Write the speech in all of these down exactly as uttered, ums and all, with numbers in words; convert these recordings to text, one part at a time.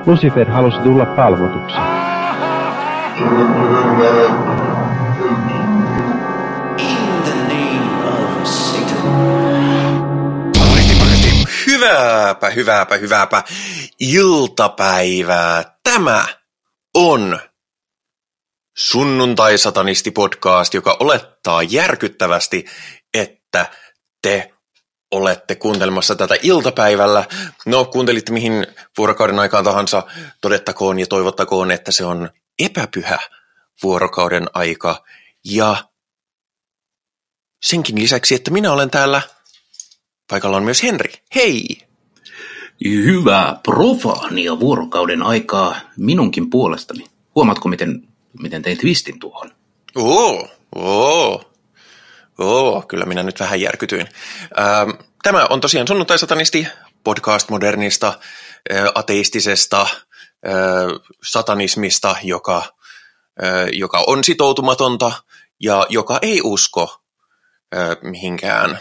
Lucifer halusi tulla palvotuksi. Hyvääpä, hyvääpä, hyvääpä iltapäivää. Tämä on Sunnuntai-satanisti-podcast, joka olettaa järkyttävästi, että te olette kuuntelemassa tätä iltapäivällä. No, kuuntelitte mihin vuorokauden aikaan tahansa, todettakoon ja toivottakoon, että se on epäpyhä vuorokauden aika. Ja senkin lisäksi, että minä olen täällä, paikalla on myös Henri. Hei! Hyvää profaania vuorokauden aikaa minunkin puolestani. Huomaatko, miten, miten tein twistin tuohon? Oo, oo. Oo, kyllä minä nyt vähän järkytyin. Ähm, tämä on tosiaan Sunnuntai-satanisti, podcast modernista, äh, ateistisesta äh, satanismista, joka, äh, joka on sitoutumatonta ja joka ei usko äh, mihinkään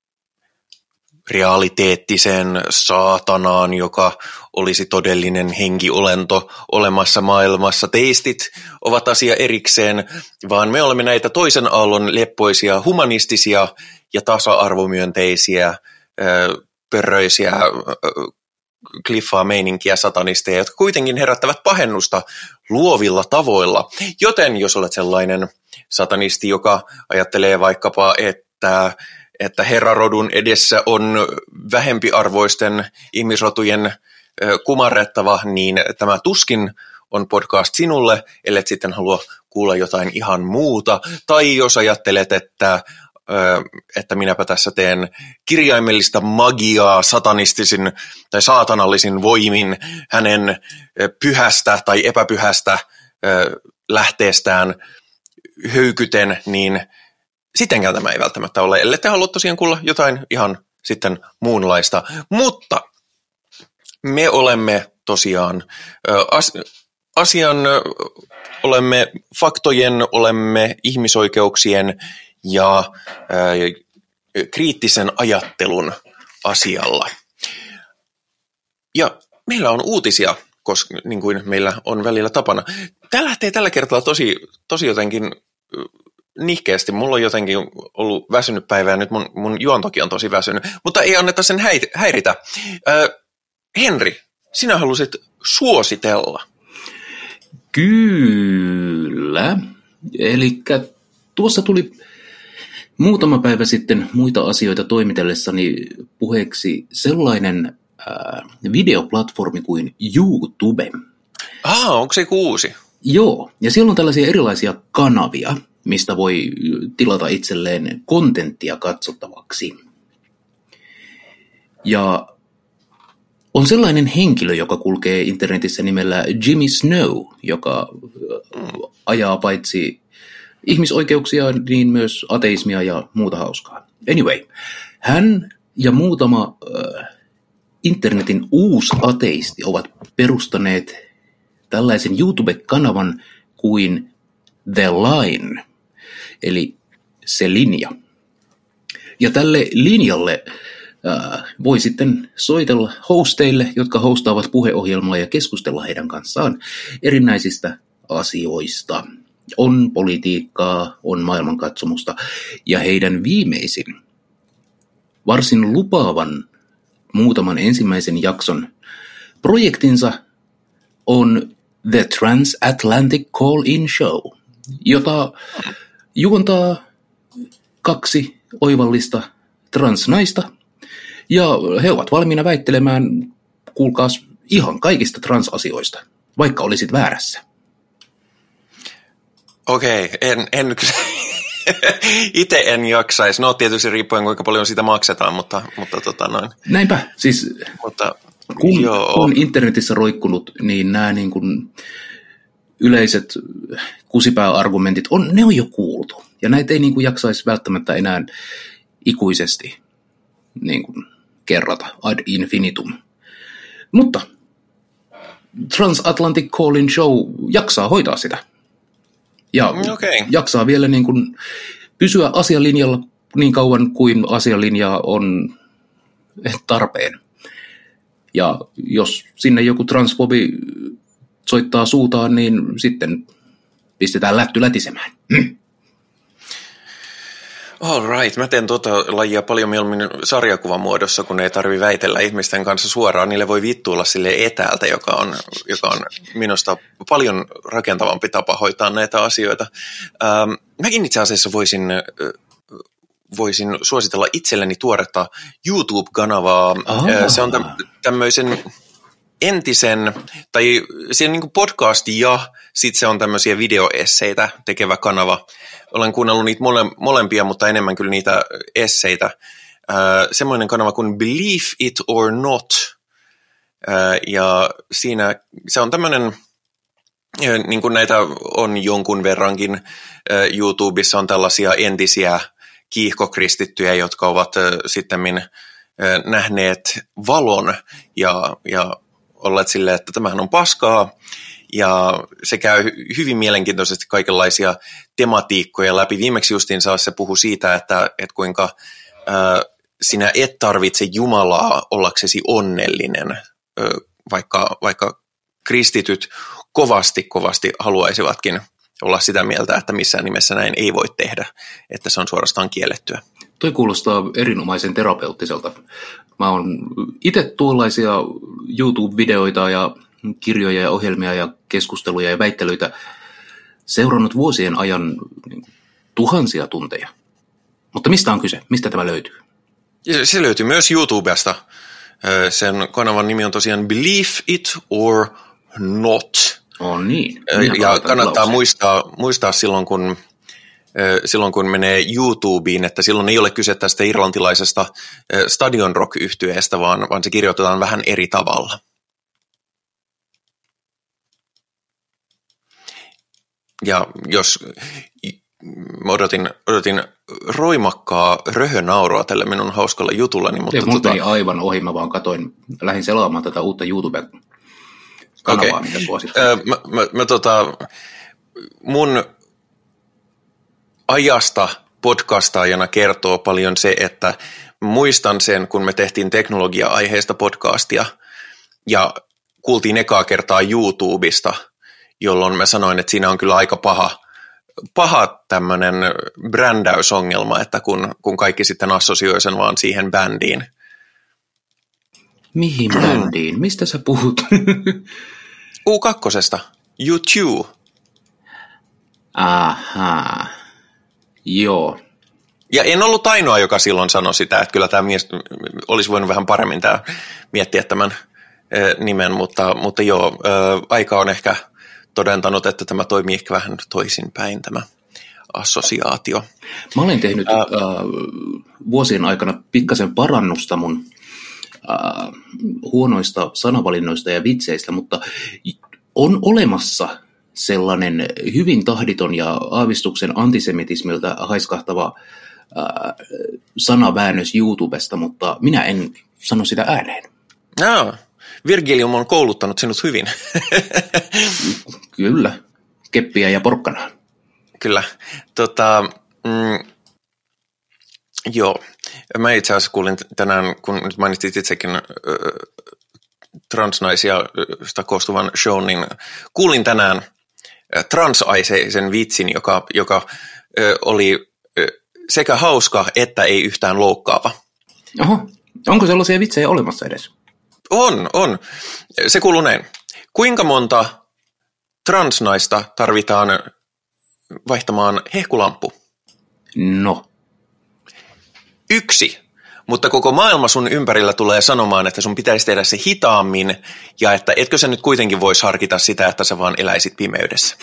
realiteettisen saatanaan, joka olisi todellinen henkiolento olemassa maailmassa. Teistit ovat asia erikseen, vaan me olemme näitä toisen aallon leppoisia, humanistisia ja tasa-arvomyönteisiä, pörröisiä, kliffaa meininkiä satanisteja, jotka kuitenkin herättävät pahennusta luovilla tavoilla. Joten jos olet sellainen satanisti, joka ajattelee vaikkapa, että että herrarodun edessä on vähempiarvoisten ihmisrotujen kumarrettava, niin tämä tuskin on podcast sinulle, ellet sitten halua kuulla jotain ihan muuta. Tai jos ajattelet, että, että minäpä tässä teen kirjaimellista magiaa satanistisin tai saatanallisin voimin hänen pyhästä tai epäpyhästä lähteestään höykyten, niin sittenkään tämä ei välttämättä ole, ellei te halua tosiaan kuulla jotain ihan sitten muunlaista. Mutta me olemme tosiaan asian, olemme faktojen, olemme ihmisoikeuksien ja kriittisen ajattelun asialla. Ja meillä on uutisia, koska niin kuin meillä on välillä tapana. Tämä lähtee tällä kertaa tosi, tosi jotenkin nihkeästi. Mulla on jotenkin ollut väsynyt päivä ja nyt mun, mun juontokin on tosi väsynyt, mutta ei anneta sen häiritä. Äh, Henri, sinä halusit suositella. Kyllä. Eli tuossa tuli muutama päivä sitten muita asioita toimitellessani puheeksi sellainen äh, videoplatformi kuin YouTube. Ah, onko se uusi? Joo, ja siellä on tällaisia erilaisia kanavia, mistä voi tilata itselleen kontenttia katsottavaksi. Ja on sellainen henkilö, joka kulkee internetissä nimellä Jimmy Snow, joka ajaa paitsi ihmisoikeuksia, niin myös ateismia ja muuta hauskaa. Anyway, hän ja muutama äh, internetin uusi ateisti ovat perustaneet tällaisen YouTube-kanavan kuin The Line, eli se linja. Ja tälle linjalle äh, voi sitten soitella hosteille, jotka hostaavat puheohjelmaa ja keskustella heidän kanssaan erinäisistä asioista. On politiikkaa, on maailmankatsomusta ja heidän viimeisin, varsin lupaavan muutaman ensimmäisen jakson projektinsa on The Transatlantic Call-In Show, jota juontaa kaksi oivallista transnaista, ja he ovat valmiina väittelemään, kuulkaas, ihan kaikista transasioista, vaikka olisit väärässä. Okei, en, en itse en jaksaisi. No tietysti riippuen kuinka paljon siitä maksetaan, mutta, mutta tota noin. Näinpä, siis mutta, kun on internetissä roikkunut, niin nämä niin kuin yleiset kusipääargumentit, on, ne on jo kuultu. Ja näitä ei niin kuin jaksaisi välttämättä enää ikuisesti niin kuin kerrata ad infinitum. Mutta Transatlantic Call-In Show jaksaa hoitaa sitä. Ja okay. jaksaa vielä niin kuin pysyä asialinjalla niin kauan kuin asialinja on tarpeen. Ja jos sinne joku transfobi soittaa suutaan, niin sitten pistetään lätty lätisemään. Mm. All right. Mä teen tuota lajia paljon mieluummin sarjakuvan muodossa, kun ei tarvitse väitellä ihmisten kanssa suoraan. Niille voi vittuilla sille etäältä, joka on, joka on minusta paljon rakentavampi tapa hoitaa näitä asioita. Ähm, mäkin itse asiassa voisin, voisin suositella itselleni tuoretta YouTube-kanavaa. Oh. Se on tämmöisen entisen, tai siellä niin kuin podcast ja sitten se on tämmöisiä videoesseitä tekevä kanava. Olen kuunnellut niitä mole, molempia, mutta enemmän kyllä niitä esseitä. Äh, semmoinen kanava kuin Believe It or Not. Äh, ja siinä se on tämmöinen, äh, niin kuin näitä on jonkun verrankin, äh, YouTubessa on tällaisia entisiä kiihkokristittyjä, jotka ovat äh, sittemmin äh, nähneet valon ja, ja olleet silleen, että tämähän on paskaa. Ja se käy hyvin mielenkiintoisesti kaikenlaisia tematiikkoja läpi. Viimeksi justiinsa se puhui siitä, että, että kuinka ää, sinä et tarvitse Jumalaa ollaksesi onnellinen, ää, vaikka, vaikka kristityt kovasti, kovasti haluaisivatkin olla sitä mieltä, että missään nimessä näin ei voi tehdä, että se on suorastaan kiellettyä. Toi kuulostaa erinomaisen terapeuttiselta. Mä oon itse tuollaisia YouTube-videoita ja kirjoja ja ohjelmia ja keskusteluja ja väittelyitä seurannut vuosien ajan niin kuin, tuhansia tunteja. Mutta mistä on kyse? Mistä tämä löytyy? Se löytyy myös YouTubesta. Sen kanavan nimi on tosiaan Believe It or Not. On niin. Ja kannattaa muistaa, muistaa silloin, kun, silloin, kun menee YouTubeen, että silloin ei ole kyse tästä irlantilaisesta Stadion Rock-yhtyeestä, vaan, vaan se kirjoitetaan vähän eri tavalla. Ja jos odotin, odotin roimakkaa röhönaurua tälle minun hauskalla jutullani. Mutta Ei, multa tota... ei aivan ohi, mä vaan katoin, lähdin selaamaan tätä uutta YouTube-kanavaa, okay. Mitä suosittaa. Öö, mä, mä, mä tota, mun ajasta podcastaajana kertoo paljon se, että muistan sen, kun me tehtiin teknologia-aiheista podcastia ja kuultiin ekaa kertaa YouTubesta, jolloin mä sanoin, että siinä on kyllä aika paha, paha tämmöinen brändäysongelma, että kun, kun kaikki sitten assosioi sen vaan siihen bändiin. Mihin bändiin? Mistä sä puhut? U kaksi. YouTube. Ahaa. Joo. Ja en ollut ainoa, joka silloin sanoi sitä, että kyllä tämä mies olisi voinut vähän paremmin tämä, miettiä tämän nimen, mutta, mutta joo, aika on ehkä todentanut, että tämä toimii ehkä vähän toisinpäin, tämä assosiaatio. Mä olen tehnyt äh, vuosien aikana pikkasen parannusta mun äh, huonoista sanavalinnoista ja vitseistä, mutta on olemassa sellainen hyvin tahditon ja aavistuksen antisemitismiltä haiskahtava äh, sanaväännös YouTubesta, mutta minä en sano sitä ääneen. No. Virgilium on kouluttanut sinut hyvin. Kyllä, keppiä ja porkkanaa. Kyllä. Tota, mm, joo, mä itse asiassa kuulin tänään, kun nyt mainitsit itsekin äh, transnaisia sitä koostuvan show, niin kuulin tänään äh, transaiseisen vitsin, joka, joka äh, oli äh, sekä hauska että ei yhtään loukkaava. Oho, onko sellaisia vitsejä olemassa edes? On, on. Se kuuluu näin. Kuinka monta transnaista tarvitaan vaihtamaan hehkulamppu? No. Yksi. Mutta koko maailma sun ympärillä tulee sanomaan, että sun pitäisi tehdä se hitaammin ja että etkö sä nyt kuitenkin voisi harkita sitä, että sä vaan eläisit pimeydessä.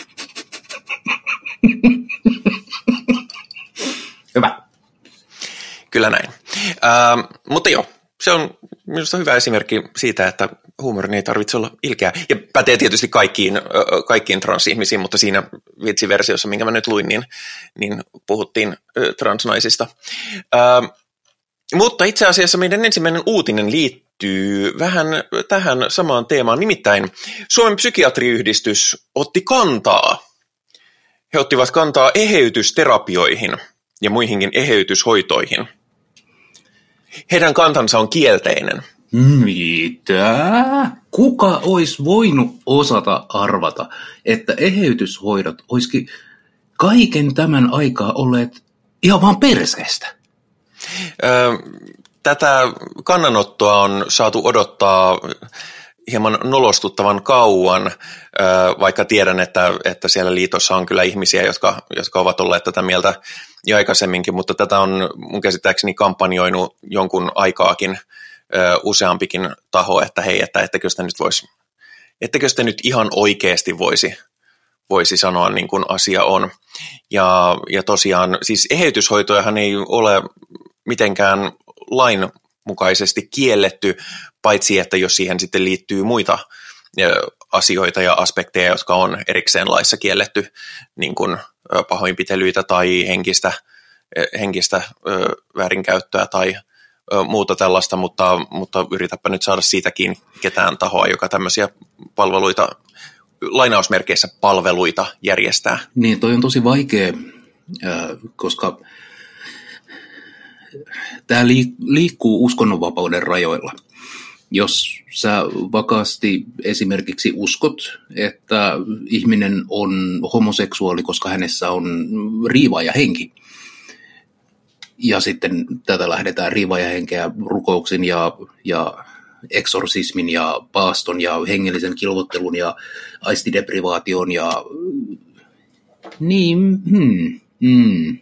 Hyvä. Kyllä näin. Ähm, mutta joo, se on minusta hyvä esimerkki siitä, että huumorin ei tarvitse olla ilkeä. Ja pätee tietysti kaikkiin, kaikkiin transihmisiin, mutta siinä vitsiversiossa, minkä mä nyt luin, niin, niin puhuttiin transnaisista. Ähm, mutta itse asiassa meidän ensimmäinen uutinen liittyy vähän tähän samaan teemaan. Nimittäin Suomen psykiatriyhdistys otti kantaa. He ottivat kantaa eheytysterapioihin ja muihinkin eheytyshoitoihin. Heidän kantansa on kielteinen. Mitä? Kuka olisi voinut osata arvata, että eheytyshoidot olisikin kaiken tämän aikaa olleet ihan vaan perseestä? Öö, tätä kannanottoa on saatu odottaa hieman nolostuttavan kauan, vaikka tiedän, että, että siellä liitossa on kyllä ihmisiä, jotka, jotka ovat olleet tätä mieltä jo aikaisemminkin, mutta tätä on mun käsittääkseni kampanjoinut jonkun aikaakin useampikin taho, että hei, että ettekö sitä nyt voisi, ettekö sitä nyt ihan oikeasti voisi, voisi sanoa niin kuin asia on. Ja, ja tosiaan, siis eheytyshoitojahan ei ole mitenkään lain mukaisesti kielletty, paitsi että jos siihen sitten liittyy muita asioita ja aspekteja, jotka on erikseen laissa kielletty, niin kuin pahoinpitelyitä tai henkistä, henkistä väärinkäyttöä tai muuta tällaista, mutta, mutta yritäpä nyt saada siitäkin ketään tahoa, joka tämmöisiä palveluita, lainausmerkeissä palveluita järjestää. Niin, toi on tosi vaikea, koska tämä liikkuu uskonnonvapauden rajoilla. Jos sä vakaasti esimerkiksi uskot, että ihminen on homoseksuaali, koska hänessä on riivaaja henki, ja sitten tätä lähdetään riivaaja henkeä rukouksin ja, ja eksorsismin ja paaston ja hengellisen kilvottelun ja aistideprivaation ja niin, hmm, hmm.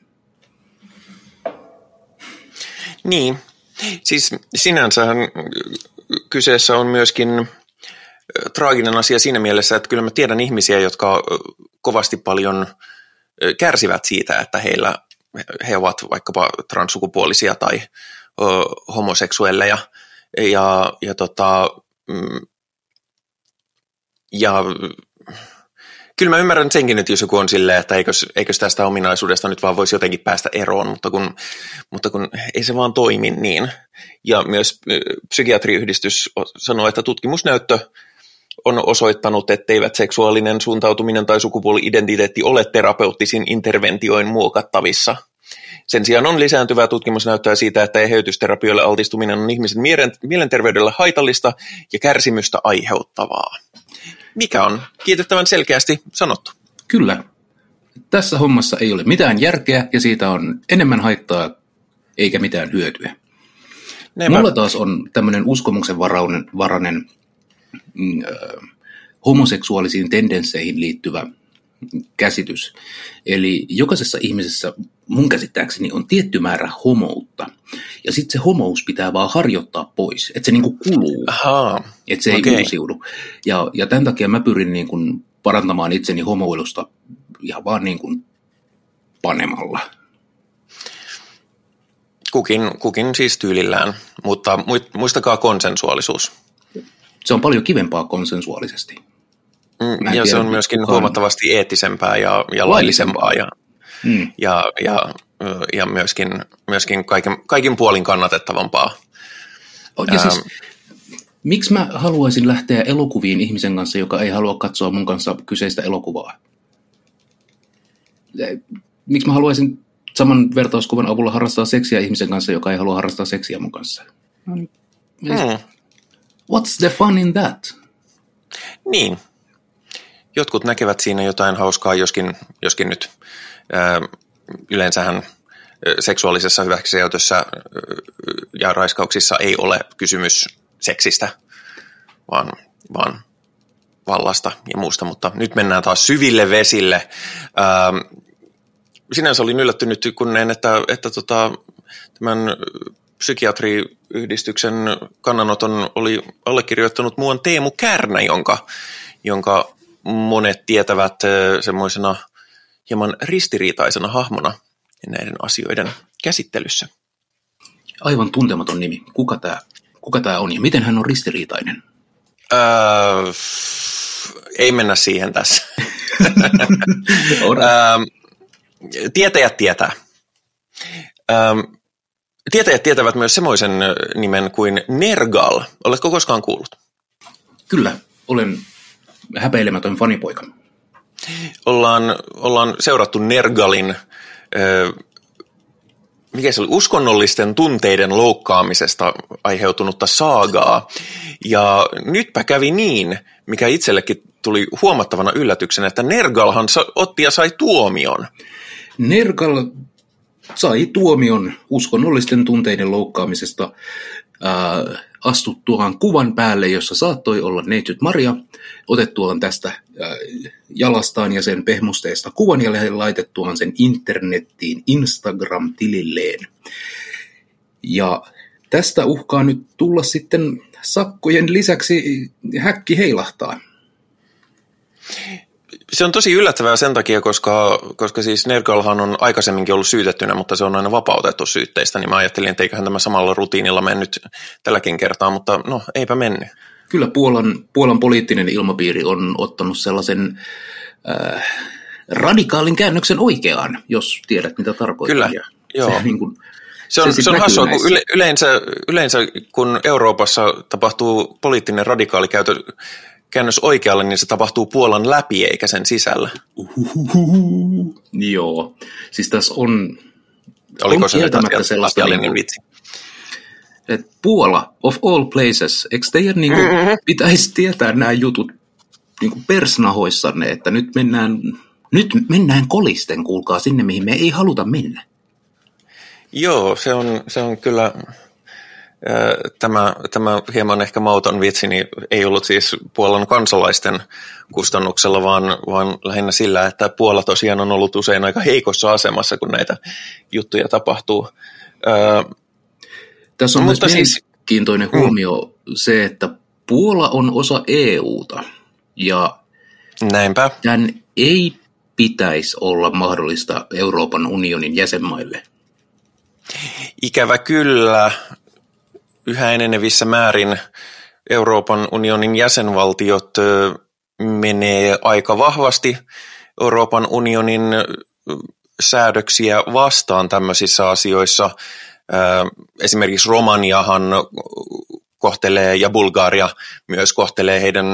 Niin, siis sinänsähän kyseessä on myöskin traaginen asia siinä mielessä, että kyllä mä tiedän ihmisiä, jotka kovasti paljon kärsivät siitä, että heillä, he ovat vaikkapa transsukupuolisia tai ö, homoseksuelleja ja, ja, tota, ja kyllä mä ymmärrän senkin, että jos joku on silleen, että eikös, eikös tästä ominaisuudesta nyt vaan voisi jotenkin päästä eroon, mutta kun, mutta kun ei se vaan toimi niin. Ja myös psykiatriyhdistys sanoo, että tutkimusnäyttö on osoittanut, etteivät seksuaalinen suuntautuminen tai sukupuoli-identiteetti ole terapeuttisin interventioin muokattavissa. Sen sijaan on lisääntyvää tutkimusnäyttöä siitä, että eheytysterapioille altistuminen on ihmisen mielenterveydelle haitallista ja kärsimystä aiheuttavaa. Mikä on kiitettävän selkeästi sanottu. Kyllä. Tässä hommassa ei ole mitään järkeä ja siitä on enemmän haittaa eikä mitään hyötyä. Neipä. Mulla taas on tämmöinen uskomuksen varainen, varainen äh, homoseksuaalisiin tendensseihin liittyvä käsitys. Eli jokaisessa ihmisessä mun käsittääkseni on tietty määrä homoutta. Ja sitten se homous pitää vaan harjoittaa pois, että se niinku kuluu, että se okay. ei uusiudu. Ja, ja tämän takia mä pyrin niinku parantamaan itseni homoilusta ihan vaan niinku panemalla. Kukin, kukin siis tyylillään, mutta muistakaa konsensuaalisuus. Se on paljon kivempaa konsensuaalisesti. Mm, ja tiedä, se on myöskin kukaan huomattavasti eettisempää ja, ja laillisempaa ja, mm. ja, ja, ja myöskin, myöskin kaikin, kaikin puolin kannatettavampaa. Ja siis, ähm, miksi mä haluaisin lähteä elokuviin ihmisen kanssa, joka ei halua katsoa mun kanssa kyseistä elokuvaa? Miksi mä haluaisin saman vertauskuvan avulla harrastaa seksiä ihmisen kanssa, joka ei halua harrastaa seksiä mun kanssa? Mm. What's the fun in that? Niin. Jotkut näkevät siinä jotain hauskaa, joskin, joskin nyt ää, yleensähän seksuaalisessa hyväksikäytössä ja raiskauksissa ei ole kysymys seksistä, vaan, vaan vallasta ja muusta, mutta nyt mennään taas syville vesille. Ää, sinänsä olin yllättynyt, kun näin, että, että tota, tämän psykiatriyhdistyksen kannanoton oli allekirjoittanut muuan Teemu Kärnä, jonka, jonka monet tietävät semmoisena hieman ristiriitaisena hahmona näiden asioiden käsittelyssä. Aivan tuntematon nimi. Kuka tämä kuka tää on ja miten hän on ristiriitainen? Öö, ei mennä siihen tässä. öö, tietäjät tietää. Öö, tietäjät tietävät myös semmoisen nimen kuin Nergal. Oletko koskaan kuullut? Kyllä, olen häpeilemätön fanipoika. Ollaan, ollaan seurattu Nergalin ö, mikä se oli, uskonnollisten tunteiden loukkaamisesta aiheutunutta saagaa. Ja nytpä kävi niin, mikä itsellekin tuli huomattavana yllätyksenä, että Nergalhan otti ja sai tuomion. Nergal sai tuomion uskonnollisten tunteiden loukkaamisesta ää, astuttuaan kuvan päälle, jossa saattoi olla neitsyt Maria, otettuaan tästä ää, jalastaan ja sen pehmusteesta kuvan ja laitettuaan sen internettiin Instagram-tililleen. Ja tästä uhkaa nyt tulla sitten sakkojen lisäksi häkki heilahtaa. Se on tosi yllättävää sen takia, koska, koska siis Nergalhan on aikaisemminkin ollut syytettynä, mutta se on aina vapautettu syytteistä, niin mä ajattelin, että eiköhän tämä samalla rutiinilla mennyt tälläkin kertaa, mutta no eipä mennyt. Kyllä Puolan, Puolan poliittinen ilmapiiri on ottanut sellaisen äh, radikaalin käännöksen oikeaan, jos tiedät mitä tarkoittaa. Kyllä, ja joo. Se, niin kuin, se on, se on hassua, kun yle, yleensä, yleensä kun Euroopassa tapahtuu poliittinen radikaali käytö, käännös oikealle, niin se tapahtuu Puolan läpi eikä sen sisällä. Uhuhuhu. Joo, siis tässä on, Oliko on se kieltämättä sellaista, niin vitsi? Että Puola, of all places, eikö teidän niin kuin, mm-hmm. pitäisi tietää nämä jutut niin kuin persnahoissanne, että nyt mennään, nyt mennään kolisten, kuulkaa sinne, mihin me ei haluta mennä. Joo, se on, se on kyllä... Tämä, tämä hieman ehkä mauton vitsi niin ei ollut siis Puolan kansalaisten kustannuksella, vaan, vaan lähinnä sillä, että Puola tosiaan on ollut usein aika heikossa asemassa, kun näitä juttuja tapahtuu. Tässä on Mutta myös siis, mielenkiintoinen huomio mm. se, että Puola on osa E U:ta ja näinpä. tämän ei pitäisi olla mahdollista Euroopan unionin jäsenmaille. Ikävä kyllä. Yhä enenevissä määrin Euroopan unionin jäsenvaltiot menee aika vahvasti Euroopan unionin säädöksiä vastaan tämmöisissä asioissa. Esimerkiksi Romaniahan kohtelee ja Bulgaria myös kohtelee heidän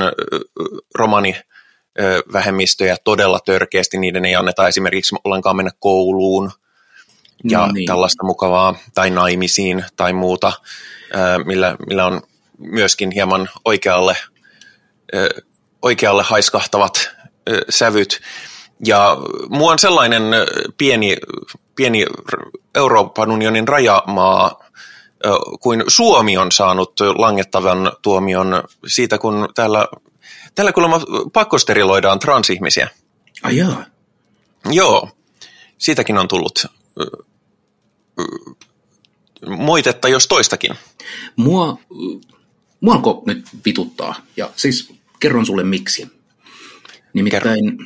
romanivähemmistöjä todella törkeästi. Niiden ei anneta esimerkiksi ollenkaan mennä kouluun ja no niin. tällaista mukavaa tai naimisiin tai muuta. Millä, millä on myöskin hieman oikealle, oikealle haiskahtavat sävyt. Ja mua on sellainen pieni, pieni Euroopan unionin rajamaa kuin Suomi on saanut langettavan tuomion siitä, kun täällä, täällä kuulemma pakkosteriloidaan transihmisiä. Ai jaa. Joo, siitäkin on tullut moitetta jos toistakin. Mua, mua alkoi nyt vituttaa, ja siis kerron sulle miksi. Nimittäin, Kerron.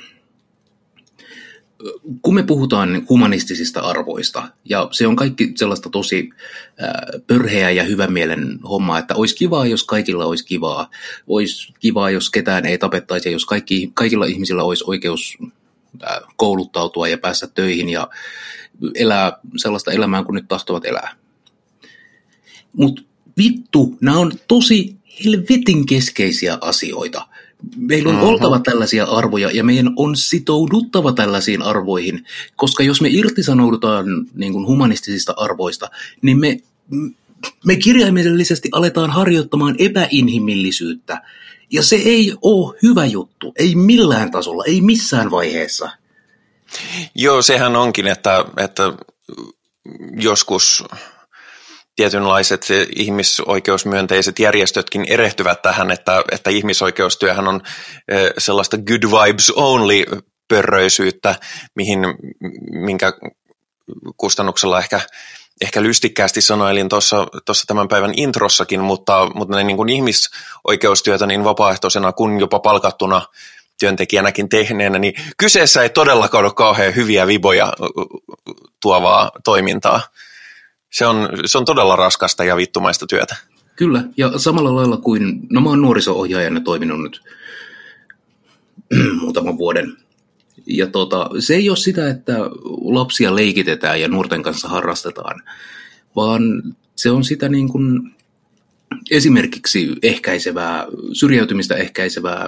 kun me puhutaan humanistisista arvoista, ja se on kaikki sellaista tosi äh, pörheää ja hyvän mielen hommaa, että olisi kivaa, jos kaikilla olisi kivaa, olisi kivaa, jos ketään ei tapettaisi, ja jos kaikki, kaikilla ihmisillä olisi oikeus äh, kouluttautua ja päästä töihin ja elää sellaista elämää, kun nyt tahtovat elää. Mutta vittu, nämä on tosi helvetin keskeisiä asioita. Meillä on uh-huh. oltava tällaisia arvoja ja meidän on sitouduttava tällaisiin arvoihin, koska jos me irtisanoudutaan niin kuin humanistisista arvoista, niin me, me kirjaimellisesti aletaan harjoittamaan epäinhimillisyyttä. Ja se ei ole hyvä juttu, ei millään tasolla, ei missään vaiheessa. Joo, sehän onkin, että, että joskus tietynlaiset ihmisoikeusmyönteiset järjestötkin erehtyvät tähän, että, että ihmisoikeustyöhän on sellaista good vibes only pörröisyyttä, mihin, minkä kustannuksella ehkä, ehkä lystikkäästi sanoilin tuossa, tuossa tämän päivän introssakin, mutta, mutta ne niin kuin ihmisoikeustyötä niin vapaaehtoisena kuin jopa palkattuna työntekijänäkin tehneenä, niin kyseessä ei todellakaan ole kauhean hyviä viboja tuovaa toimintaa. Se on, se on todella raskasta ja vittumaista työtä. Kyllä, ja samalla lailla kuin, no mä oon nuoriso-ohjaajana toiminut nyt muutaman vuoden. Ja tota, se ei ole sitä, että lapsia leikitetään ja nuorten kanssa harrastetaan, vaan se on sitä niin kuin esimerkiksi ehkäisevää, syrjäytymistä ehkäisevää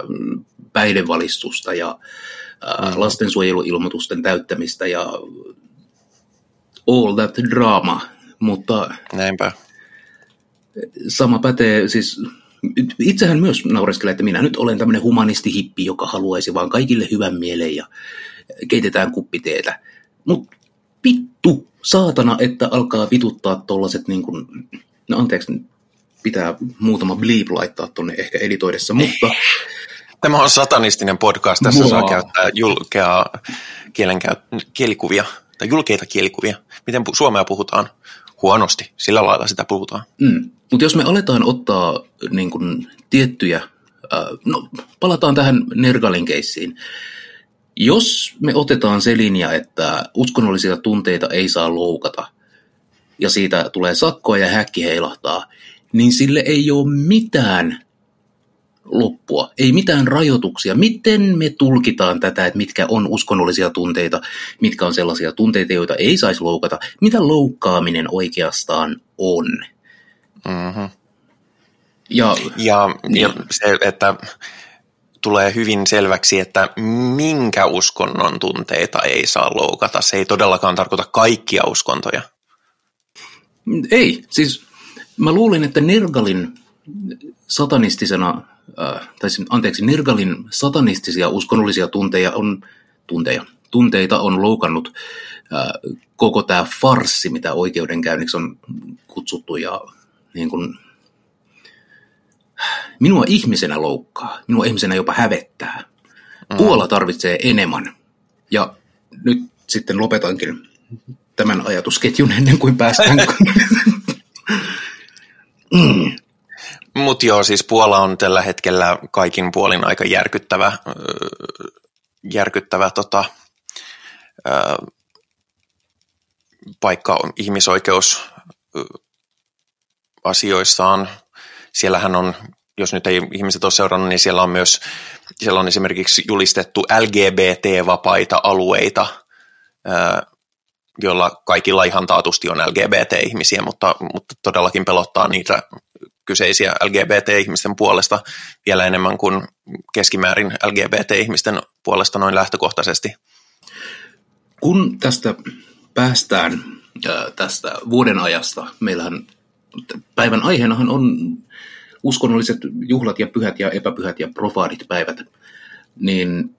päihdevalistusta ja ää, lastensuojeluilmoitusten täyttämistä ja all that drama, mutta näinpä. Sama pätee, siis itsehän myös naureskelee, että minä nyt olen tämmöinen humanistihippi, joka haluaisi vaan kaikille hyvän mielen ja keitetään kuppiteetä. Mutta vittu, saatana, että alkaa vituttaa tollaset niin kuin, no anteeksi, pitää muutama bleep laittaa tonne ehkä editoidessa, mutta tämä on satanistinen podcast, tässä wow. saa käyttää julkea kielenkäyt- kielikuvia, tai julkeita kielikuvia. Miten pu- suomea puhutaan? Huonosti, sillä lailla sitä puhutaan. Mm. Mutta jos me aletaan ottaa niin kun, tiettyjä, äh, no palataan tähän Nergalin keissiin. Jos me otetaan se linja, että uskonnollisia tunteita ei saa loukata, ja siitä tulee sakkoa ja häkki heilahtaa, niin sille ei ole mitään loppua, ei mitään rajoituksia. Miten me tulkitaan tätä, että mitkä on uskonnollisia tunteita, mitkä on sellaisia tunteita, joita ei saisi loukata, mitä loukkaaminen oikeastaan on. Mm-hmm. Ja, ja, niin. ja se, että tulee hyvin selväksi, että minkä uskonnon tunteita ei saa loukata. Se ei todellakaan tarkoita kaikkia uskontoja. Ei, siis mä luulen, että Nergalin satanistisena, äh, tai anteeksi, Nergalin satanistisia uskonnollisia tunteja on, tunteja, tunteita on loukannut äh, koko tämä farssi, mitä oikeudenkäynniksi on kutsuttu, ja niin kun, minua ihmisenä loukkaa, minua ihmisenä jopa hävettää. Puola tarvitsee enemmän, ja nyt sitten lopetankin tämän ajatusketjun ennen kuin päästään. mm. Mutta joo, siis Puola on tällä hetkellä kaikin puolin aika järkyttävä, järkyttävä tota, ää, paikka ihmisoikeusasioissaan. Siellähän on, jos nyt ei ihmiset ole seurannut, niin siellä on myös, siellä on esimerkiksi julistettu L G B T-vapaita alueita, ää, joilla kaikilla ihan taatusti on L G B T-ihmisiä, mutta, mutta todellakin pelottaa niitä kyseisiä L G B T-ihmisten puolesta vielä enemmän kuin keskimäärin L G B T-ihmisten puolesta noin lähtökohtaisesti. Kun tästä päästään äh, tästä vuoden ajasta, meillähän päivän aiheenahan on uskonnolliset juhlat ja pyhät ja epäpyhät ja profaanit päivät, niin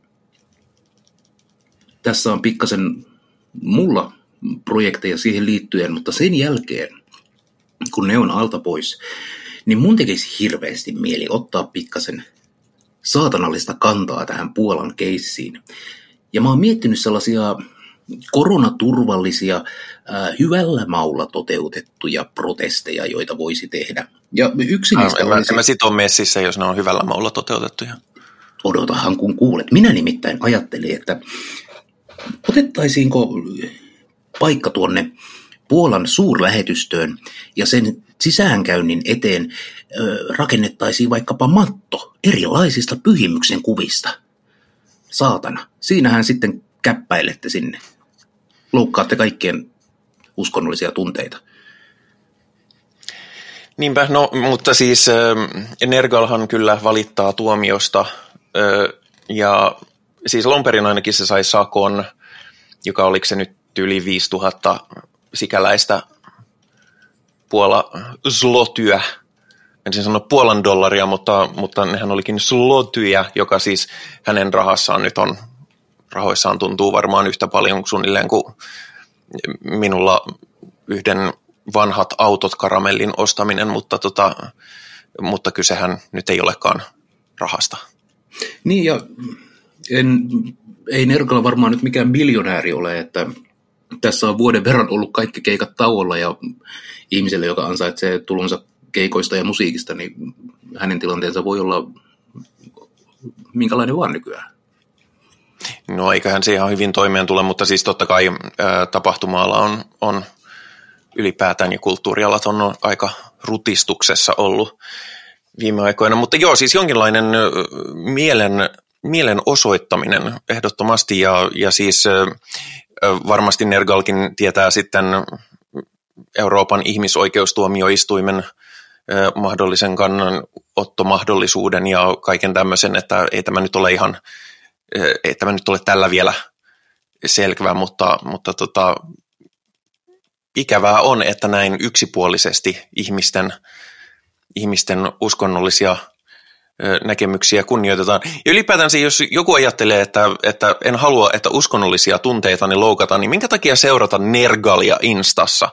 tässä on pikkasen mulla projekteja siihen liittyen, mutta sen jälkeen, kun ne on alta pois, niin mun tekisi hirveästi mieli ottaa pikkasen saatanallista kantaa tähän Puolan keissiin. Ja mä oon miettinyt sellaisia koronaturvallisia, ää, hyvällä maulla toteutettuja protesteja, joita voisi tehdä. Ja yksi niistä no, en, olisi... mä, mä sit on messissä, jos ne on hyvällä maulla toteutettuja. Odotahan kun kuulet. Minä nimittäin ajattelin, että otettaisiinko paikka tuonne Puolan suurlähetystöön ja sen sisäänkäynnin eteen ö, rakennettaisiin vaikkapa matto erilaisista pyhimyksen kuvista. Saatana. Siinähän sitten käppäilette sinne. Loukkaatte kaikkien uskonnollisia tunteita. Niinpä, no mutta siis äh, Nergalhan kyllä valittaa tuomiosta äh, ja siis alun perin ainakin se sai sakon, joka oliko se nyt yli viisituhatta sikäläistä Puola zlotyä. En siis sano Puolan dollaria, mutta, mutta nehän olikin zlotyjä, joka siis hänen rahassaan nyt on, rahoissaan tuntuu varmaan yhtä paljon suunnilleen kuin minulla yhden vanhat autot karamellin ostaminen, mutta, tota, mutta kysehän nyt ei olekaan rahasta. Niin ja en, ei Nergal varmaan nyt mikään biljonääri ole, että tässä on vuoden verran ollut kaikki keikat tauolla ja ihmiselle, joka ansaitsee tulonsa keikoista ja musiikista, niin hänen tilanteensa voi olla minkälainen vaan nykyään. No eiköhän se ihan hyvin toimeen tule, mutta siis totta kai ää, tapahtuma-ala on, on ylipäätään ja kulttuurialat on aika rutistuksessa ollut viime aikoina. Mutta joo, siis jonkinlainen mielen, mielen osoittaminen ehdottomasti ja, ja siis varmasti Nergalkin tietää sitten Euroopan ihmisoikeustuomioistuimen mahdollisen kannanottomahdollisuuden ja kaiken tämmöisen, että ei tämä nyt ole ihan, ei tämä nyt ole tällä vielä selkeä, mutta, mutta tota, ikävää on, että näin yksipuolisesti ihmisten, ihmisten uskonnollisia näkemyksiä kunnioitetaan. Ja ylipäätänsä, jos joku ajattelee, että, että en halua, että uskonnollisia tunteitani loukataan, niin minkä takia seurata Nergalia Instassa?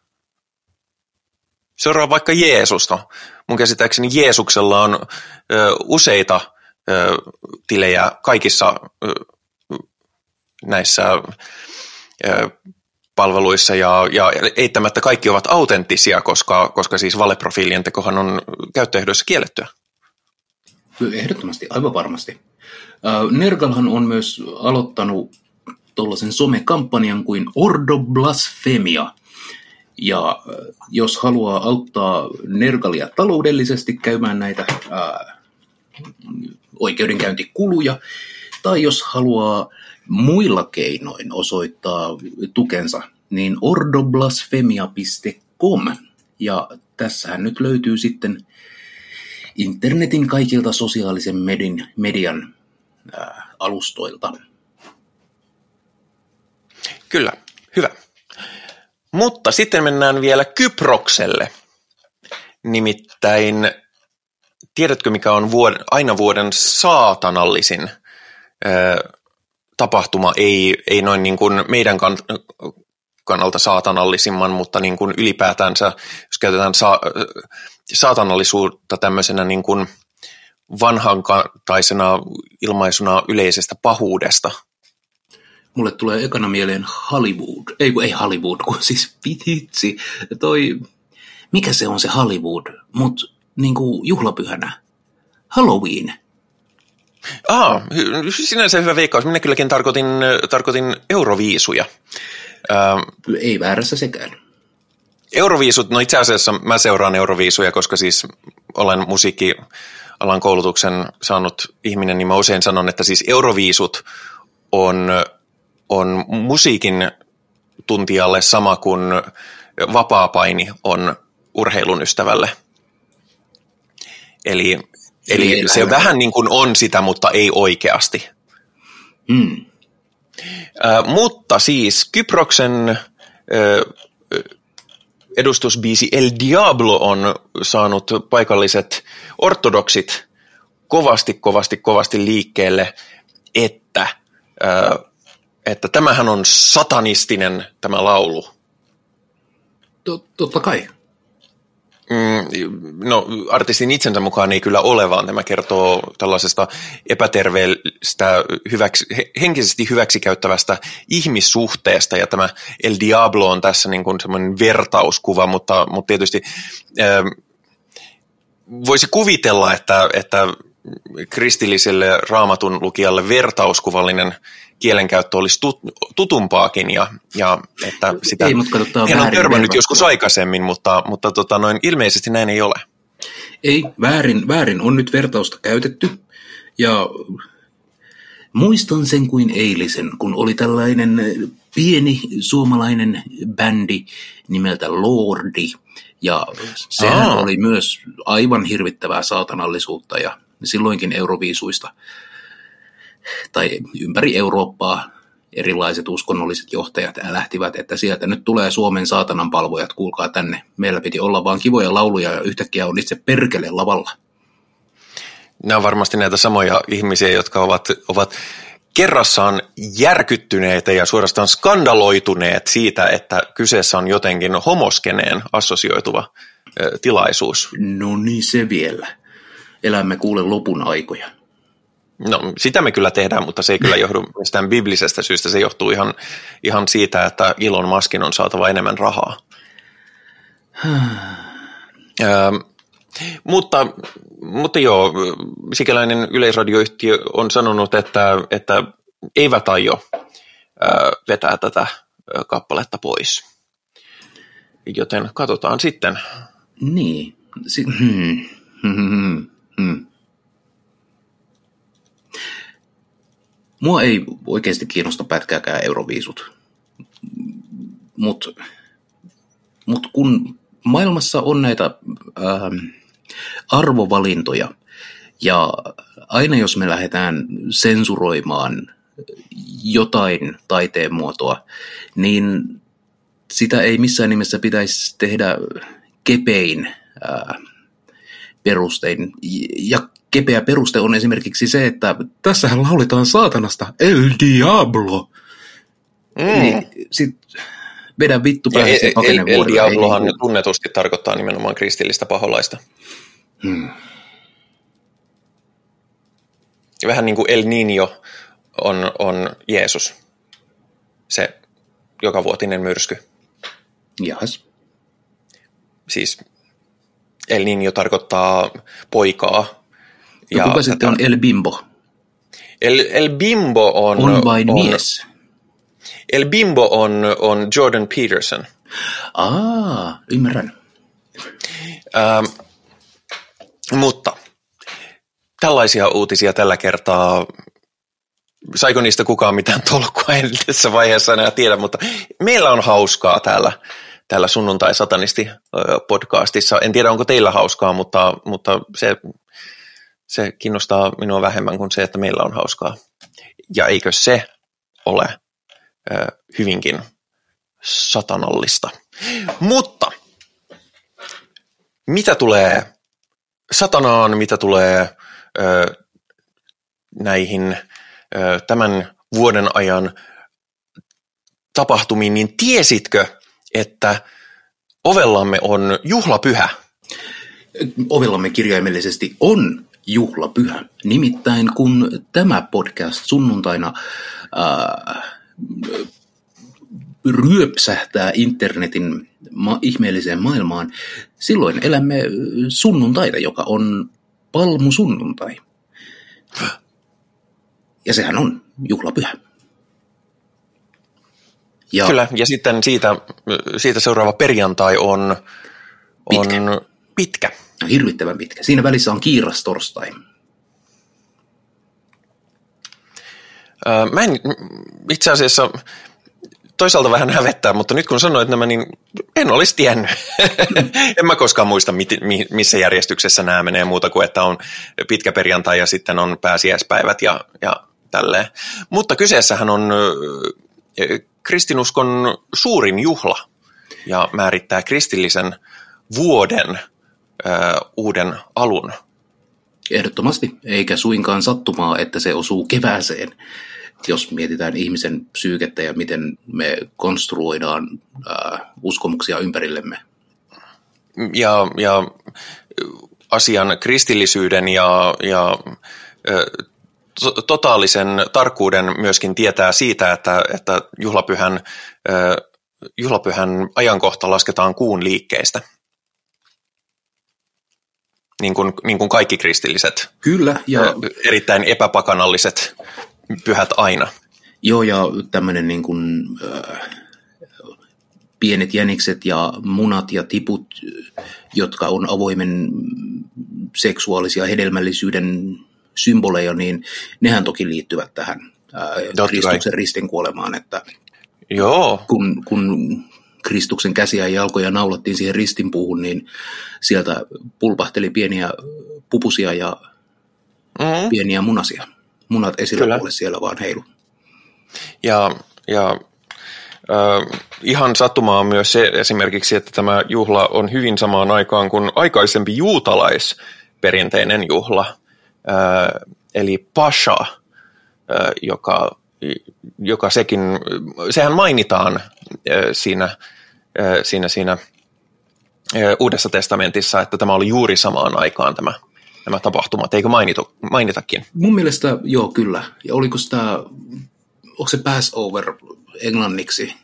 Seuraa vaikka Jeesusta. Mun käsittääkseni Jeesuksella on ö, useita ö, tilejä kaikissa ö, näissä ö, palveluissa, ja, ja eittämättä kaikki ovat autenttisia, koska, koska siis valeprofiilien tekohan on käyttöehdoissa kiellettyä. Ehdottomasti, aivan varmasti. Nergalhan on myös aloittanut tuollaisen somekampanjan kuin Ordo Blasfemia. Ja jos haluaa auttaa Nergalia taloudellisesti käymään näitä ää, oikeudenkäyntikuluja, tai jos haluaa muilla keinoin osoittaa tukensa, niin ordoblasfemia piste com. Ja tässähän nyt löytyy sitten internetin kaikilta sosiaalisen median, median ää, alustoilta. Kyllä, hyvä. Mutta sitten mennään vielä Kyprokselle. Nimittäin, tiedätkö mikä on vuoden, aina vuoden saatanallisin ää, tapahtuma? Ei, ei noin niin kuin meidän kan, kannalta saatanallisimman, mutta niin kuin ylipäätänsä, jos käytetään sa, saatanallisuutta tämmöisenä niin kuin vanhankantaisena ilmaisuna yleisestä pahuudesta. Mulle tulee ekana mieleen Hollywood. Ei kun ei Hollywood, kun siis vitsi. Toi, mikä se on se Hollywood, mut niinku juhlapyhänä? Halloween. Ah, sinänsä hyvä veikkaus. Minä kylläkin tarkoitin, tarkoitin Euroviisuja. Ähm, ei väärässä sekään. Euroviisut, no itse asiassa mä seuraan Euroviisuja, koska siis olen musiikkialan koulutuksen saanut ihminen, niin mä usein sanon, että siis Euroviisut on, on musiikin tuntijalle sama kuin vapaapaini on urheilun ystävälle. Eli, eli, eli se vähän niin kuin on sitä, mutta ei oikeasti. Mm. Äh, mutta siis Kyproksen äh, edustusbiisi El Diablo on saanut paikalliset ortodoksit kovasti, kovasti, kovasti liikkeelle, että, äh, että tämähän on satanistinen tämä laulu. Totta kai. No, artistin itsensä mukaan ei kyllä ole, vaan tämä kertoo tällaisesta epäterveellistä, hyväksi, henkisesti hyväksikäyttävästä ihmissuhteesta, ja tämä El Diablo on tässä niin kuin semmoinen vertauskuva, mutta, mutta tietysti äh, voisi kuvitella, että, että kristilliselle raamatun lukijalle vertauskuvallinen kielenkäyttö olisi tut, tutumpaakin, ja, ja että sitä ei, mutta en ole törmännyt joskus aikaisemmin, mutta, mutta tota, noin, ilmeisesti näin ei ole. Ei, väärin, väärin on nyt vertausta käytetty, ja muistan sen kuin eilisen, kun oli tällainen pieni suomalainen bändi nimeltä Lordi, ja sehän Aa. oli myös aivan hirvittävää saatanallisuutta, ja silloinkin Euroviisuista tai ympäri Eurooppaa erilaiset uskonnolliset johtajat lähtivät, että sieltä nyt tulee Suomen saatanan palvojat, kuulkaa tänne. Meillä piti olla vaan kivoja lauluja ja yhtäkkiä on itse perkele lavalla. Nämä on varmasti näitä samoja ihmisiä, jotka ovat, ovat kerrassaan järkyttyneitä ja suorastaan skandaloituneet siitä, että kyseessä on jotenkin homoskeneen assosioituva ö, tilaisuus. No niin se vielä. Elämme kuule lopun aikoja. No sitä me kyllä tehdään, mutta se ei kyllä johdu mistään biblisestä syystä. Se johtuu ihan, ihan siitä, että Elon Muskin on saatava enemmän rahaa. Ö, mutta, mutta joo, sikäläinen yleisradioyhtiö on sanonut, että, että eivät aio ö, vetää tätä kappaletta pois. Joten katsotaan sitten. Niin. Si- hmm. Hmm. Hmm. Mua ei oikeasti kiinnosta pätkääkään Euroviisut, mutta mut kun maailmassa on näitä ähm, arvovalintoja, ja aina jos me lähdetään sensuroimaan jotain taiteen muotoa, niin sitä ei missään nimessä pitäisi tehdä kepein ää, perustein. Ja kepeä peruste on esimerkiksi se, että tässähän lauletaan saatanasta El Diablo. Mm. Niin sit vedä vittu päähän pakene El, El Diablohan niin tunnetusti tarkoittaa nimenomaan kristillistä paholaista. Hmm. Vähän niin kuin El Niño on, on Jeesus, se jokavuotinen myrsky. Jahas. Siis El Niño tarkoittaa poikaa. No ja kuka sitten on El Bimbo? El, El Bimbo on... On vain on, mies. El Bimbo on, on Jordan Peterson. Aa, ymmärrän. Ähm, mutta tällaisia uutisia tällä kertaa. Saiko niistä kukaan mitään tolkkua, en tässä vaiheessa enää tiedä, mutta meillä on hauskaa täällä, täällä Sunnuntai-satanisti-podcastissa. En tiedä, onko teillä hauskaa, mutta, mutta se, se kiinnostaa minua vähemmän kuin se, että meillä on hauskaa. Ja eikö se ole ö, hyvinkin satanallista. Mutta mitä tulee satanaan, mitä tulee ö, näihin ö, tämän vuoden ajan tapahtumiin, niin tiesitkö, että ovellamme on juhlapyhä? Ovellamme kirjaimellisesti on juhlapyhä. Nimittäin kun tämä podcast sunnuntaina äh, ryöpsähtää internetin ma- ihmeelliseen maailmaan, silloin elämme sunnuntaita, joka on palmusunnuntai. Ja sehän on juhlapyhä. Ja kyllä, ja sitten siitä, siitä seuraava perjantai on pitkä. On pitkä. Hirvittävän pitkä. Siinä välissä on kiiras torstai. Öö, mä en itse asiassa toisaalta vähän hävettää, mutta nyt kun sanoit nämä, niin en olisi tiennyt. En mä koskaan muista, missä järjestyksessä nämä menee muuta kuin, että on pitkä perjantai ja sitten on pääsiäispäivät ja, ja tälleen. Mutta kyseessähän on kristinuskon suurin juhla ja määrittää kristillisen vuoden ö, uuden alun. Ehdottomasti, eikä suinkaan sattumaa, että se osuu kevääseen, jos mietitään ihmisen psyykettä ja miten me konstruoidaan äh, uskomuksia ympärillemme. Ja, ja asian kristillisyyden ja, ja ö, to, totaalisen tarkkuuden myöskin tietää siitä, että, että juhlapyhän, ö, juhlapyhän ajankohta lasketaan kuun liikkeestä. Niin kuin, niin kuin kaikki kristilliset. Kyllä. Ja erittäin epäpakanalliset pyhät aina. Joo, ja tämmöinen niin kuin, äh, pienet jänikset ja munat ja tiput, jotka on avoimen seksuaalisia hedelmällisyyden symboleja, niin nehän toki liittyvät tähän äh, Kristuksen ristin kuolemaan. Että Joo. Kun, kun Kristuksen käsiä ja jalkoja naulattiin siihen ristinpuuhun, niin sieltä pulpahteli pieniä pupusia ja mm-hmm. pieniä munasia. Munat esillä siellä vaan heilu. Ja, ja äh, ihan sattumaa on myös se esimerkiksi, että tämä juhla on hyvin samaan aikaan kuin aikaisempi juutalaisperinteinen juhla, äh, eli Pascha, äh, joka, joka sekin, sehän mainitaan äh, siinä, äh, siinä, siinä äh, Uudessa testamentissa, että tämä oli juuri samaan aikaan tämä nämä tapahtumat, eikö mainitu, mainitakin? Mun mielestä joo, kyllä. Ja oliko sitä, onko se Passover englanniksi?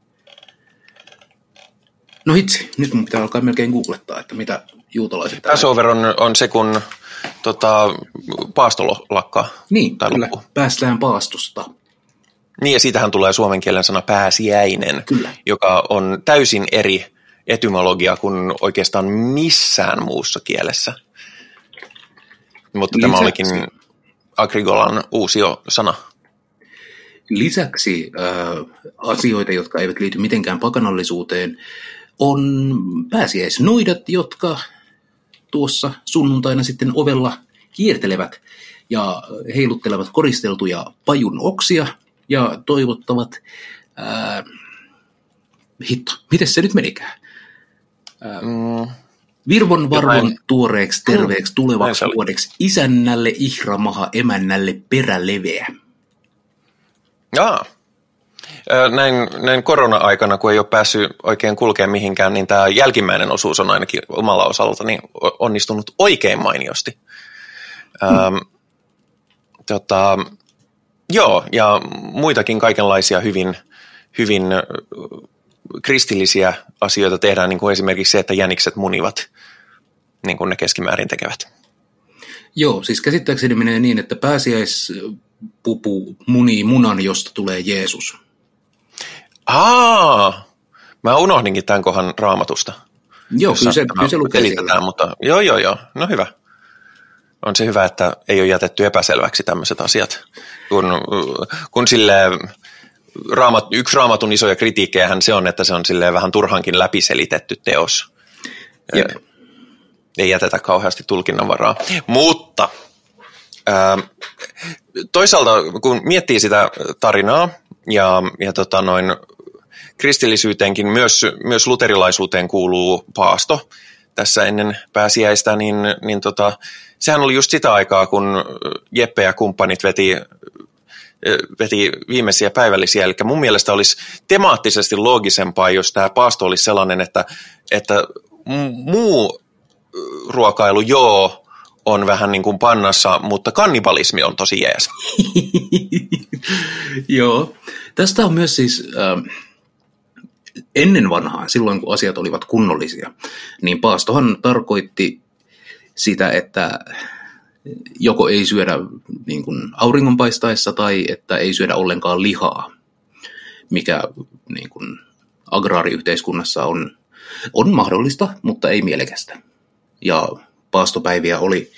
No hitsi, nyt mun pitää alkaa melkein googlettaa, että mitä juutalaiset... Passover on, on se, kun tota, paasto lakkaa. Niin, kyllä, loppu. Päästään paastosta. Niin, ja siitähän tulee suomen kielen sana pääsiäinen, kyllä. Joka on täysin eri etymologia kuin oikeastaan missään muussa kielessä. Mutta lisäksi, tämä olikin Agricolan uusio sana. Lisäksi äh, asioita, jotka eivät liity mitenkään pakanallisuuteen, on pääsiäisnoidat, jotka tuossa sunnuntaina sitten ovella kiertelevät ja heiluttelevat koristeltuja pajun oksia ja toivottavat äh, hitto, miten se nyt menikään? Mm. Virvon varvon Jotain. tuoreeksi terveeksi tulevaksi Näin se vuodeksi isännälle ihramaha emännälle peräleveä. Jaa. Näin, näin korona-aikana, kun ei ole päässyt oikein kulkemaan mihinkään, niin tämä jälkimmäinen osuus on ainakin omalla osalta niin onnistunut oikein mainiosti. Hmm. Ähm, tota, joo, ja muitakin kaikenlaisia hyvin, hyvin kristillisiä asioita tehdään, niin kuin esimerkiksi se, että jänikset munivat, niin kuin ne keskimäärin tekevät. Joo, siis käsittääkseni menee niin, että pääsiäispupu munii munan, josta tulee Jeesus. Aa, mä unohdinkin tämän kohan Raamatusta. Joo, kyllä se, kyllä se lukee siellä. Mutta joo, joo, joo, no hyvä. On se hyvä, että ei ole jätetty epäselväksi tämmöiset asiat, kun, kun silleen, raamat, yksi Raamatun isoja kritiikkejähän se on, että se on silleen vähän turhankin läpiselitetty teos. Jep. Ei jätetä kauheasti tulkinnanvaraa. Mutta ää, toisaalta, kun miettii sitä tarinaa ja, ja tota noin, kristillisyyteenkin, myös, myös luterilaisuuteen kuuluu paasto tässä ennen pääsiäistä, niin, niin tota, sehän oli just sitä aikaa, kun Jeppe ja kumppanit veti, veti viimeisiä päivällisiä. Eli mun mielestä olisi temaattisesti loogisempaa, jos tämä paasto olisi sellainen, että, että muu ruokailu joo on vähän niin kuin pannassa, mutta kannibalismi on tosi jees. Joo. Tästä on myös siis äh, ennen vanhaa, silloin kun asiat olivat kunnollisia, niin paastohan tarkoitti sitä, että joko ei syödä niin kuin auringonpaistaessa tai että ei syödä ollenkaan lihaa, mikä niin kuin agraariyhteiskunnassa on, on mahdollista, mutta ei mielekästä. Ja paastopäiviä oli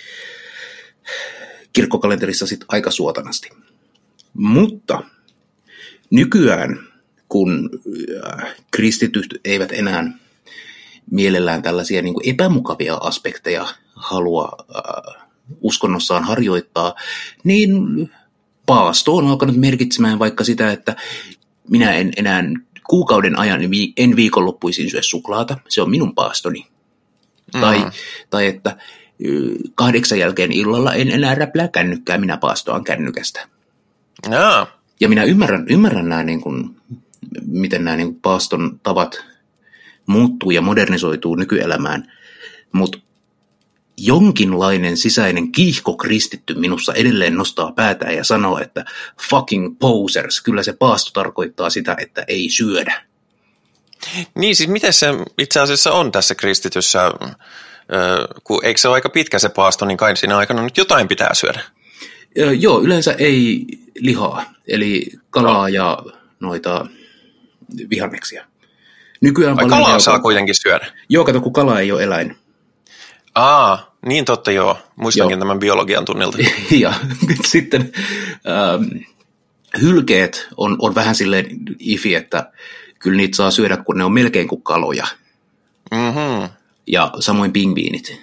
kirkkokalenterissa sit aika suotanasti. Mutta nykyään, kun kristityt eivät enää mielellään tällaisia niin kuin epämukavia aspekteja halua äh, uskonnossaan harjoittaa, niin paasto on alkanut merkitsemään vaikka sitä, että minä en enää kuukauden ajan en viikonloppuisin syö suklaata, se on minun paastoni. Mm. Tai, tai että kahdeksan jälkeen illalla en enää räplää kännykkää, minä paastoan kännykästä. Jaa. Ja minä ymmärrän, ymmärrän nämä, niin kuin, miten nämä niin kuin paaston tavat muuttuu ja modernisoituu nykyelämään, mutta jonkinlainen sisäinen kiihko kristitty minussa edelleen nostaa päätään ja sanoo, että fucking posers, kyllä se paasto tarkoittaa sitä, että ei syödä. Niin, siis miten se itse asiassa on tässä kristityssä, kun eikö se ole aika pitkä se paasto, niin kai siinä aikana nyt jotain pitää syödä? Joo, yleensä ei lihaa, eli kalaa no. ja noita vihanneksia. Nykyään Ai kalaa saa kuitenkin syödä? Joo, kato, kun kala ei ole eläin. Aa, niin totta joo. Muistankin joo. Tämän biologian tunnilta. Ja sitten ähm, hylkeet on, on vähän silleen ifi, että kyllä niitä saa syödä, kun ne on melkein kuin kaloja. Mm-hmm. Ja samoin pingviinit.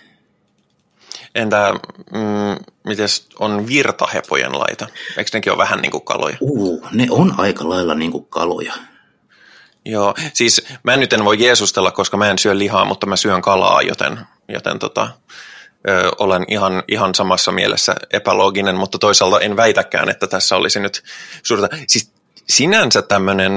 Entä mm, mites on virtahepojen laita? Eikö nekin ole vähän niin kuin kaloja? Uh, ne on aika lailla niin kuin kaloja. Joo, siis mä nyt en voi jeesustella, koska mä en syö lihaa, mutta mä syön kalaa, joten, joten tota, ö, olen ihan, ihan samassa mielessä epälooginen, mutta toisaalta en väitäkään, että tässä olisi nyt suurta. Siis sinänsä tämmöinen,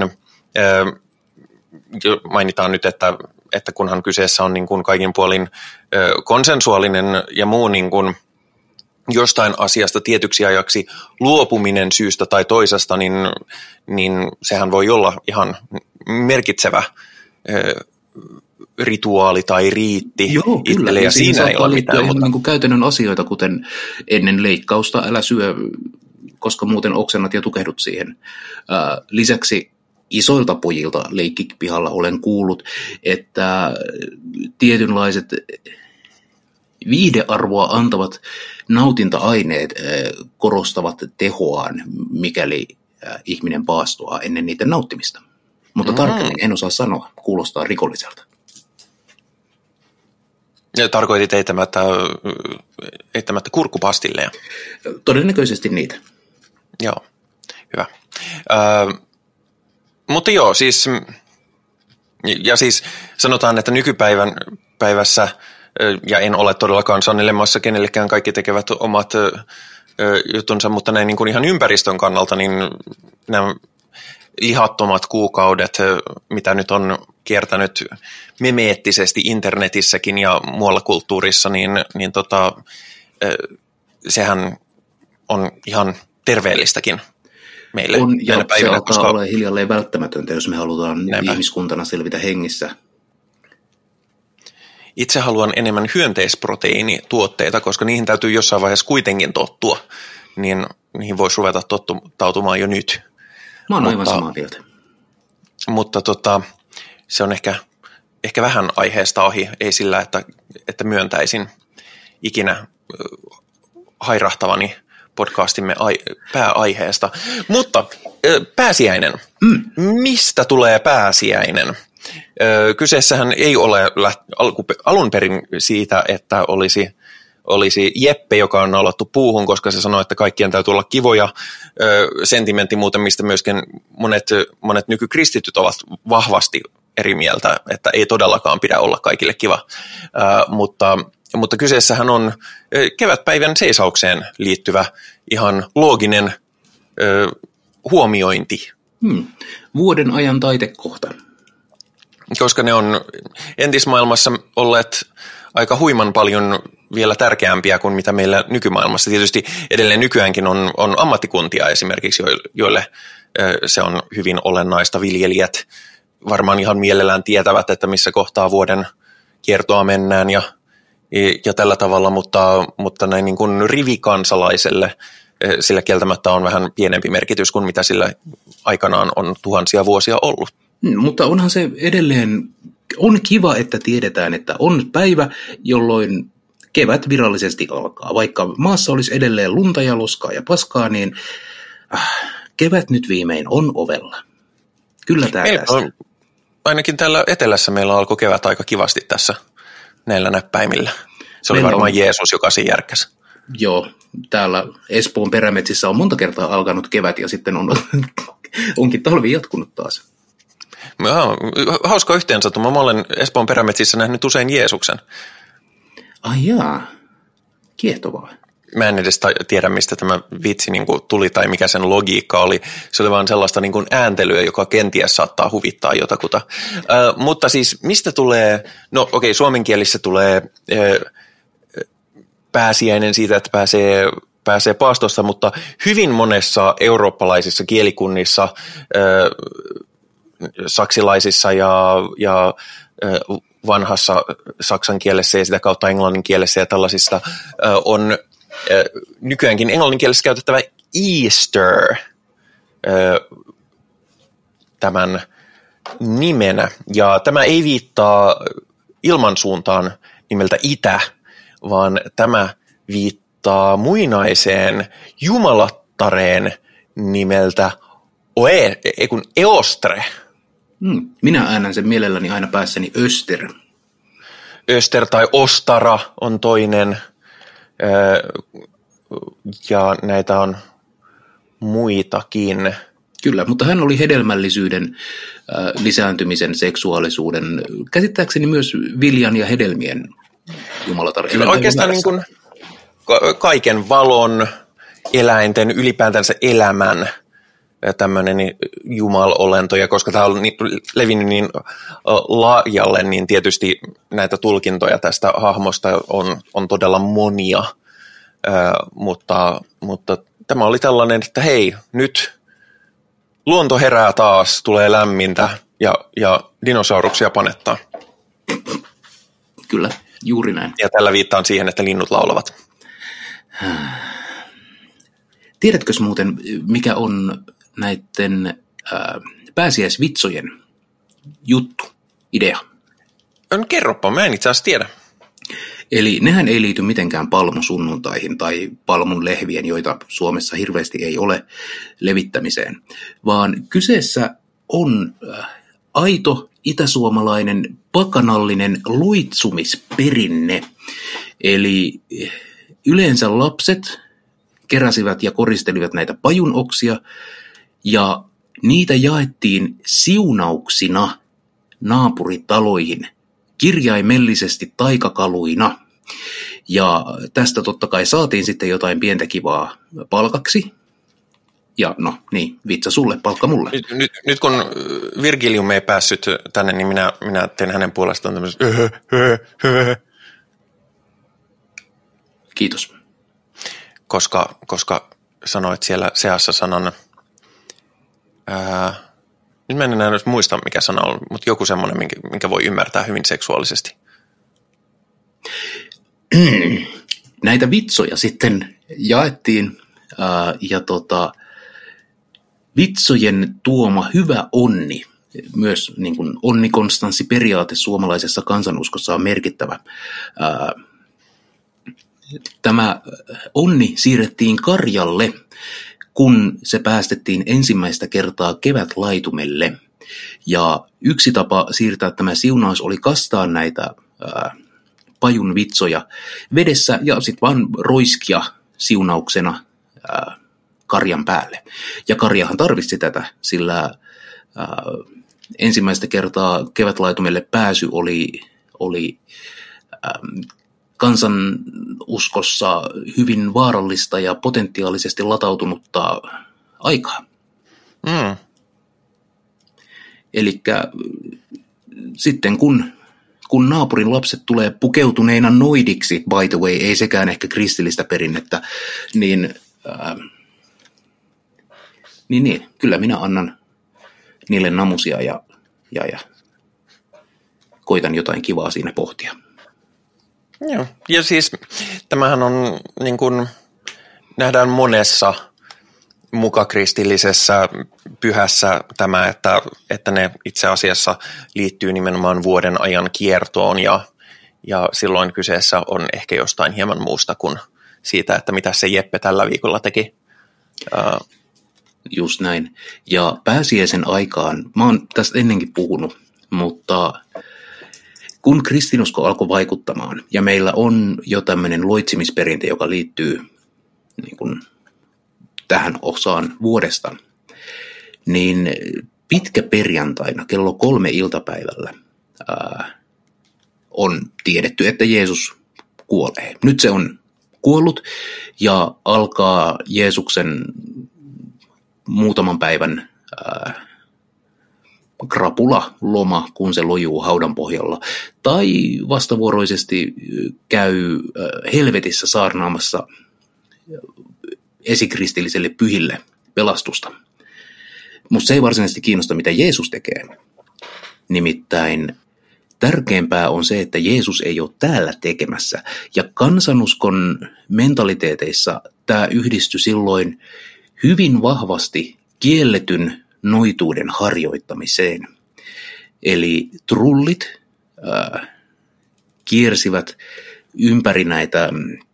mainitaan nyt, että, että kunhan kyseessä on niin kuin kaikin puolin ö, konsensuaalinen ja muu niin kuin jostain asiasta tietyksi ajaksi luopuminen syystä tai toisesta, niin, niin sehän voi olla ihan merkitsevä ö, rituaali tai riitti. Joo, itselle, ja siinä ei ole mitään. Mutta niin kuin käytännön asioita, kuten ennen leikkausta, älä syö, koska muuten oksennat ja tukehdut siihen. Ää, lisäksi isoilta pojilta leikkipihalla olen kuullut, että tietynlaiset viihdearvoa antavat nautinta-aineet korostavat tehoaan, mikäli ihminen paastoaa ennen niiden nauttimista. Mutta tarkemmin en osaa sanoa, kuulostaa rikolliselta. Ja tarkoitit eittämättä, eittämättä kurkkupastilleja? Todennäköisesti niitä. Joo, hyvä. Ö, mutta joo, siis Ja siis sanotaan, että nykypäivän päivässä, ja en ole todellakaan sanelemassa kenellekään, kaikki tekevät omat juttunsa, mutta näin niin kuin ihan ympäristön kannalta, niin nämä lihattomat kuukaudet, mitä nyt on kiertänyt memeettisesti internetissäkin ja muualla kulttuurissa, niin, niin tota, sehän on ihan terveellistäkin meille on, ja päivinä. Se alkaa koska olla hiljalleen välttämätöntä, jos me halutaan näinpä ihmiskuntana selvitä hengissä. Itse haluan enemmän hyönteisproteiinituotteita, koska niihin täytyy jossain vaiheessa kuitenkin tottua, niin niihin voisi ruveta tottautumaan jo nyt. Mä oon aivan samaa mieltä. Mutta tota, se on ehkä, ehkä vähän aiheesta ohi, ei sillä, että, että myöntäisin ikinä hairahtavani podcastimme ai, pääaiheesta. Mutta pääsiäinen. Mm. Mistä tulee pääsiäinen? Kyseessähän ei ole alun perin siitä, että olisi, olisi Jeppe, joka on naulattu puuhun, koska se sanoi, että kaikkien täytyy olla kivoja. Sentimentti muuten, mistä myöskin monet, monet nykykristityt ovat vahvasti eri mieltä, että ei todellakaan pidä olla kaikille kiva. Mutta, mutta kyseessähän on kevätpäivän seisaukseen liittyvä ihan looginen huomiointi. Hmm. Vuoden ajan taitekohta. Koska ne on entismaailmassa olleet aika huiman paljon vielä tärkeämpiä kuin mitä meillä nykymaailmassa. Tietysti edelleen nykyäänkin on, on ammattikuntia esimerkiksi, joille se on hyvin olennaista. Viljelijät varmaan ihan mielellään tietävät, että missä kohtaa vuoden kiertoa mennään ja, ja tällä tavalla, mutta, mutta näin niin kuin rivikansalaiselle sillä kieltämättä on vähän pienempi merkitys kuin mitä sillä aikanaan on tuhansia vuosia ollut. Mutta onhan se edelleen, on kiva, että tiedetään, että on päivä, jolloin kevät virallisesti alkaa. Vaikka maassa olisi edelleen lunta ja loskaa ja paskaa, niin äh, kevät nyt viimein on ovella. Kyllä tämä tästä. On, ainakin täällä etelässä meillä alkoi kevät aika kivasti tässä näillä näppäimillä. Se oli meillä varmaan on Jeesus, joka siinä järkäsi. Joo, täällä Espoon perämetsissä on monta kertaa alkanut kevät ja sitten on, onkin talvi jatkunut taas. Hauska yhteensattuma. Mä olen Espoon perämetsissä nähnyt usein Jeesuksen. Ai jaa, kiehtovaa. Mä en edes tiedä, mistä tämä vitsi niin kuin tuli tai mikä sen logiikka oli. Se oli vaan sellaista niin kuin ääntelyä, joka kenties saattaa huvittaa jotakuta. Äh, mutta siis mistä tulee, no okei, okay, suomenkielissä tulee äh, pääsiäinen siitä, että pääsee, pääsee paastosta, mutta hyvin monessa eurooppalaisissa kielikunnissa, äh, saksilaisissa ja, ja äh, vanhassa saksan kielessä ja sitä kautta englannin kielessä ja tällaisista äh, on äh, nykyäänkin englannin kielessä käytettävä Easter äh, tämän nimenä. Ja tämä ei viittaa ilmansuuntaan nimeltä itä, vaan tämä viittaa muinaiseen jumalattareen nimeltä Oe, ei kun Eostre. Hmm. Minä äänän sen mielelläni aina päässäni Öster. Öster tai Ostara on toinen, ja näitä on muitakin. Kyllä, mutta hän oli hedelmällisyyden, lisääntymisen, seksuaalisuuden, käsittääkseni myös viljan ja hedelmien jumalatar. Kyllä oikeastaan niin kuin kaiken valon, eläinten, ylipäätänsä elämän tämmöinen jumalolento, ja koska tämä on levinnyt niin laajalle, niin tietysti näitä tulkintoja tästä hahmosta on, on todella monia, mutta, mutta tämä oli tällainen, että hei, nyt luonto herää taas, tulee lämmintä ja, ja dinosauruksia panettaa. Kyllä, juuri näin. Ja tällä viittaan siihen, että linnut laulavat. Tiedätkö muuten, mikä on näiden äh, pääsiäisvitsojen juttu, idea? On, kerropa, mä en itse asiassa tiedä. Eli nehän ei liity mitenkään palmusunnuntaihin tai palmun lehvien, joita Suomessa hirveästi ei ole, levittämiseen, vaan kyseessä on äh, aito itäsuomalainen pakanallinen luitsumisperinne. Eli yleensä lapset keräsivät ja koristelivat näitä pajunoksia, ja niitä jaettiin siunauksina naapuritaloihin kirjaimellisesti taikakaluina. Ja tästä totta kai saatiin sitten jotain pientä kivaa palkaksi. Ja no niin, vitsa sulle, palkka mulle. Nyt, nyt, nyt kun Virgilium ei päässyt tänne, niin minä, minä teen hänen puolestaan tämmöisen. Kiitos. Koska, koska sanoit siellä seassa sanan, ää, nyt mä en enää muista mikä sana on, mutta joku semmoinen, minkä, minkä voi ymmärtää hyvin seksuaalisesti. Näitä vitsoja sitten jaettiin ää, ja tota, vitsojen tuoma hyvä onni, myös niin kuin onnikonstanssiperiaate suomalaisessa kansanuskossa on merkittävä. Ää, Tämä onni siirrettiin karjalle, kun se päästettiin ensimmäistä kertaa kevätlaitumelle. Ja yksi tapa siirtää tämä siunaus oli kastaa näitä ää, pajun vitsoja vedessä ja sitten vaan roiskia siunauksena ää, karjan päälle. Ja karjahan tarvitsi tätä, sillä ää, ensimmäistä kertaa kevätlaitumelle pääsy oli... oli ää, kansanuskossa hyvin vaarallista ja potentiaalisesti latautunutta aikaa. Mm. Elikkä sitten kun, kun naapurin lapset tulee pukeutuneina noidiksi, by the way, ei sekään ehkä kristillistä perinnettä, niin, ää, niin, niin kyllä minä annan niille namusia ja, ja, ja koitan jotain kivaa siinä pohtia. Joo. Ja siis tämähän on, niin kuin nähdään monessa mukakristillisessä pyhässä tämä, että, että ne itse asiassa liittyy nimenomaan vuoden ajan kiertoon ja, ja silloin kyseessä on ehkä jostain hieman muusta kuin siitä, että mitä se Jeppe tällä viikolla teki. Uh. Just näin. Ja pääsiäisen aikaan, mä oon tästä ennenkin puhunut, mutta... Kun kristinusko alkoi vaikuttamaan, ja meillä on jo tämmöinen loitsimisperinte, joka liittyy niin kuin tähän osaan vuodesta, niin pitkä perjantaina kello kolme iltapäivällä ää, on tiedetty, että Jeesus kuolee. Nyt se on kuollut ja alkaa Jeesuksen muutaman päivän ää, krapula loma, kun se lojuu haudan pohjalla, tai vastavuoroisesti käy helvetissä saarnaamassa esikristilliselle pyhille pelastusta. Mutta se ei varsinaisesti kiinnosta, mitä Jeesus tekee. Nimittäin tärkeämpää on se, että Jeesus ei ole täällä tekemässä. Ja kansanuskon mentaliteeteissa tämä yhdistyi silloin hyvin vahvasti kielletyn noituuden harjoittamiseen. Eli trullit ää, kiersivät ympäri näitä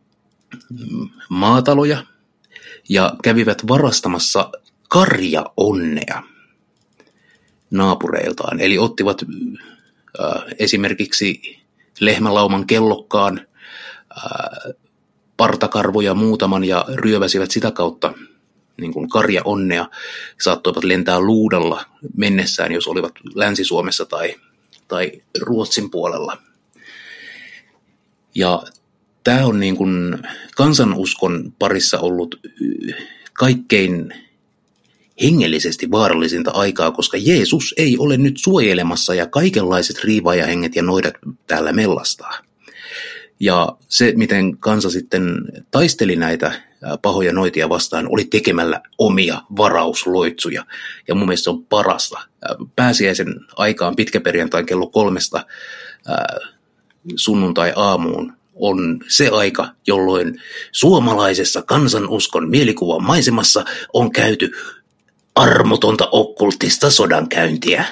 maataloja ja kävivät varastamassa karjaonnea naapureiltaan. Eli ottivat ää, esimerkiksi lehmälauman kellokkaan, ää, partakarvoja muutaman ja ryöväsivät sitä kautta niin kuin karjaonnea, saattoivat lentää luudalla mennessään, jos olivat Länsi-Suomessa tai, tai Ruotsin puolella. Ja tämä on niin kuin kansanuskon parissa ollut kaikkein hengellisesti vaarallisinta aikaa, koska Jeesus ei ole nyt suojelemassa ja kaikenlaiset riivaajahenget ja noidat täällä mellastaa. Ja se, miten kansa sitten taisteli näitä pahoja noitia vastaan, oli tekemällä omia varausloitsuja. Ja mun mielestä se on parasta. Pääsiäisen aikaan pitkäperjantain kello kolmesta sunnuntai-aamuun on se aika, jolloin suomalaisessa kansanuskon mielikuvan maisemassa on käyty armotonta okkultista sodankäyntiä.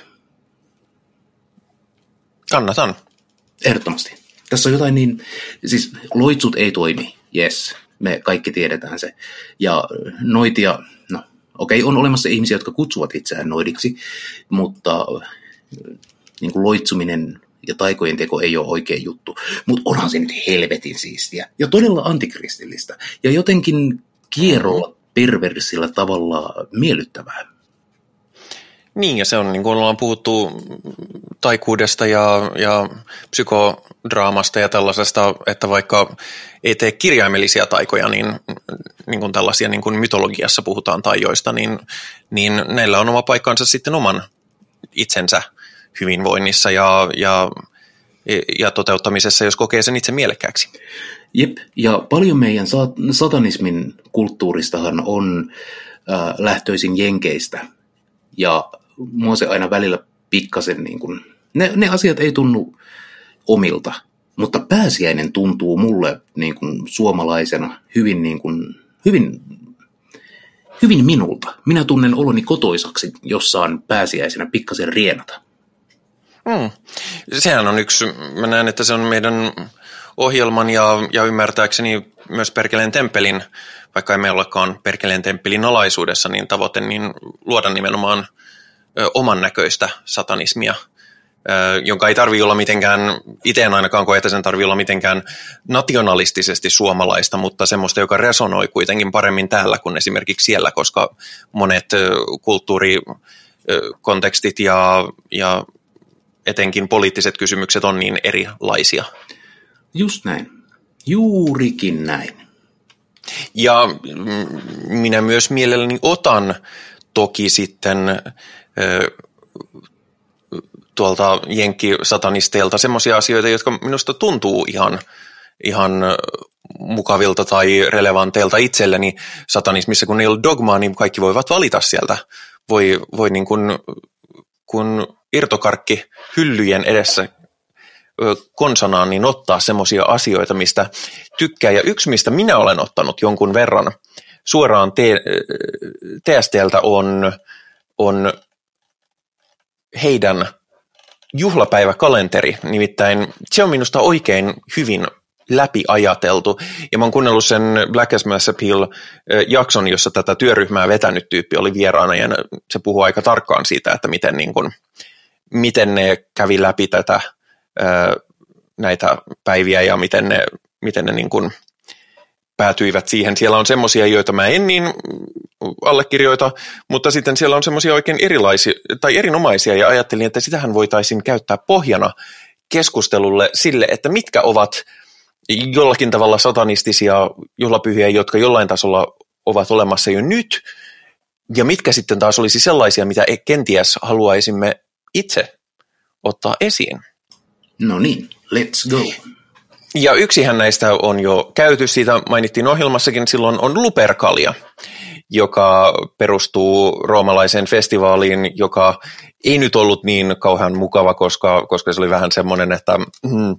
Kannatan. Ehdottomasti. Tässä on jotain niin, siis loitsut ei toimi, yes, me kaikki tiedetään se. Ja noitia, no okei, on olemassa ihmisiä, jotka kutsuvat itseään noidiksi, mutta niin kuin loitsuminen ja taikojen teko ei ole oikea juttu. Mutta onhan se nyt helvetin siistiä ja todella antikristillistä ja jotenkin kierrolla perversillä tavalla miellyttävää. Niin, ja se on niin kuin ollaan puhuttu taikuudesta ja, ja psykodraamasta ja tällaisesta, että vaikka ei tee kirjaimellisia taikoja, niin, niin kuin tällaisia niin kuin mytologiassa puhutaan taijoista, niin, niin näillä on oma paikkansa sitten oman itsensä hyvinvoinnissa ja, ja, ja toteuttamisessa, jos kokee sen itse mielekkääksi. Jep, ja paljon meidän satanismin kulttuuristahan on äh, lähtöisin Jenkeistä, ja mua se aina välillä pikkasen, niin kuin, ne, ne asiat ei tunnu omilta, mutta pääsiäinen tuntuu mulle niin kuin suomalaisena hyvin, niin kuin, hyvin, hyvin minulta. Minä tunnen oloni kotoisaksi, jos saan pääsiäisenä pikkasen rienata. Hmm. Sehän on yksi, mä näen, että se on meidän ohjelman ja, ja ymmärtääkseni myös Perkeleen temppelin, vaikka emme olekaan Perkeleen temppelin alaisuudessa, niin tavoite niin luoda nimenomaan ö, oman näköistä satanismia, ö, jonka ei tarvitse olla mitenkään, itse en ainakaan koe, että sen tarvitse olla mitenkään nationalistisesti suomalaista, mutta semmoista, joka resonoi kuitenkin paremmin täällä kuin esimerkiksi siellä, koska monet ö, kulttuurikontekstit ja, ja etenkin poliittiset kysymykset on niin erilaisia. Just näin. Juurikin näin. Ja minä myös mielelläni otan toki sitten ö, tuolta jenkkisatanisteilta semmoisia asioita, jotka minusta tuntuu ihan, ihan mukavilta tai relevanteilta itselleni satanismissa. Kun ei ole dogmaa, niin kaikki voivat valita sieltä. Voi, voi niin kuin, kun irtokarkki hyllyjen edessä konsanaan, niin ottaa semmoisia asioita, mistä tykkää. Ja yksi, mistä minä olen ottanut jonkun verran suoraan T S T:ltä on, on heidän juhlapäiväkalenteri. Nimittäin se on minusta oikein hyvin läpiajateltu. Ja mä oon kuunnellut sen Black as Mass Appeal-jakson, jossa tätä työryhmää vetänyt tyyppi oli vieraana, ja se puhuu aika tarkkaan siitä, että miten, niin kun, miten ne kävi läpi tätä näitä päiviä ja miten ne, miten ne niin kuin päätyivät siihen. Siellä on semmoisia, joita mä en niin allekirjoita, mutta sitten siellä on semmoisia oikein erilaisia tai erinomaisia, ja ajattelin, että sitähän voitaisiin käyttää pohjana keskustelulle sille, että mitkä ovat jollakin tavalla satanistisia juhlapyhiä, jotka jollain tasolla ovat olemassa jo nyt, ja mitkä sitten taas olisi sellaisia, mitä kenties haluaisimme itse ottaa esiin. No niin, let's go. Ja yksihän näistä on jo käyty, siitä mainittiin ohjelmassakin, silloin on Lupercalia, joka perustuu roomalaiseen festivaaliin, joka ei nyt ollut niin kauhean mukava, koska, koska se oli vähän semmoinen, että mm,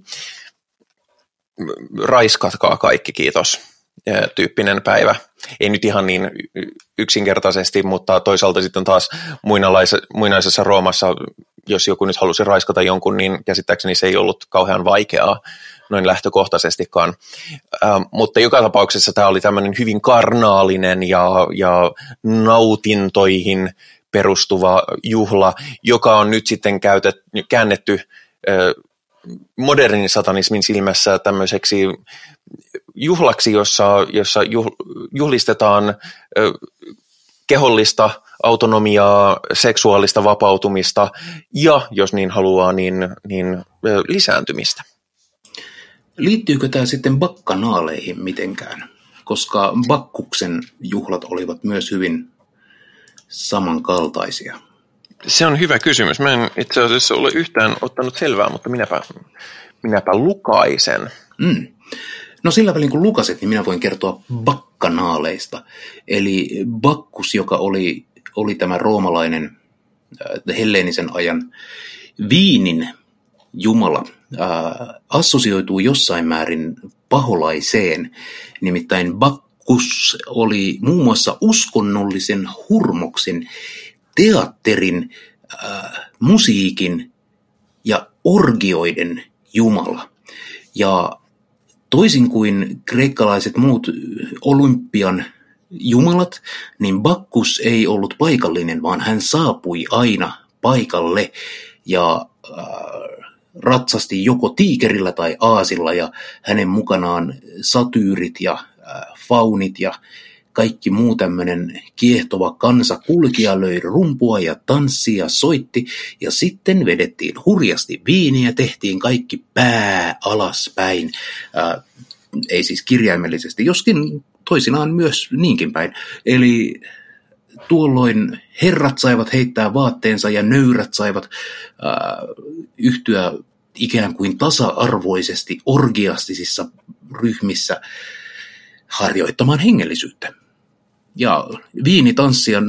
raiskatkaa kaikki, kiitos, tyyppinen päivä. Ei nyt ihan niin yksinkertaisesti, mutta toisaalta sitten taas muinaisessa Roomassa, jos joku nyt halusi raiskata jonkun, niin käsittääkseni se ei ollut kauhean vaikeaa noin lähtökohtaisestikaan. Ähm, mutta joka tapauksessa tämä oli tämmöinen hyvin karnaalinen ja, ja nautintoihin perustuva juhla, joka on nyt sitten käytet, käännetty äh, modernin satanismin silmässä tämmöiseksi juhlaksi, jossa, jossa juhlistetaan äh, kehollista autonomiaa, seksuaalista vapautumista ja, jos niin haluaa, niin, niin lisääntymistä. Liittyykö tämä sitten bakkanaaleihin mitenkään? Koska Bakkuksen juhlat olivat myös hyvin samankaltaisia. Se on hyvä kysymys. Mä en itse asiassa ole yhtään ottanut selvää, mutta minäpä, minäpä lukaisen. Mm. No sillä välin kun lukaset, niin minä voin kertoa bakkanaaleista. Eli Bakkus, joka oli, oli tämä roomalainen äh, helleenisen ajan Viinin jumala, äh, assosioituu jossain määrin paholaiseen. Nimittäin Bakkus oli muun muassa uskonnollisen hurmoksen, teatterin, äh, musiikin ja orgioiden jumala. Ja toisin kuin kreikkalaiset muut Olympian jumalat, niin Bakkus ei ollut paikallinen, vaan hän saapui aina paikalle ja äh, ratsasti joko tiikerillä tai aasilla, ja hänen mukanaan satyyrit ja äh, faunit ja kaikki muu tämmöinen kiehtova kansa kulkija löi rumpua ja tanssia, soitti ja sitten vedettiin hurjasti viiniä, tehtiin kaikki pää alaspäin, ää, ei siis kirjaimellisesti, joskin toisinaan myös niinkin päin. Eli tuolloin herrat saivat heittää vaatteensa ja nöyrät saivat ää, yhtyä ikään kuin tasa-arvoisesti orgiastisissa ryhmissä harjoittamaan hengellisyyttä. Ja viinitanssia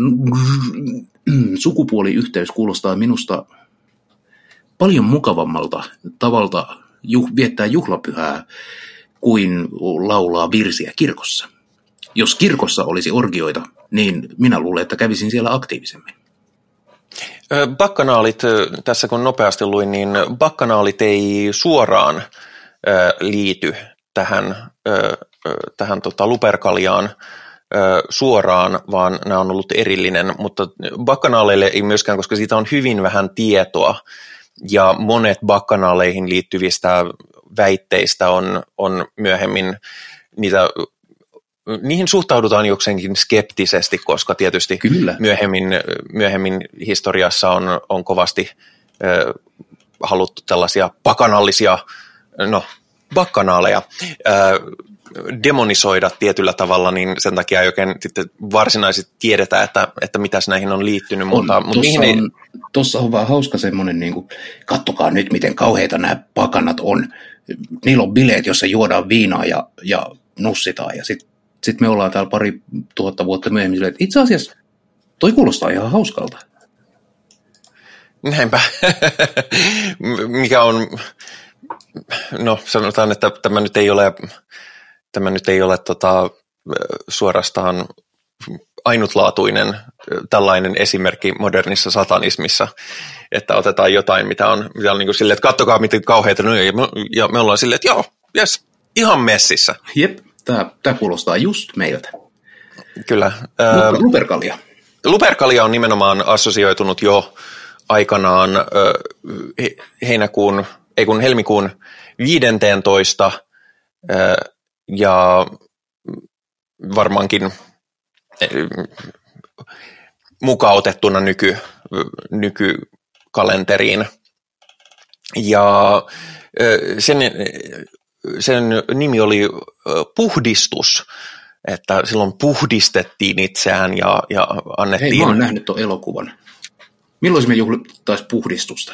sukupuoliyhteys kuulostaa minusta paljon mukavammalta tavalta juh- viettää juhlapyhää kuin laulaa virsiä kirkossa. Jos kirkossa olisi orgioita, niin minä luulen, että kävisin siellä aktiivisemmin. Bakkanaalit, tässä kun nopeasti luin, niin bakkanaalit ei suoraan liity tähän, tähän tota luperkaljaan suoraan, vaan nämä on ollut erillinen, mutta bakkanaaleille ei myöskään, koska siitä on hyvin vähän tietoa, ja monet bakkanaaleihin liittyvistä väitteistä on, on myöhemmin, niitä, niihin suhtaudutaan jokseenkin skeptisesti, koska tietysti myöhemmin, myöhemmin historiassa on, on kovasti äh, haluttu tällaisia pakanallisia, no bakkanaaleja, äh, demonisoida tietyllä tavalla, niin sen takia ei oikein sitten varsinaisesti tiedetä, että, että mitäs näihin on liittynyt. On, mutta, mutta niihin ei... on, tuossa on vaan hauska semmoinen, niin kuin, kattokaa nyt, miten kauheita nämä pakanat on. Niillä on bileet, jossa juodaan viinaa ja, ja nussitaan, ja sitten sit me ollaan täällä pari tuhatta vuotta myöhemmin, että itse asiassa toi kuulostaa ihan hauskalta. Näinpä. Mikä on... No sanotaan, että tämä nyt ei ole, tämä nyt ei ole tota, suorastaan ainutlaatuinen tällainen esimerkki modernissa satanismissa, että otetaan jotain, mitä on, mitä on niin kuin silleen, että kattokaa miten kauheita ne on, ja me, ja me ollaan silleen, että joo, jes, ihan messissä. Jep, tämä, tämä kuulostaa just meiltä. Kyllä. Mutta luperkalia. Luperkalia on nimenomaan assosioitunut jo aikanaan heinäkuun, ei kun helmikuun viidenteentoista ja varmaankin mukautettuna nyky, nykykalenteriin. Ja sen, sen nimi oli puhdistus, että silloin puhdistettiin itseään ja, ja annettiin... Hei, mä oon nähnyt tuon elokuvan. Milloin me juhlittaisiin puhdistusta?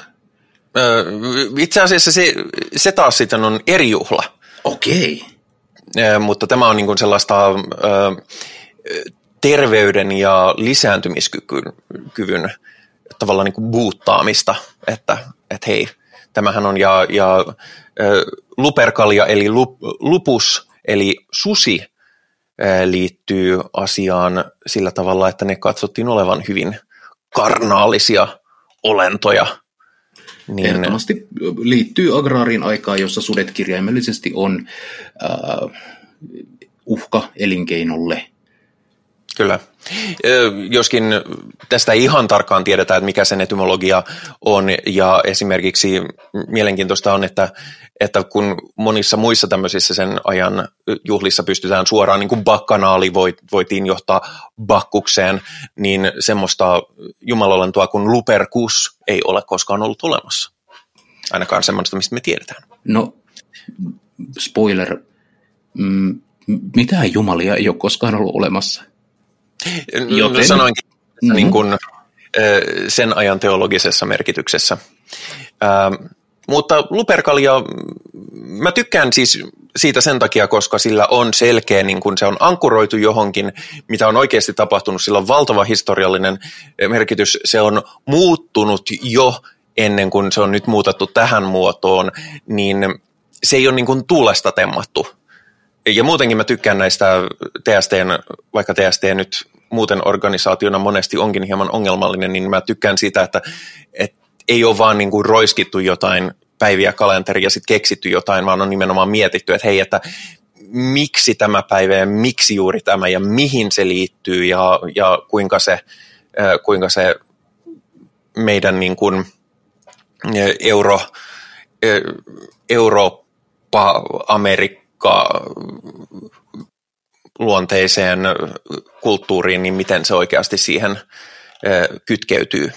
Itse asiassa se, se taas sitten on eri juhla. Okei. Mutta tämä on niin kuin sellaista ö, terveyden ja lisääntymiskyvyn tavallaan niin kuin buuttaamista, että, että hei, tämähän on ja, ja ö, luperkalia eli lup, lupus eli susi ö, liittyy asiaan sillä tavalla, että ne katsottiin olevan hyvin karnaalisia olentoja. Niin, ehdottomasti liittyy agraariin aikaan, jossa sudet kirjaimellisesti on äh, uhka elinkeinolle. Kyllä. Joskin tästä ei ihan tarkkaan tiedetä, että mikä sen etymologia on, ja esimerkiksi mielenkiintoista on, että, että kun monissa muissa tämmöisissä sen ajan juhlissa pystytään suoraan, niin kuin bakkanaali voitiin johtaa bakkukseen, niin semmoista jumalolentoa kuin luperkus ei ole koskaan ollut olemassa. Ainakaan semmoista, mistä me tiedetään. No, spoiler, mm, mitään jumalia ei ole koskaan ollut olemassa. Joten, no sanoinkin mm-hmm. niin kuin, sen ajan teologisessa merkityksessä. Ähm, mutta luperkalia, mä tykkään siis siitä sen takia, koska sillä on selkeä, niin kuin se on ankkuroitu johonkin, mitä on oikeasti tapahtunut. Sillä on valtava historiallinen merkitys. Se on muuttunut jo ennen kuin se on nyt muutettu tähän muotoon, niin se ei ole niin kuin tuulesta temmattu. Ja muutenkin mä tykkään näistä T S T:n, vaikka T S T nyt muuten organisaationa monesti onkin hieman ongelmallinen, niin mä tykkään siitä, että, että ei ole vaan niin kuin roiskittu jotain päiviä kalenteria ja sitten keksitty jotain, vaan on nimenomaan mietitty, että hei, että miksi tämä päivä ja miksi juuri tämä ja mihin se liittyy ja, ja kuinka, se, kuinka se meidän niin kuin euro, Eurooppa, Amerikka, luonteiseen kulttuuriin, niin miten se oikeasti siihen kytkeytyy.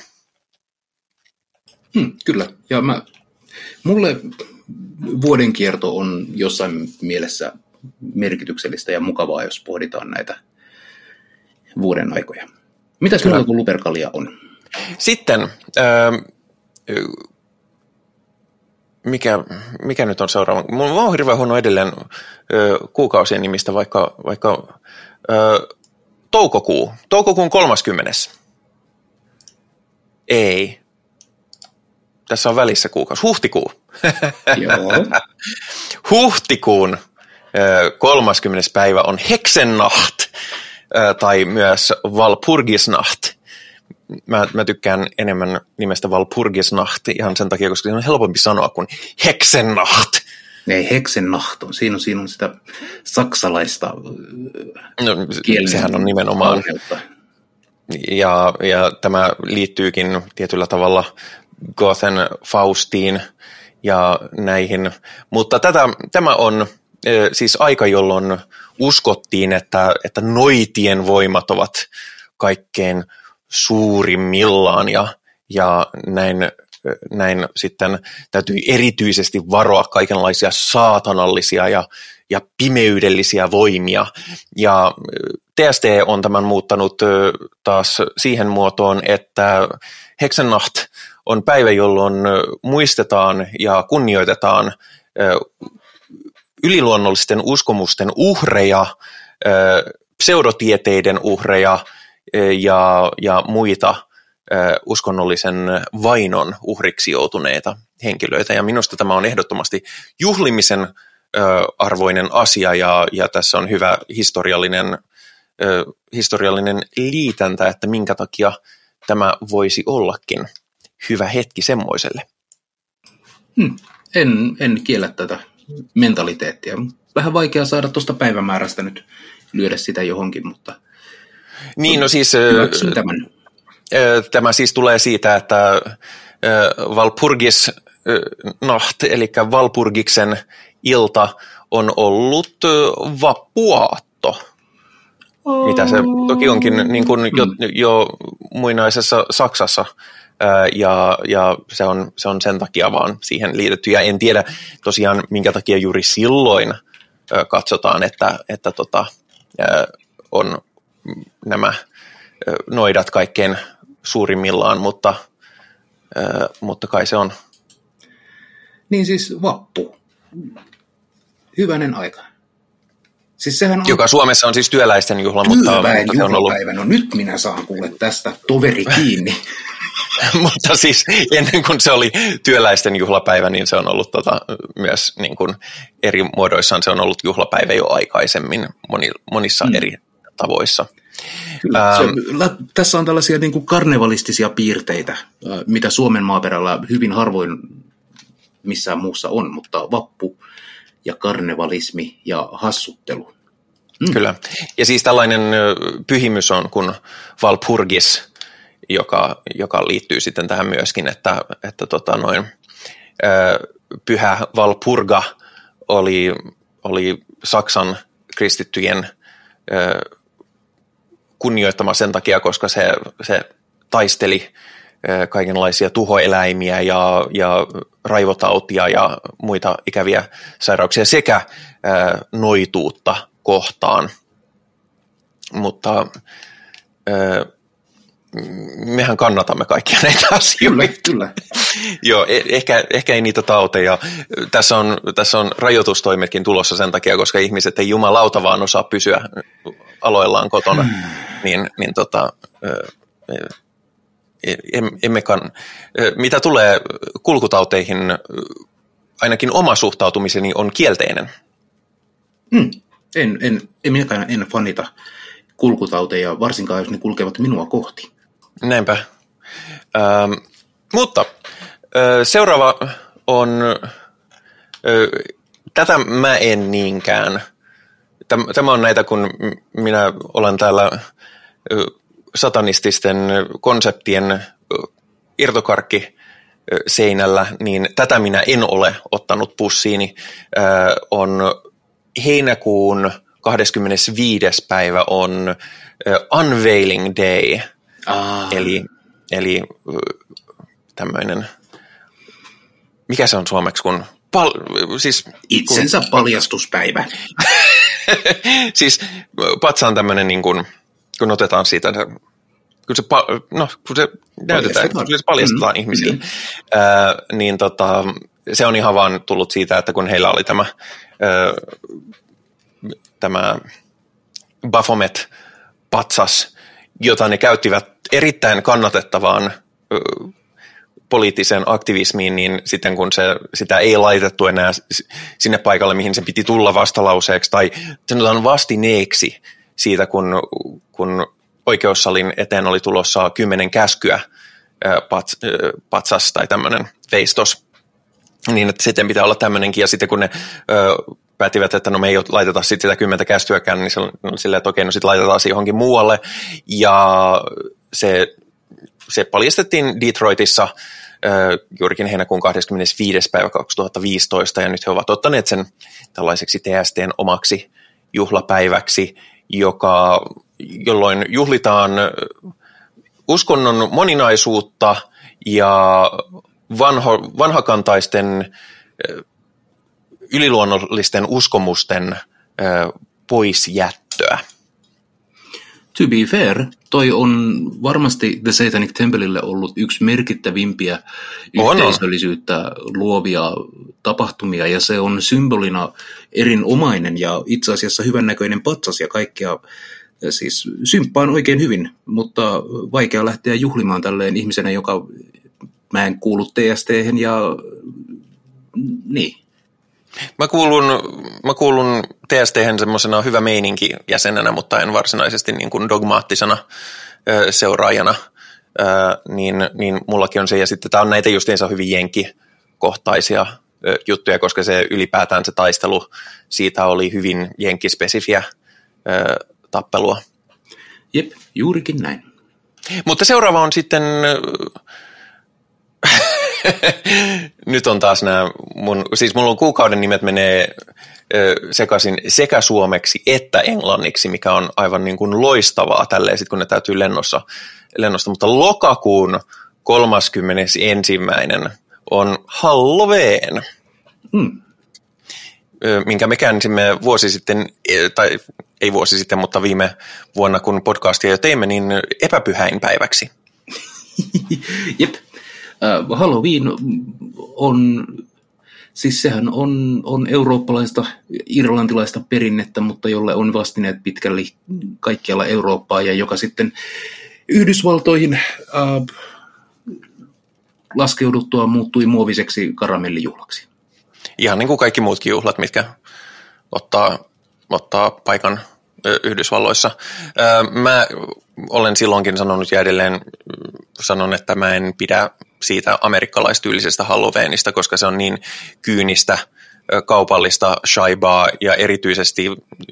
Hmm, kyllä, ja mä, mulle vuodenkierto on jossain mielessä merkityksellistä ja mukavaa, jos pohditaan näitä vuoden aikoja. Mitäs muuta kuin Lupercalia on? Sitten, äh, mikä, mikä nyt on seuraava? Mulla on hirveän huono edelleen äh, kuukausien nimistä, vaikka, vaikka äh, toukokuu. Toukokuun kolmaskymmenes. Ei. Tässä on välissä kuukausi. Huhtikuu. Joo. Huhtikuun kolmaskymmenes päivä on Hexennacht, tai myös Walpurgisnacht. Mä, mä tykkään enemmän nimestä Walpurgisnacht ihan sen takia, koska se on helpompi sanoa kuin Hexennacht. Ei, Hexennacht on. Siinä on, siinä on sitä saksalaista no, sehän on nimenomaan. Ja, ja tämä liittyykin tietyllä tavalla Gothen Faustiin ja näihin. Mutta tätä, tämä on e, siis aika, jolloin uskottiin, että, että noitien voimat ovat kaikkein suurimmillaan ja, ja näin, näin sitten täytyy erityisesti varoa kaikenlaisia saatanallisia ja, ja pimeydellisiä voimia. Ja T S T on tämän muuttanut taas siihen muotoon, että Hexennacht on päivä, jolloin muistetaan ja kunnioitetaan yliluonnollisten uskomusten uhreja, pseudotieteiden uhreja ja, ja muita uskonnollisen vainon uhriksi joutuneita henkilöitä. Ja minusta tämä on ehdottomasti juhlimisen arvoinen asia ja, ja tässä on hyvä historiallinen, historiallinen liitäntä, että minkä takia tämä voisi ollakin hyvä hetki semmoiselle. Hmm. En, en kiellä tätä mentaliteettia. Vähän vaikea saada tuosta päivämäärästä nyt lyödä sitä johonkin, mutta niin, no siis, tämän. Tämä siis tulee siitä, että Walpurgisnacht, eli Walpurgiksen ilta on ollut vappuaatto. Oh. Mitä se toki onkin niin kuin jo, jo muinaisessa Saksassa. Ja, ja se, on, se on sen takia vaan siihen liitetty. Ja en tiedä tosiaan, minkä takia juuri silloin katsotaan, että, että tota, on nämä noidat kaikkein suurimmillaan, mutta, mutta kai se on. Niin siis vappu. Hyvänen aika. Siis sehän on... Joka Suomessa on siis työläisten juhla, mutta, mutta se on ollut... No nyt minä saan kuule tästä toveri kiinni. Mutta siis ennen kuin se oli työläisten juhlapäivä, niin se on ollut tota, myös niin kuin eri muodoissaan se on ollut juhlapäivä jo aikaisemmin moni, monissa mm. eri tavoissa. Kyllä, ähm, se, tässä on tällaisia niin kuin karnevalistisia piirteitä, mitä Suomen maaperällä hyvin harvoin missään muussa on, mutta vappu ja karnevalismi ja hassuttelu. Mm. Kyllä, ja siis tällainen pyhimys on kuin Walpurgis, joka, joka liittyy sitten tähän myöskin, että, että tota noin, pyhä Walpurga oli, oli Saksan kristittyjen kunnioittama sen takia, koska se, se taisteli kaikenlaisia tuhoeläimiä ja, ja raivotautia ja muita ikäviä sairauksia sekä noituutta kohtaan. Mutta mehän kannatamme kaikkia näitä asioita. Kyllä, kyllä. Joo, ehkä, ehkä ei niitä tauteja. Tässä on, tässä on rajoitustoimetkin tulossa sen takia, koska ihmiset ei jumalauta vaan osaa pysyä aloillaan kotona. Hmm. Niin, niin tota, emmekan, mitä tulee kulkutauteihin, ainakin oma suhtautumiseni on kielteinen. Hmm. En, en, en minäkään en fanita kulkutauteja, varsinkaan jos ne kulkevat minua kohti. Näinpä. Ähm, mutta äh, seuraava on, äh, tätä mä en niinkään. Täm, tämä on näitä, kun minä olen täällä äh, satanististen konseptien äh, irtokarkki äh, seinällä, niin tätä minä en ole ottanut pussiini. Äh, on heinäkuun kahdeskymmenesviides päivä on Unveiling Day, ah. eli, eli tämmöinen, mikä se on suomeksi, kun... Pal, siis, Itsensä kun, paljastuspäivä. Siis patsa on tämmöinen, niin kuin, kun otetaan siitä, kun se, no, kun se näytetään, kun se paljastetaan mm, ihmisille, mm. Ää, niin tota, se on ihan vaan tullut siitä, että kun heillä oli tämä, ää, tämä Baphomet-patsas, jota ne käyttivät erittäin kannatettavaan ää, poliittiseen aktivismiin, niin sitten kun se, sitä ei laitettu enää sinne paikalle, mihin se piti tulla vastalauseeksi, tai sanotaan vastineeksi siitä, kun, kun oikeussalin eteen oli tulossa kymmenen käskyä pats, patsas tai tämmöinen veistos, niin että sitten pitää olla tämmöinenkin, ja sitten kun ne ö, päättivät, että no me ei laiteta sitten sitä kymmentä käskyäkään, niin se on silleen, että okei, no sitten laitetaan se johonkin muualle, ja se Se paljastettiin Detroitissa äh, juurikin heinäkuun kahdeskymmenesviides päivä kaksituhattaviisitoista, ja nyt he ovat ottaneet sen tällaiseksi T S T:n omaksi juhlapäiväksi, joka, jolloin juhlitaan uskonnon moninaisuutta ja vanho, vanhakantaisten äh, yliluonnollisten uskomusten äh, poisjättöä. To be fair, toi on varmasti The Satanic Templeille ollut yksi merkittävimpiä on, yhteisöllisyyttä on. luovia tapahtumia, ja se on symbolina erinomainen ja itse asiassa hyvännäköinen patsas ja kaikkea. Siis symppaan oikein hyvin, mutta vaikea lähteä juhlimaan tälleen ihmisenä, joka mä en kuulu T S T:hen ja niin. Mä kuulun, mä kuulun T S T:hen semmoisena hyvä meininki jäsenenä, mutta en varsinaisesti niin kuin dogmaattisena ö, seuraajana, ö, niin, niin mullakin on se. Ja sitten tää on näitä justiinsa hyvin jenkkikohtaisia ö, juttuja, koska se ylipäätään se taistelu siitä oli hyvin jenkkispesifiä ö, tappelua. Jep, juurikin näin. Mutta seuraava on sitten... Nyt on taas nämä mun, siis mulla on kuukauden nimet menee ö, sekaisin sekä suomeksi että englanniksi, mikä on aivan niin kuin loistavaa tälleen sit kun ne täytyy lennossa, lennosta, mutta lokakuun kolmaskymmenesensimmäinen on Halloween, mm. ö, minkä me käänsimme vuosi sitten, tai ei vuosi sitten, mutta viime vuonna kun podcastia jo teimme, niin epäpyhäinpäiväksi. Jep. Uh, Halloween on, siis sehän on, on eurooppalaista, irlantilaista perinnettä, mutta jolle on vastineet pitkälle kaikkialla Eurooppaa ja joka sitten Yhdysvaltoihin uh, laskeuduttua muuttui muoviseksi karamellijuhlaksi. Ihan niin kuin kaikki muutkin juhlat, mitkä ottaa, ottaa paikan Yhdysvalloissa. Mä olen silloinkin sanonut ja edelleen sanon, että mä en pidä siitä amerikkalaistyylisestä Halloweenista, koska se on niin kyynistä, kaupallista shaibaa ja erityisesti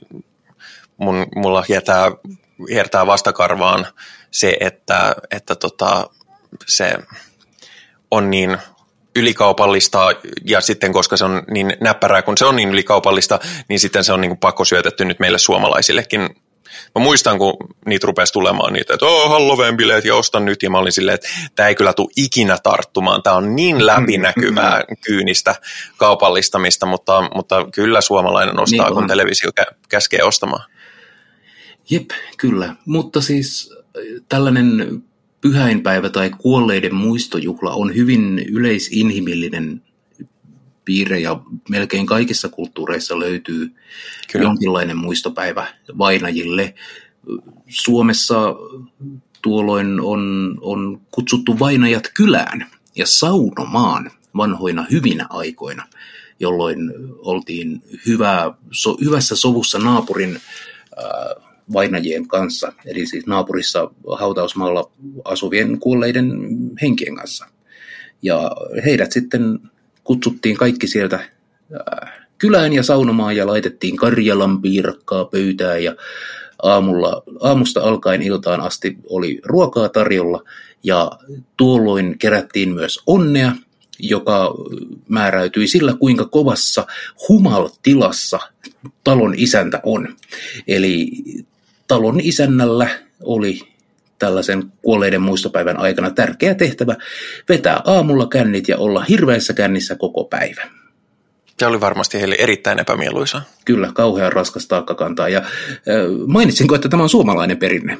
mun, mulla hiertää, hiertää vastakarvaan se, että, että tota, se on niin ylikaupallista ja sitten koska se on niin näppärää, kun se on niin ylikaupallista, niin sitten se on niin kuin pakko syötetty nyt meille suomalaisillekin. Mä muistan, kun niitä rupesi tulemaan niitä, että oh, Halloween-bileet ja ostan nyt, ja mä olin silleen, että tämä ei kyllä tule ikinä tarttumaan, tämä on niin läpinäkyvää kyynistä kaupallistamista, mutta, mutta kyllä suomalainen ostaa, niin kun televisio kä- käskee ostamaan. Jep, kyllä, mutta siis tällainen pyhäinpäivä tai kuolleiden muistojuhla on hyvin yleisinhimillinen piirre ja melkein kaikissa kulttuureissa löytyy Kyllä. jonkinlainen muistopäivä vainajille. Suomessa tuolloin on, on kutsuttu vainajat kylään ja saunomaan vanhoina hyvinä aikoina, jolloin oltiin hyvä, so, hyvässä sovussa naapurin äh, vainajien kanssa, eli siis naapurissa hautausmaalla asuvien kuolleiden henkien kanssa. Ja heidät sitten kutsuttiin kaikki sieltä äh, kylään ja saunomaan ja laitettiin Karjalan piirakkaa pöytään ja aamulla, aamusta alkaen iltaan asti oli ruokaa tarjolla ja tuolloin kerättiin myös onnea joka määräytyi sillä, kuinka kovassa humaltilassa talon isäntä on. Eli talon isännällä oli tällaisen kuolleiden muistopäivän aikana tärkeä tehtävä vetää aamulla kännit ja olla hirveässä kännissä koko päivä. Se oli varmasti heille erittäin epämieluisaa. Kyllä, kauhean raskas taakka kantaa. Ja äh, mainitsinko, että tämä on suomalainen perinne?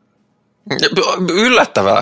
Yllättävää.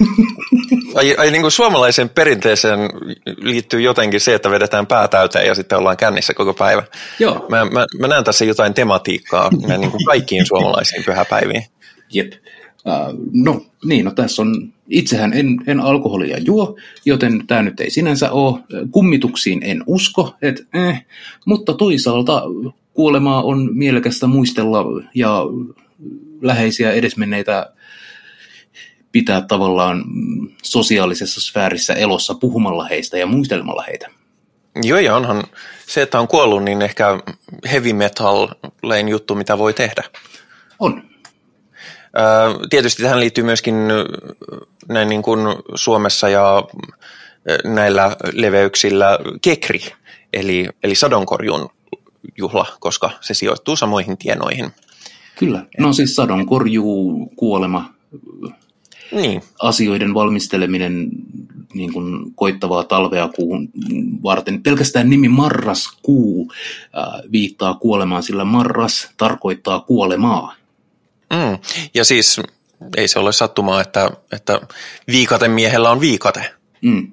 ai, ai, niin kuin suomalaisen perinteeseen liittyy jotenkin se, että vedetään pää täyteen ja sitten ollaan kännissä koko päivä. Joo. Mä, mä, mä näen tässä jotain tematiikkaa niin kuin kaikkiin suomalaisiin pyhäpäiviin. Jep. Uh, no niin, no tässä on, itsehän en, en alkoholia juo, joten tämä nyt ei sinänsä ole. Kummituksiin en usko, et, eh, mutta toisaalta kuolemaa on mielekästä muistella ja läheisiä edesmenneitä pitää tavallaan sosiaalisessa sfäärissä elossa puhumalla heistä ja muistelmalla heitä. Joo, ja onhan se, että on kuollut, niin ehkä heavy metal-lein juttu, mitä voi tehdä. On. Tietysti tähän liittyy myöskin näin niin kuin Suomessa ja näillä leveyksillä kekri, eli, eli sadonkorjun juhla, koska se sijoittuu samoihin tienoihin. Kyllä, no siis sadonkorjuu, kuolema, niin. Asioiden valmisteleminen niin kuin koittavaa talvea kuun varten. Pelkästään nimi marraskuu äh, viittaa kuolemaan, sillä marras tarkoittaa kuolemaa. Mm. Ja siis ei se ole sattumaa, että, että viikatemiehellä on viikate, mm.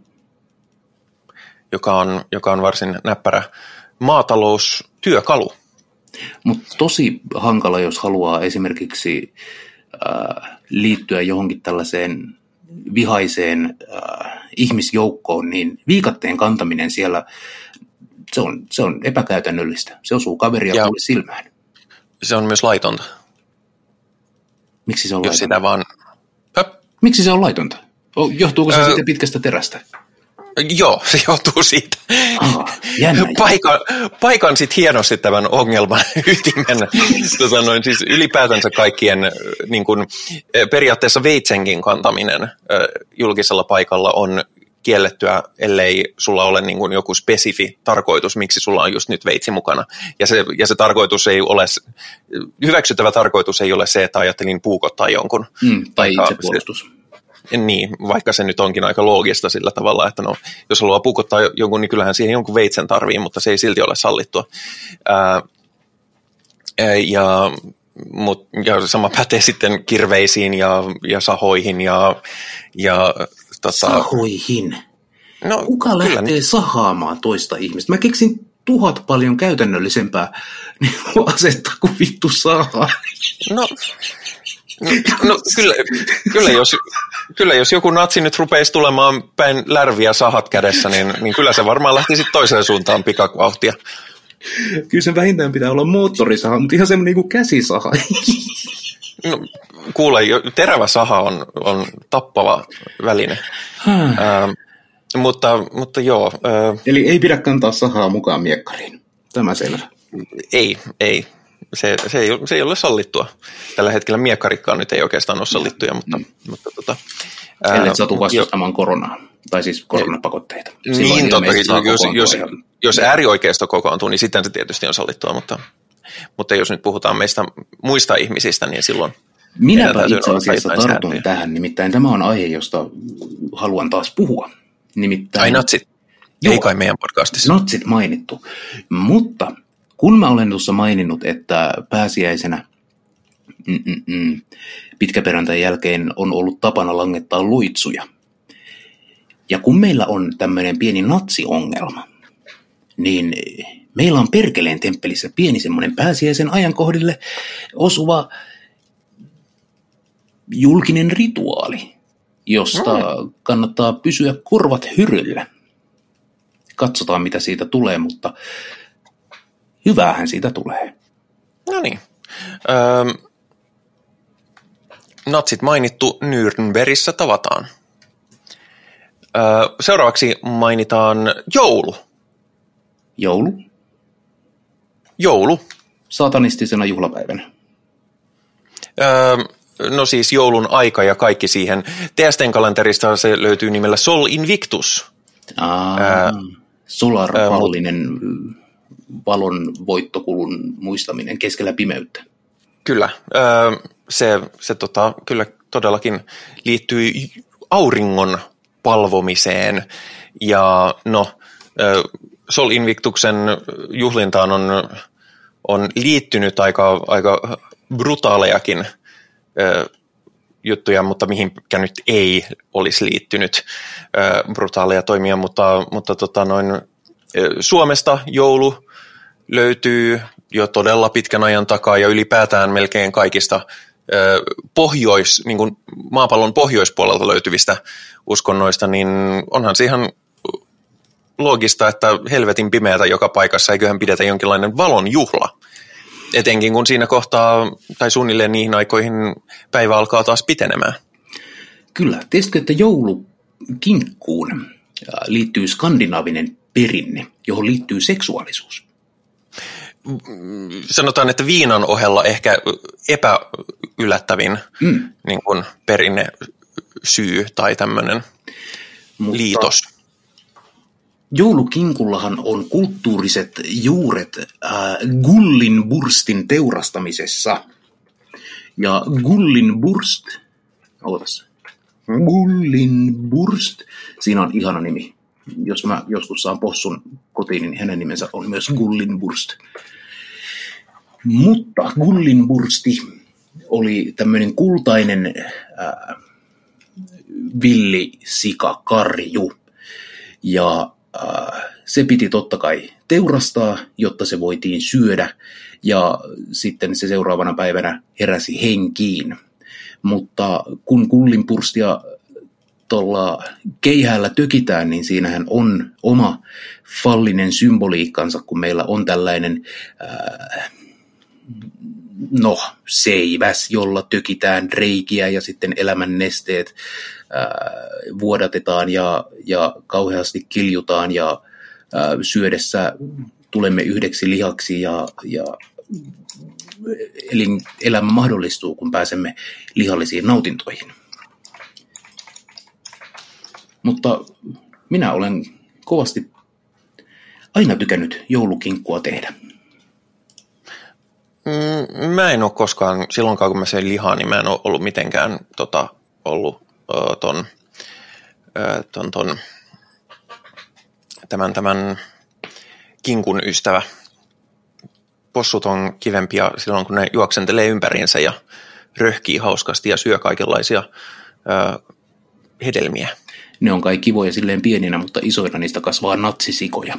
joka, on, joka on varsin näppärä maataloustyökalu. Mutta tosi hankala, jos haluaa esimerkiksi äh, liittyä johonkin tällaiseen vihaiseen äh, ihmisjoukkoon, niin viikatteen kantaminen siellä, se on, se on epäkäytännöllistä. Se osuu kaveria kuule silmään. Se on myös laitonta. Miksi se on Jos laitonta? Sitä vaan... Höp. Miksi se on laitonta? Johtuuko se öö, siitä pitkästä terästä? Joo, se johtuu siitä. Aha, jännä. Paikan, paikan sitten hienosti tämän ongelman ytimen. tota noin, siis ylipäätänsä kaikkien niin kun, periaatteessa veitsenkin kantaminen julkisella paikalla on kiellettyä, ellei sulla ole niin kun joku spesifi tarkoitus, miksi sulla on just nyt veitsi mukana. Ja se, ja se tarkoitus ei ole, hyväksyttävä tarkoitus ei ole se, että ajattelin puukottaa jonkun. Mm, tai itsepuolustus. Niin, vaikka se nyt onkin aika loogista sillä tavalla, että no, jos haluaa puukottaa jonkun, niin kyllähän siihen jonkun veitsen tarvii, mutta se ei silti ole sallittua. Ää, ja, mut, ja sama pätee sitten kirveisiin ja, ja sahoihin ja... ja tota, sahoihin? No, kuka lähtee niin sahaamaan toista ihmistä? Mä keksin tuhat paljon käytännöllisempää niin asetta kuin vittu sahaa. No... No, no kyllä, kyllä, jos, kyllä jos joku natsi nyt rupeisi tulemaan päin lärviä sahat kädessä, niin, niin kyllä se varmaan lähti sitten toiseen suuntaan pikavauhtia. Kyllä sen vähintään pitää olla moottorisaha, mutta ihan semmoinen kuin käsisaha. No, kuule, terävä saha on, on tappava väline. Ää, mutta, mutta joo. Ää, Eli ei pidä kantaa sahaa mukaan miekkariin. Tämä selvä. Ei, ei. Se, se, ei, se ei ole sallittua. Tällä hetkellä miekkarikkaan nyt ei oikeastaan ole sallittuja, mutta... Mm. mutta tota, Ellei satu vastustamaan koronaa, tai siis koronapakotteita. Niin, totta. Jos, jos, jos äärioikeisto kokoontuu, niin sitten se tietysti on sallittua, mutta, mutta jos nyt puhutaan meistä muista ihmisistä, niin silloin... Minäpä itse asiassa tartun säätöjä tähän, nimittäin tämä on aihe, josta haluan taas puhua. Nimittäin... Ai natsit, ei kai meidän podcastissa. Natsit mainittu, mutta... Kun mä olen tuossa maininnut, että pääsiäisenä mm-mm, pitkäperjantain jälkeen on ollut tapana langettaa luitsuja, ja kun meillä on tämmöinen pieni natsiongelma, niin meillä on Perkeleen temppelissä pieni semmoinen pääsiäisen ajankohdille osuva julkinen rituaali, josta mm. kannattaa pysyä korvat hyryllä. Katsotaan, mitä siitä tulee, mutta... Hyväähän siitä tulee. No niin. Öö, natsit mainittu, Nürnbergissä tavataan. Öö, seuraavaksi mainitaan joulu. Joulu? Joulu. Satanistisena juhlapäivänä. Öö, no siis joulun aika ja kaikki siihen. T S T:n kalenterista se löytyy nimellä Sol Invictus. Aa, solarfallinen valon voittokulun muistaminen keskellä pimeyttä. Kyllä, se, se tota, kyllä todellakin liittyy auringon palvomiseen ja no, Sol Invictuksen juhlintaan on, on liittynyt aika, aika brutaalejakin juttuja, mutta mihinkään nyt ei olisi liittynyt brutaaleja toimia, mutta, mutta tota noin, Suomesta joulu löytyy jo todella pitkän ajan takaa ja ylipäätään melkein kaikista pohjois, niin kuin maapallon pohjoispuolelta löytyvistä uskonnoista, niin onhan se ihan loogista, että helvetin pimeätä joka paikassa, eiköhän pidetä jonkinlainen valon juhla. Etenkin kun siinä kohtaa, tai suunnilleen niihin aikoihin, päivä alkaa taas pitenemään. Kyllä. Tiesitkö, että joulukinkkuun liittyy skandinaavinen perinne, johon liittyy seksuaalisuus? Sanotaan, että viinan ohella ehkä epäyllättävin mm. niin kuin perinne syy tai tämmöinen Mutta liitos. Joulukinkullahan on kulttuuriset juuret äh, Gullinburstin teurastamisessa. Ja Gullinburst, ootas, Gullinburst, siinä on ihana nimi. Jos mä joskus saan possun kotiin, niin hänen nimensä on myös Gullinburst. Mutta Gullinbursti oli tämmöinen kultainen äh, villisikakarju. Ja äh, se piti totta kai teurastaa, jotta se voitiin syödä. Ja sitten se seuraavana päivänä heräsi henkiin. Mutta kun Gullinburstia tuolla keihäällä tökitään, niin siinähän on oma fallinen symboliikkansa, kun meillä on tällainen äh, no, seiväs, jolla tökitään reikiä ja sitten elämän nesteet äh, vuodatetaan ja, ja kauheasti kiljutaan ja äh, syödessä tulemme yhdeksi lihaksi ja, ja elin, elämä mahdollistuu, kun pääsemme lihallisiin nautintoihin. Mutta minä olen kovasti aina tykännyt joulukinkkua tehdä. Mä en ole koskaan, silloinkaan kun mä söin lihaa, niin mä en ole ollut mitenkään tota, ollut ö, ton, ö, ton, ton, tämän, tämän kinkun ystävä. Possut on kivempiä silloin, kun ne juoksentelee ympäriinsä ja röhkii hauskasti ja syö kaikenlaisia ö, hedelmiä. Ne on kai kivoja silleen pieninä, mutta isoina niistä kasvaa natsisikoja.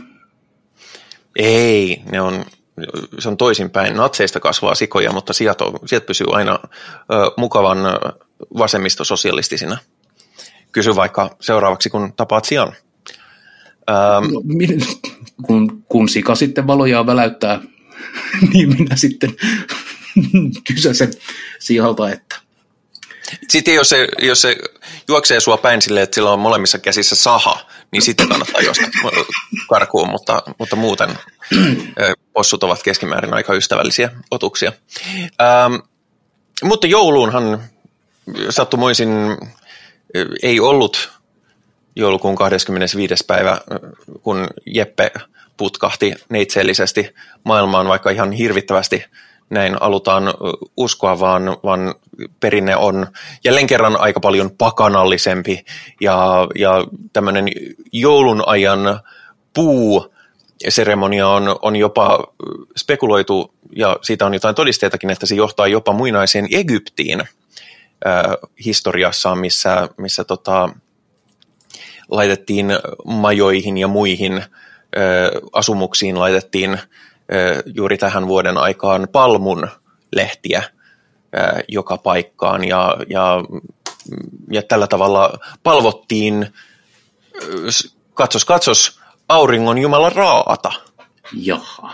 Ei, ne on, se on toisinpäin. Natseista kasvaa sikoja, mutta sieltä, sieltä pysyy aina ö, mukavan vasemmistososialistisina. Kysy vaikka seuraavaksi, kun tapaat sian. Ähm, no, minä, kun, kun sika sitten valojaan väläyttää, niin minä sitten kysäsen sijalta, että sitten jos se, jos se juoksee sua päin silleen, että sillä on molemmissa käsissä saha, niin sitten kannattaa juosta karkuun, mutta, mutta muuten possut ovat keskimäärin aika ystävällisiä otuksia. Ähm, mutta jouluunhan sattumoisin ei ollut joulukuun kahdeskymmenesviides päivä, kun Jeppe putkahti neitseellisesti maailmaan, vaikka ihan hirvittävästi näin alutaan uskoa, vaan, vaan perinne on jälleen kerran aika paljon pakanallisempi ja, ja tämmöinen joulun ajan puuseremonia on, on jopa spekuloitu, ja siitä on jotain todisteitakin, että se johtaa jopa muinaiseen Egyptiin äh, historiassaan, missä, missä tota, laitettiin majoihin ja muihin äh, asumuksiin laitettiin juuri tähän vuoden aikaan palmun lehtiä ää, joka paikkaan ja, ja, ja tällä tavalla palvottiin, katsos katsos, auringon jumalan Raata. Jaha.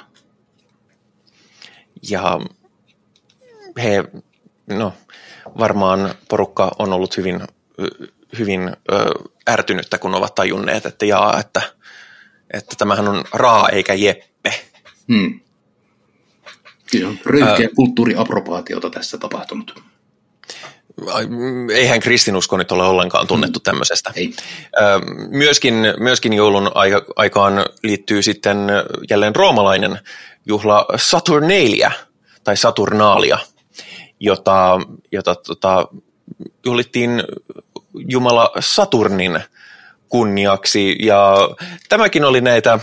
Ja he, no varmaan porukka on ollut hyvin, hyvin ö, ärtynyttä, kun ovat tajunneet, että jaa, että, että tämähän on Raa eikä Jeppe. Hmm. Kyllä on röyhkeä kulttuuriapropaatiota tässä tapahtunut. eihän kristinusko nyt ole ollenkaan tunnettu tämmöisestä. Ei. Myöskin, myöskin joulun aikaan liittyy sitten jälleen roomalainen juhla Saturnalia tai Saturnaalia, jota, jota tota, juhlittiin Jumala Saturnin kunniaksi. Ja tämäkin oli näitä,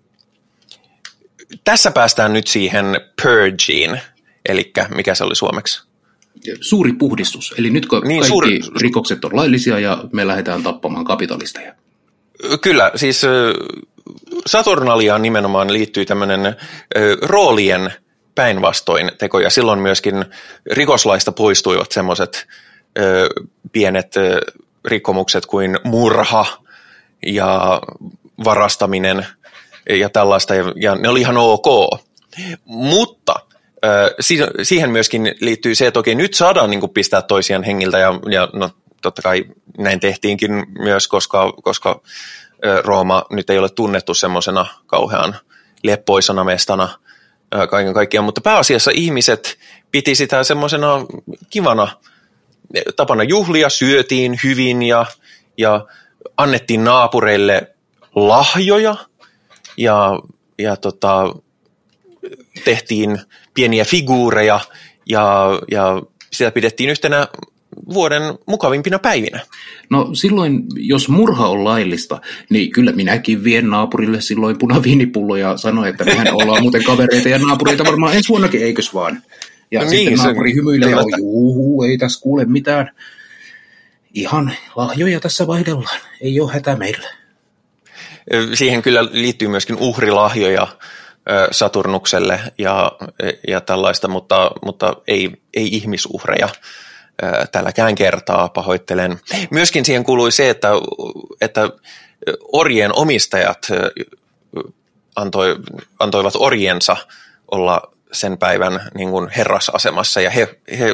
tässä päästään nyt siihen purgiin, eli mikä se oli suomeksi? Suuri puhdistus. Eli nyt kun niin, kaikki suuri rikokset on laillisia ja me lähdetään tappamaan kapitalisteja. Kyllä, siis Saturnaliaan nimenomaan liittyy tämmöinen roolien päinvastoin teko, ja silloin myöskin rikoslaista poistuivat semmoiset pienet rikkomukset kuin murha ja varastaminen ja tällaista, ja ne oli ihan ok. Mutta siihen myöskin liittyy se, että okei, nyt saadaan niin kuin pistää toisiaan hengiltä, ja, ja no, totta kai näin tehtiinkin myös, koska, koska Rooma nyt ei ole tunnettu semmoisena kauhean leppoisana mestana kaiken kaikkiaan, mutta pääasiassa ihmiset piti sitä semmoisena kivana tapana juhlia, syötiin hyvin ja, ja annettiin naapureille lahjoja ja, ja tota, tehtiin pieniä figuureja ja, ja sitä pidettiin yhtenä vuoden mukavimpina päivinä. No silloin, jos murha on laillista, niin kyllä minäkin vien naapurille silloin punaviinipullo ja sanon, että mehän ollaan muuten kavereita ja naapureita varmaan ensi vuonnakin, eikös vaan? Ja no sitten niin, naapuri hymyilee, ja juu, ei tässä kuule mitään. Ihan lahjoja tässä vaihdellaan, ei ole hätä meillä. Siihen kyllä liittyy myöskin uhrilahjoja Saturnukselle ja, ja tällaista, mutta, mutta ei, ei ihmisuhreja tälläkään kertaa, pahoittelen. Myöskin siihen kuului se, että, että orjien omistajat antoi, antoivat orjensa olla sen päivän niin kuin herrasasemassa, ja he, he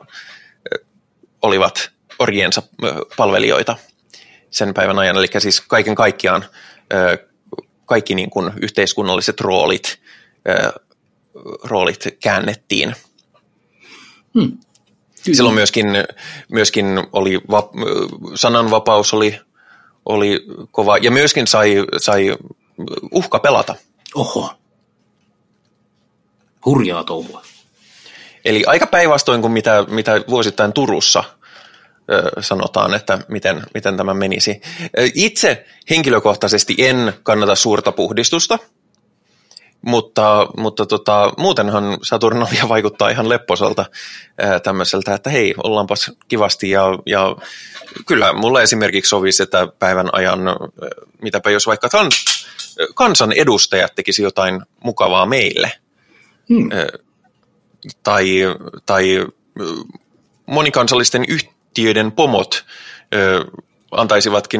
olivat orjiensa palvelijoita sen päivän ajan. Eli siis kaiken kaikkiaan kaikki niin kuin yhteiskunnalliset roolit, roolit käännettiin. Hmm. Silloin myöskin, myöskin oli va, sananvapaus oli, oli kova, ja myöskin sai, sai uhka pelata. Oho. Hurjaa touhua. Eli aika päinvastoin kuin mitä, mitä vuosittain Turussa ö, sanotaan, että miten, miten tämä menisi. Itse henkilökohtaisesti en kannata suurta puhdistusta, mutta, mutta tota, muutenhan Saturnalia vaikuttaa ihan lepposalta ää, tämmöiseltä, että hei, ollaanpas kivasti, ja, ja kyllä mulle esimerkiksi sovisi, että päivän ajan, mitäpä jos vaikka tämän kansan edustajat tekisi jotain mukavaa meille. Hmm. Tai, tai monikansallisten yhtiöiden pomot ö, antaisivatkin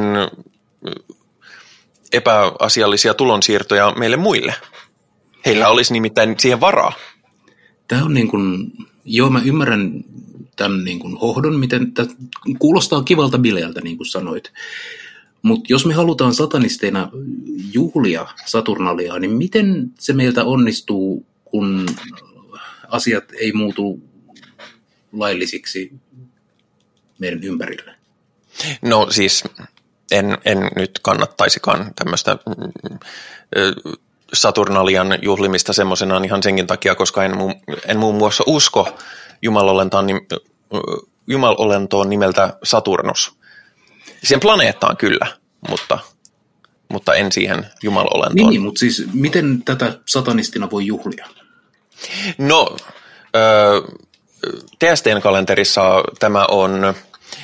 epäasiallisia tulonsiirtoja meille muille. Heillä olisi nimittäin siihen varaa. Tämä on niin kuin, joo, mä ymmärrän tämän niin kuin hohdon, miten tämä kuulostaa kivalta bileältä, niin kuin sanoit. Mutta jos me halutaan satanisteina juhlia Saturnaliaa, niin miten se meiltä onnistuu, kun asiat ei muutu laillisiksi meidän ympärillä? No siis en, en nyt kannattaisikaan tämmöistä Saturnalian juhlimista semmoisenaan ihan senkin takia, koska en, en muun muassa usko Jumalolentoon, Jumalolentoon nimeltä Saturnus. Siihen planeettaan kyllä, mutta, mutta en siihen Jumalolentoon. Niin, niin, mutta siis miten tätä satanistina voi juhlia? No, T S T-kalenterissa tämä on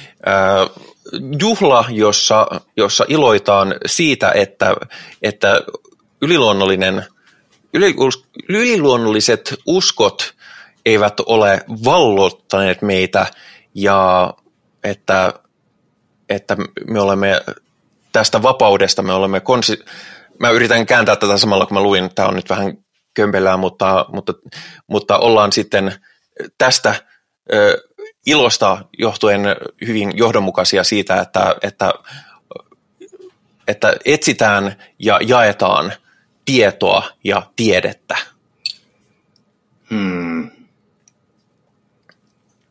juhla, jossa, jossa iloitaan siitä, että, että yliluonnollinen, yliluonnolliset uskot eivät ole vallottaneet meitä, ja että, että me olemme tästä vapaudesta, me olemme konsi... Mä yritän kääntää tätä samalla, kun mä luin, tämä on nyt vähän kömpelää, mutta, mutta, mutta ollaan sitten tästä ö, ilosta johtuen hyvin johdonmukaisia siitä, että, että, että etsitään ja jaetaan tietoa ja tiedettä. Hmm.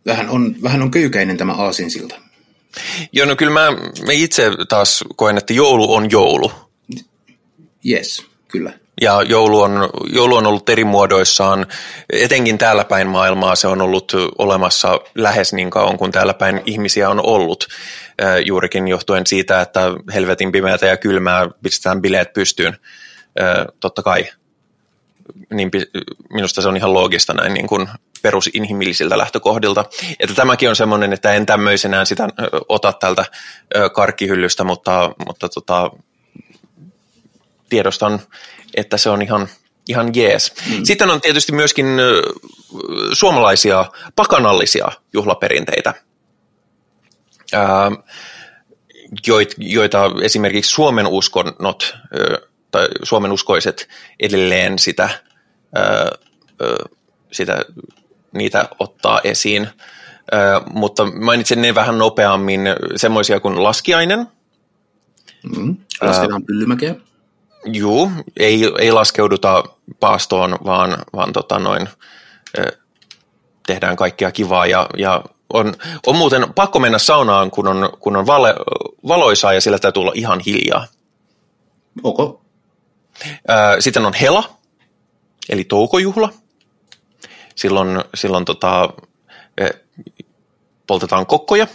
Vähän on, vähän on köykäinen tämä aasinsilta. Joo, no kyllä mä, mä itse taas koen, että joulu on joulu. Yes, kyllä. Ja joulu on, joulu on ollut eri muodoissaan, etenkin täällä päin maailmaa se on ollut olemassa lähes niin kauan kuin täällä päin ihmisiä on ollut, juurikin johtuen siitä, että helvetin pimeätä ja kylmää pistetään bileet pystyyn, totta kai. Niin minusta se on ihan loogista näin niin kuin perusinhimillisiltä lähtökohdilta. Että tämäkin on semmoinen, että en tämmöisenään sitä ota tältä karkkihyllystä, mutta, mutta tota, tiedostan, että se on ihan, ihan jees. Mm. Sitten on tietysti myöskin suomalaisia pakanallisia juhlaperinteitä, ää, joita esimerkiksi Suomen uskonnot tai Suomen uskoiset edelleen sitä, ää, sitä, niitä ottaa esiin. Ää, mutta mainitsen ne vähän nopeammin, semmoisia kuin laskiainen. Mm. Lasketaan pyllymäkeä. Juu, ei, ei laskeuduta paastoon, vaan, vaan tota noin, tehdään kaikkea kivaa ja, ja on, on muuten pakko mennä saunaan, kun on, kun on vale, valoisaa ja siellä täytyy olla ihan hiljaa. Okay. Sitten on hela, eli toukojuhla. Silloin, silloin tota, poltetaan kokkoja.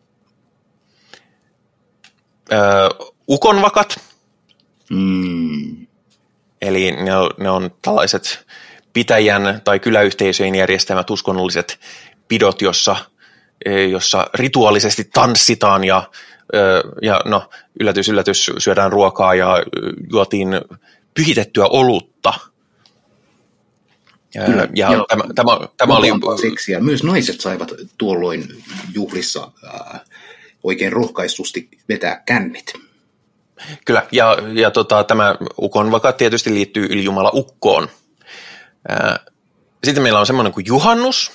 Ukonvakat. Mm. Eli ne on, ne on tällaiset pitäjän tai kyläyhteisöjen järjestämät uskonnolliset pidot, jossa, jossa rituaalisesti tanssitaan ja, ja no, yllätys, yllätys, syödään ruokaa ja juotiin pyhitettyä olutta. Kyllä, ja ja tämä, tämä, tämä oli... Seksiä. Myös naiset saivat tuolloin juhlissa äh, oikein rohkaistusti vetää kännit. Kyllä, ja, ja tota, tämä ukonvaka tietysti liittyy ylijumala Ukkoon. Ää, sitten meillä on semmoinen kuin juhannus.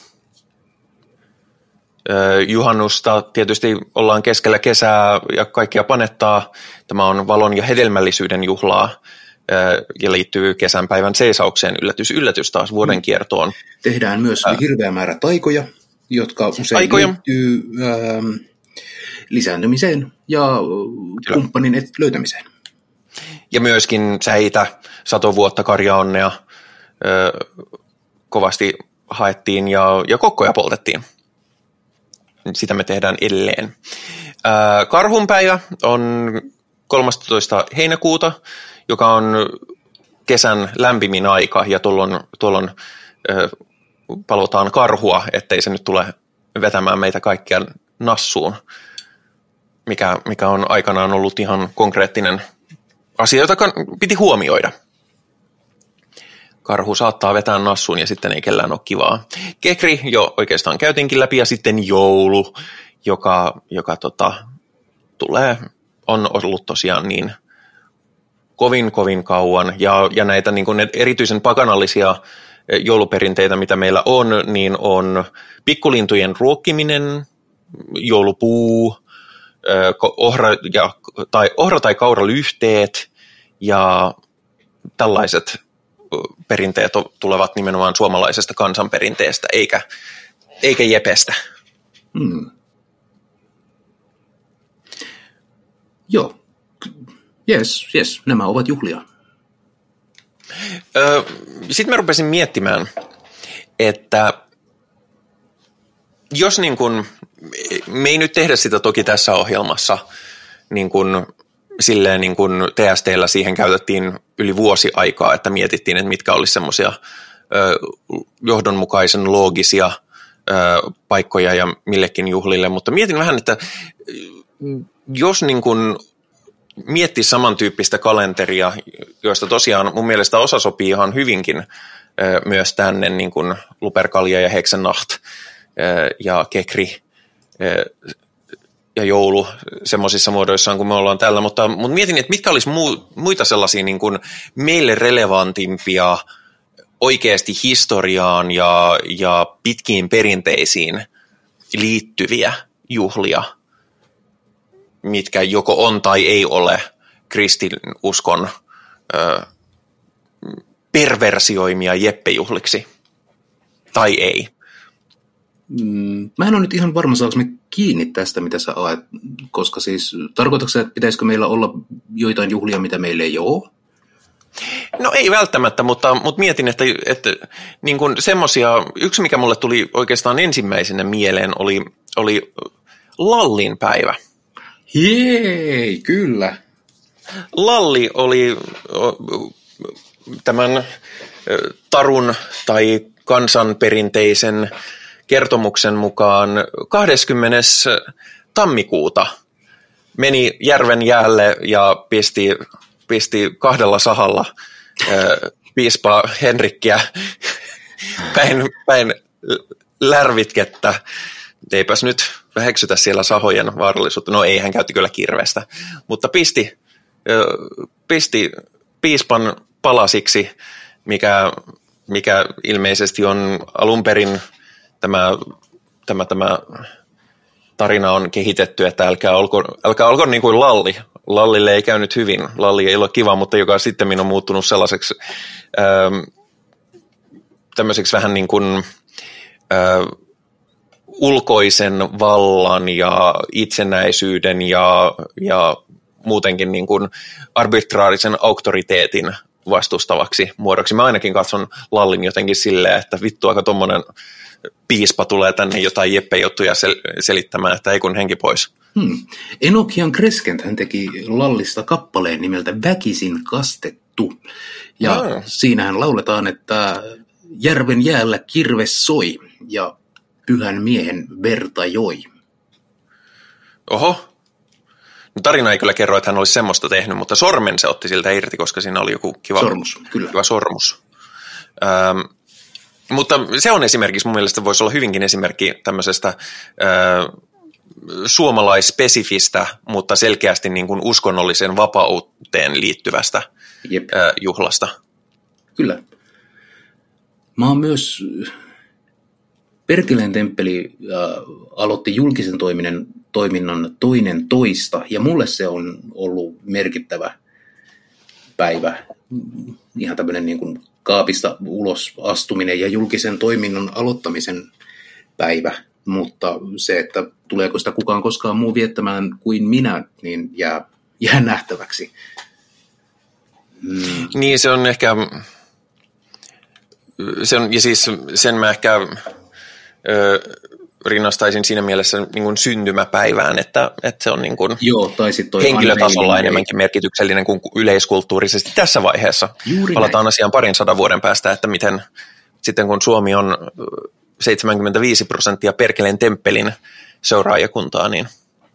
Ää, juhannusta tietysti ollaan keskellä kesää ja kaikkia panettaa. Tämä on valon ja hedelmällisyyden juhlaa ää, ja liittyy kesänpäivän seisaukseen. Yllätys, yllätys taas vuoden kiertoon. Tehdään myös ää, hirveä määrä taikoja, jotka usein taikoja. liittyy... Ää, lisääntymiseen ja Kyllä. kumppanin löytämiseen. Ja myöskin säitä, satovuotta, karjaonnea ö, kovasti haettiin ja, ja kokkoja poltettiin. Sitä me tehdään edelleen. Ö, karhunpäivä on kolmastoista heinäkuuta, joka on kesän lämpimin aika ja tuolloin, tuolloin ö, palvotaan karhua, ettei se nyt tule vetämään meitä kaikkia nassuun. Mikä, mikä on aikanaan ollut ihan konkreettinen asia, jota piti huomioida. Karhu saattaa vetää nassuun ja sitten ei kellään ole kivaa. Kekri jo oikeastaan käytiinkin läpi ja sitten joulu, joka, joka tota, tulee, on ollut tosiaan niin kovin kovin kauan. Ja, ja näitä niin kuin erityisen pakanallisia jouluperinteitä, mitä meillä on, niin on pikkulintujen ruokkiminen, joulupuu, ohra, ja, tai, ohra- tai kauralyhteet ja tällaiset perinteet tulevat nimenomaan suomalaisesta kansanperinteestä, eikä, eikä jepestä. Hmm. Joo, yes, yes, nämä ovat juhlia. Öö, Sitten mä rupesin miettimään, että jos niin kun, me ei nyt tehdä sitä toki tässä ohjelmassa, niin kun, silleen niin kun T S T:llä siihen käytettiin yli vuosi aikaa, että mietittiin, että mitkä olisi semmoisia johdonmukaisen loogisia ö, paikkoja ja millekin juhlille, mutta mietin vähän, että jos niin kun miettii samantyyppistä kalenteria, joista tosiaan mun mielestä osa sopii ihan hyvinkin ö, myös tänne, niin kuin Luperkalja ja Heksennacht ö, ja Kekri ö, ja joulu semmoisissa muodoissaan kuin me ollaan tällä, mutta, mutta mietin, että mitkä olisi muu, muita sellaisia niin kuin meille relevantimpia oikeasti historiaan ja, ja pitkiin perinteisiin liittyviä juhlia, mitkä joko on tai ei ole kristinuskon ö, perversioimia jeppejuhliksi, tai ei. Mm, mä en ole nyt ihan varma, saanko me kiinni tästä, mitä sä ajat, koska siis tarkoitatko sä, että pitäisikö meillä olla joitain juhlia, mitä meillä ei ole? No ei välttämättä, mutta, mutta mietin, että, että niin kuin semmosia, yksi mikä mulle tuli oikeastaan ensimmäisenä mieleen oli, oli Lallin päivä. Jee, kyllä. Lalli oli tämän tarun tai kansanperinteisen kertomuksen mukaan kahdeskymmenes tammikuuta meni järven jäälle ja pisti, pisti kahdella sahalla piispa Henrikkiä päin, päin lärvitkettä. Eipäs nyt väheksytä siellä sahojen vaarallisuutta. No ei, hän käytti kyllä kirvestä, mutta pisti, pisti piispan palasiksi, mikä, mikä ilmeisesti on alun perin tämä, tämä, tämä tarina on kehitetty, että älkää olko, älkää olko niin kuin Lalli. Lallille ei käynyt hyvin. Lalli ei ole kiva, mutta joka sitten on muuttunut sellaiseksi ähm, tämmöiseksi vähän niin kuin äh, ulkoisen vallan ja itsenäisyyden ja, ja muutenkin niin kuin arbitraarisen auktoriteetin vastustavaksi muodoksi. Mä ainakin katson Lallin jotenkin silleen, että vittu aika tommonen piispa tulee tänne jotain jeppejuttuja sel- selittämään, että ei kun henki pois. Hmm. Enochian Crescent hän teki Lallista kappaleen nimeltä Väkisin kastettu. Ja ah. siinähän lauletaan, että järven jäällä kirves soi ja pyhän miehen verta joi. Oho. No, tarina ei kyllä kerro, että hän olisi semmoista tehnyt, mutta sormen se otti siltä irti, koska siinä oli joku kiva sormus. Kyllä. Kiva sormus. Ähm, mutta se on esimerkiksi mun mielestä voisi olla hyvinkin esimerkki tämmöisestä äh, suomalaispesifistä, mutta selkeästi niin kuin uskonnolliseen vapauteen liittyvästä Jep. Äh, juhlasta. Kyllä. Mä oon myös Perkeleen temppeli äh, aloitti julkisen toiminnan, toiminnan toinen toista, ja mulle se on ollut merkittävä päivä. Ihan tämmöinen niin kuin kaapista ulos astuminen ja julkisen toiminnan aloittamisen päivä, mutta se, että tuleeko sitä kukaan koskaan muu viettämään kuin minä, niin jää, jää nähtäväksi. Mm. Niin, se on ehkä, se on, ja siis sen mä ehkä ö, rinnastaisin siinä mielessä niin kuin syntymäpäivään, että, että se on niin kuin Joo, tai sit toi henkilötasolla enemmänkin merkityksellinen kuin yleiskulttuurisesti tässä vaiheessa. Juuri Palataan näin. Asiaan parin sadan vuoden päästä, että miten sitten kun Suomi on seitsemänkymmentäviisi prosenttia Perkeleen temppelin seuraajakuntaa, niin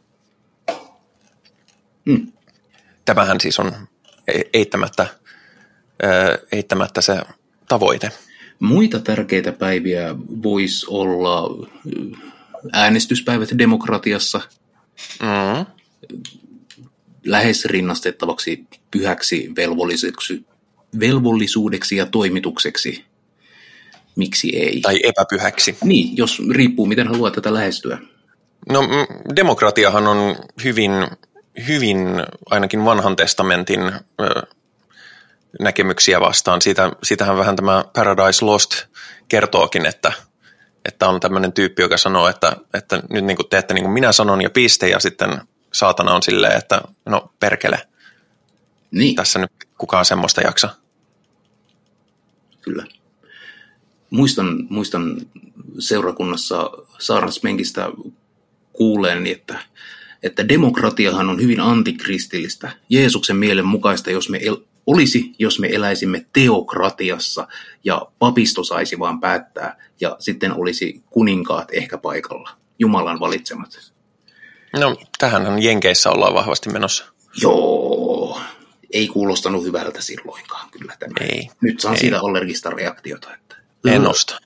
mm. tämähän siis on eittämättä, eittämättä se tavoite. Muita tärkeitä päiviä voisi olla äänestyspäivät demokratiassa, mm. lähes rinnastettavaksi pyhäksi velvollisuudeksi, velvollisuudeksi ja toimitukseksi. Miksi ei? Tai epäpyhäksi. Niin, jos riippuu miten haluaa tätä lähestyä. No demokratiahan on hyvin, hyvin ainakin vanhan testamentin näkemyksiä vastaan. Siitä, siitähän vähän tämä Paradise Lost kertookin, että, että on tämmöinen tyyppi, joka sanoo, että, että nyt niin kuin teette niin kuin minä sanon ja piste, ja sitten saatana on silleen, että no perkele. Niin. Tässä nyt kukaan semmoista jaksa. Kyllä. Muistan, muistan seurakunnassa saarnasmenkistä kuuleeni, että, että demokratiahan on hyvin antikristillistä. Jeesuksen mielen mukaista, jos me el- olisi, jos me eläisimme teokratiassa ja papisto saisi vaan päättää ja sitten olisi kuninkaat ehkä paikalla, Jumalan valitsemat. No, tähänhän Jenkeissä ollaan vahvasti menossa. Joo, ei kuulostanut hyvältä silloinkaan kyllä tämä. Ei. Nyt saan ei. siitä allergista reaktiota. Että... En osta.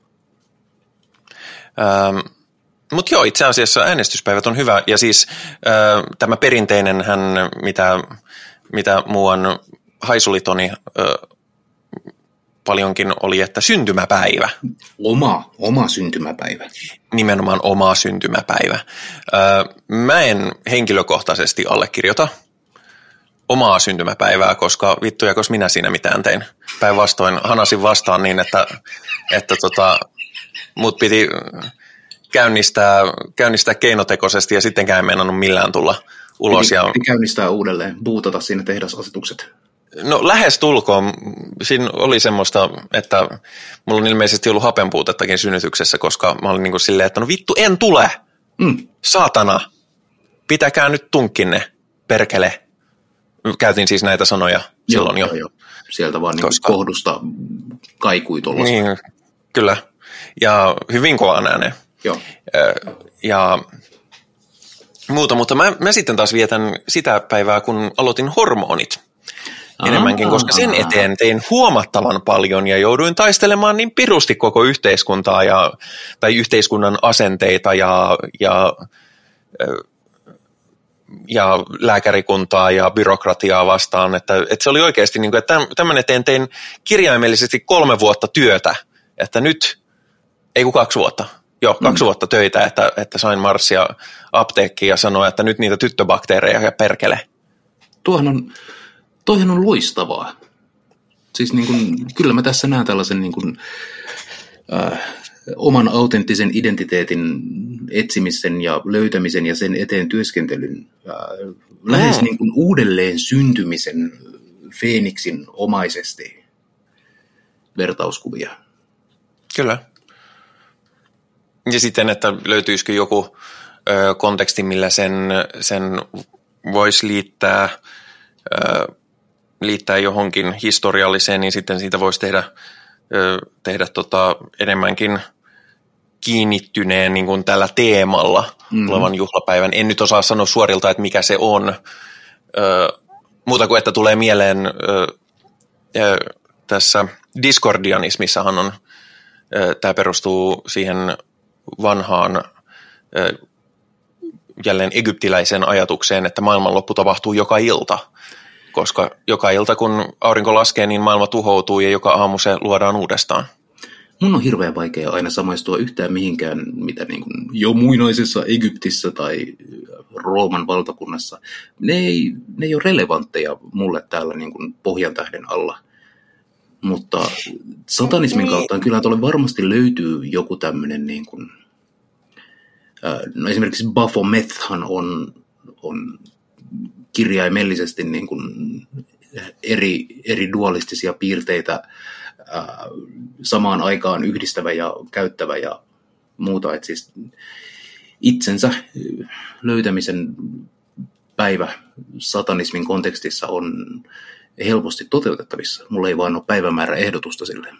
Ähm, Mutta joo, itse asiassa äänestyspäivät on hyvä. Ja siis äh, tämä perinteinen, hän, mitä, mitä muuan haisulitoni äh, paljonkin oli, että syntymäpäivä. Oma, oma syntymäpäivä. Nimenomaan oma syntymäpäivä. Äh, mä en henkilökohtaisesti allekirjoita omaa syntymäpäivää, koska vittuja, koska minä siinä mitään tein. Päinvastoin hanasin vastaan niin, että, että tota, mut piti, käynnistää, käynnistää keinotekoisesti ja sittenkään ei meinannut millään tulla ulos. Piti, ja... piti käynnistää uudelleen, buutata siinä tehdasasetukset. No lähes tulkoon. Siinä oli semmoista, että mulla on ilmeisesti ollut hapenpuutettakin synnytyksessä, koska mä olin niin kuin silleen, että no vittu en tule, mm. saatana, pitäkää nyt tunkkinne, perkele. Käytin siis näitä sanoja silloin joo, jo. jo. Sieltä vaan koska... niin kohdusta kaikui tuollaista. Niin, kyllä. Ja hyvin kovaan ääneen. Joo. Ja muuta, mutta mä, mä sitten taas vietän sitä päivää, kun aloitin hormonit enemmänkin, koska sen eteen tein huomattavan paljon ja jouduin taistelemaan niin pirusti koko yhteiskuntaa ja, tai yhteiskunnan asenteita ja, ja, ja lääkärikuntaa ja byrokratiaa vastaan, että, että se oli oikeasti niin kuin, että tämän eteen tein kirjaimellisesti kolme vuotta työtä, että nyt, ei kun kaksi vuotta, joo, kaksi mm. vuotta töitä, että, että sain marssia apteekkiin ja sanoa, että nyt niitä tyttöbakteereja ja perkele. Tuohan on, toihan on loistavaa. Siis niin kuin, kyllä mä tässä näen tällaisen niin kuin, äh, oman autenttisen identiteetin etsimisen ja löytämisen ja sen eteen työskentelyn äh, lähes mm. niin kuin uudelleen syntymisen Feeniksin omaisesti vertauskuvia. Kyllä. Ja sitten, että löytyisikö joku ö, konteksti, millä sen, sen voisi liittää, ö, liittää johonkin historialliseen, niin sitten siitä voisi tehdä, ö, tehdä tota enemmänkin kiinnittyneen niin kuin tällä teemalla mm-hmm. tulevan juhlapäivän. En nyt osaa sanoa suorilta, että mikä se on, ö, muuta kuin että tulee mieleen ö, ö, tässä diskordianismissahan on, ö, tämä perustuu siihen vanhaan jälleen egyptiläiseen ajatukseen, että maailmanloppu tapahtuu joka ilta, koska joka ilta kun aurinko laskee, niin maailma tuhoutuu ja joka aamu se luodaan uudestaan. Mun on hirveän vaikea aina samaistua yhtään mihinkään, mitä niin kuin jo muinaisessa Egyptissä tai Rooman valtakunnassa. Ne ei, ne ei ole relevantteja mulle täällä niin kuin Pohjantähden alla. Mutta satanismin kautta kyllä tuolle varmasti löytyy joku tämmöinen, niin kuin, no esimerkiksi Baphomethan on, on kirjaimellisesti niin kuin eri, eri dualistisia piirteitä ää, samaan aikaan yhdistävä ja käyttävä ja muuta. Et siis itsensä löytämisen päivä satanismin kontekstissa on helposti toteutettavissa. Mulla ei vaan ole päivämäärä ehdotusta silleen.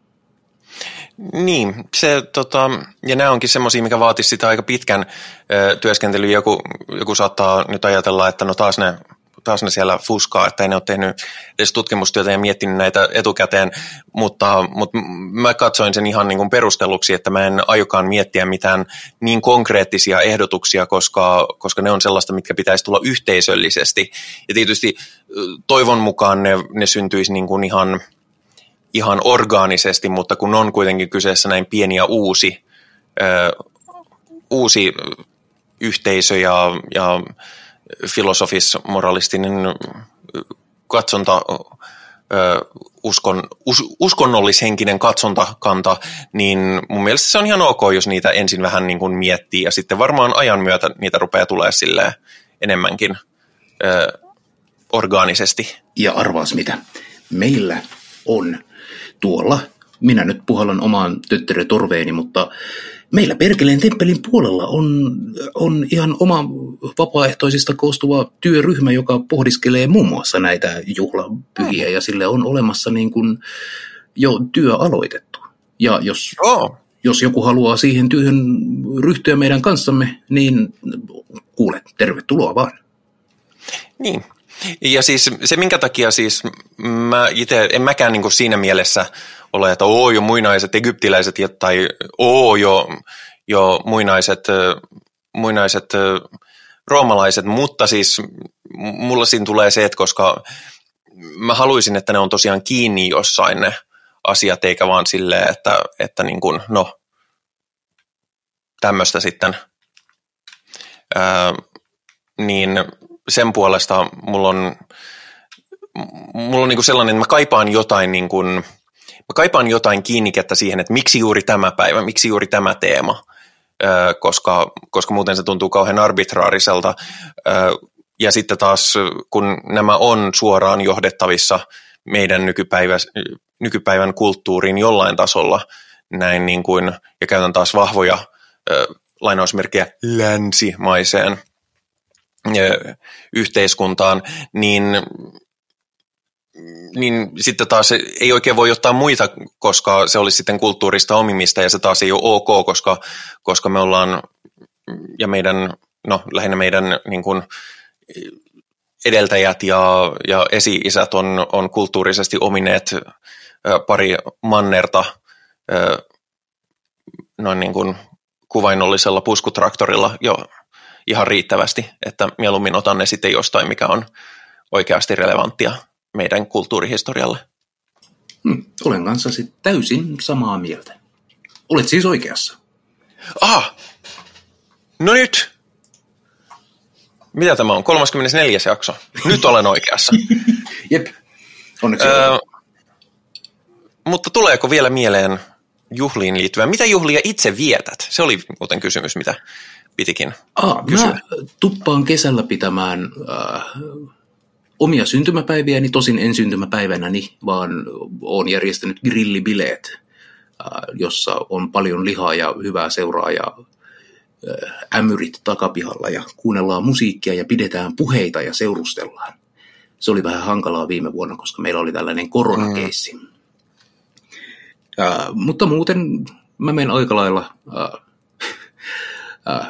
Niin, se, tota, ja nämä onkin semmoisia, mikä vaatisi sitä aika pitkän ö, työskentelyä. Joku, joku saattaa nyt ajatella, että no taas ne, taas ne siellä fuskaa, että ei ne ole tehnyt edes tutkimustyötä ja miettinyt näitä etukäteen, mutta, mutta mä katsoin sen ihan niin kuin perustelluksi, että mä en aiokaan miettiä mitään niin konkreettisia ehdotuksia, koska, koska ne on sellaista, mitkä pitäisi tulla yhteisöllisesti. Ja tietysti toivon mukaan ne, ne syntyisi niin kuin ihan... ihan orgaanisesti, mutta kun on kuitenkin kyseessä näin pieni ja uusi, ö, uusi yhteisö ja, ja filosofis-moralistinen katsonta, ö, uskon, us, uskonnollishenkinen katsontakanta, niin mun mielestä se on ihan ok, jos niitä ensin vähän niin kuin miettii, ja sitten varmaan ajan myötä niitä rupeaa tulee silleen enemmänkin ö, orgaanisesti. Ja arvaas mitä? Meillä on tuolla, minä nyt puhallan omaan tötterötorveeni, mutta meillä Perkeleen temppelin puolella on, on ihan oma vapaaehtoisista koostuva työryhmä, joka pohdiskelee muun muassa näitä juhlapyhiä, ja sille on olemassa niin kuin jo työ aloitettu. Ja jos, oh. jos joku haluaa siihen työhön ryhtyä meidän kanssamme, niin kuule, tervetuloa vaan. Niin. Ja siis se, minkä takia siis mä itse, en mäkään niin kuin siinä mielessä ole, että oo jo muinaiset egyptiläiset tai oo jo, jo muinaiset, muinaiset roomalaiset, mutta siis mulla siinä tulee se, että koska mä haluaisin, että ne on tosiaan kiinni jossain ne asiat, eikä vaan silleen, että, että niin kuin, no tämmöistä sitten, ää, niin sen puolesta mulla on, mulla on niin kuin sellainen, että mä kaipaan jotain, niin kuin, mä kaipaan jotain kiinnikettä siihen, että miksi juuri tämä päivä, miksi juuri tämä teema. koska, koska muuten se tuntuu kauhean arbitraariselta. Ja sitten taas, kun nämä on suoraan johdettavissa meidän nykypäivä, nykypäivän kulttuuriin jollain tasolla, näin niin kuin, ja käytän taas vahvoja lainausmerkkejä länsimaiseen yhteiskuntaan, niin, niin sitten taas ei oikein voi ottaa muita, koska se olisi sitten kulttuurista omimista, ja se taas ei ole ok, koska, koska me ollaan, ja meidän, no lähinnä meidän niin kuin edeltäjät ja, ja esi-isät on, on kulttuurisesti omineet pari mannerta noin niin kuin kuvainnollisella puskutraktorilla jo ihan riittävästi, että mieluummin otan ne sitten jostain, mikä on oikeasti relevanttia meidän kulttuurihistorialle. Hmm, olen kanssasi täysin samaa mieltä. Olet siis oikeassa. Aha! No nyt! Mitä tämä on? kolmaskymmenesneljäs jakso. Nyt olen oikeassa. Jep, onneksi öö, Mutta tuleeko vielä mieleen juhliin liittyvää? Mitä juhlia itse vietät? Se oli muuten kysymys, mitä pitikin Aa, kysyä. Mä tuppaan kesällä pitämään äh, omia syntymäpäiviäni, tosin en syntymäpäivänäni, vaan olen järjestänyt grillibileet, äh, jossa on paljon lihaa ja hyvää seuraa ja äh, ämyrit takapihalla ja kuunnellaan musiikkia ja pidetään puheita ja seurustellaan. Se oli vähän hankalaa viime vuonna, koska meillä oli tällainen koronakeissi. Mm. Äh, mutta muuten mä menen aika lailla äh, äh,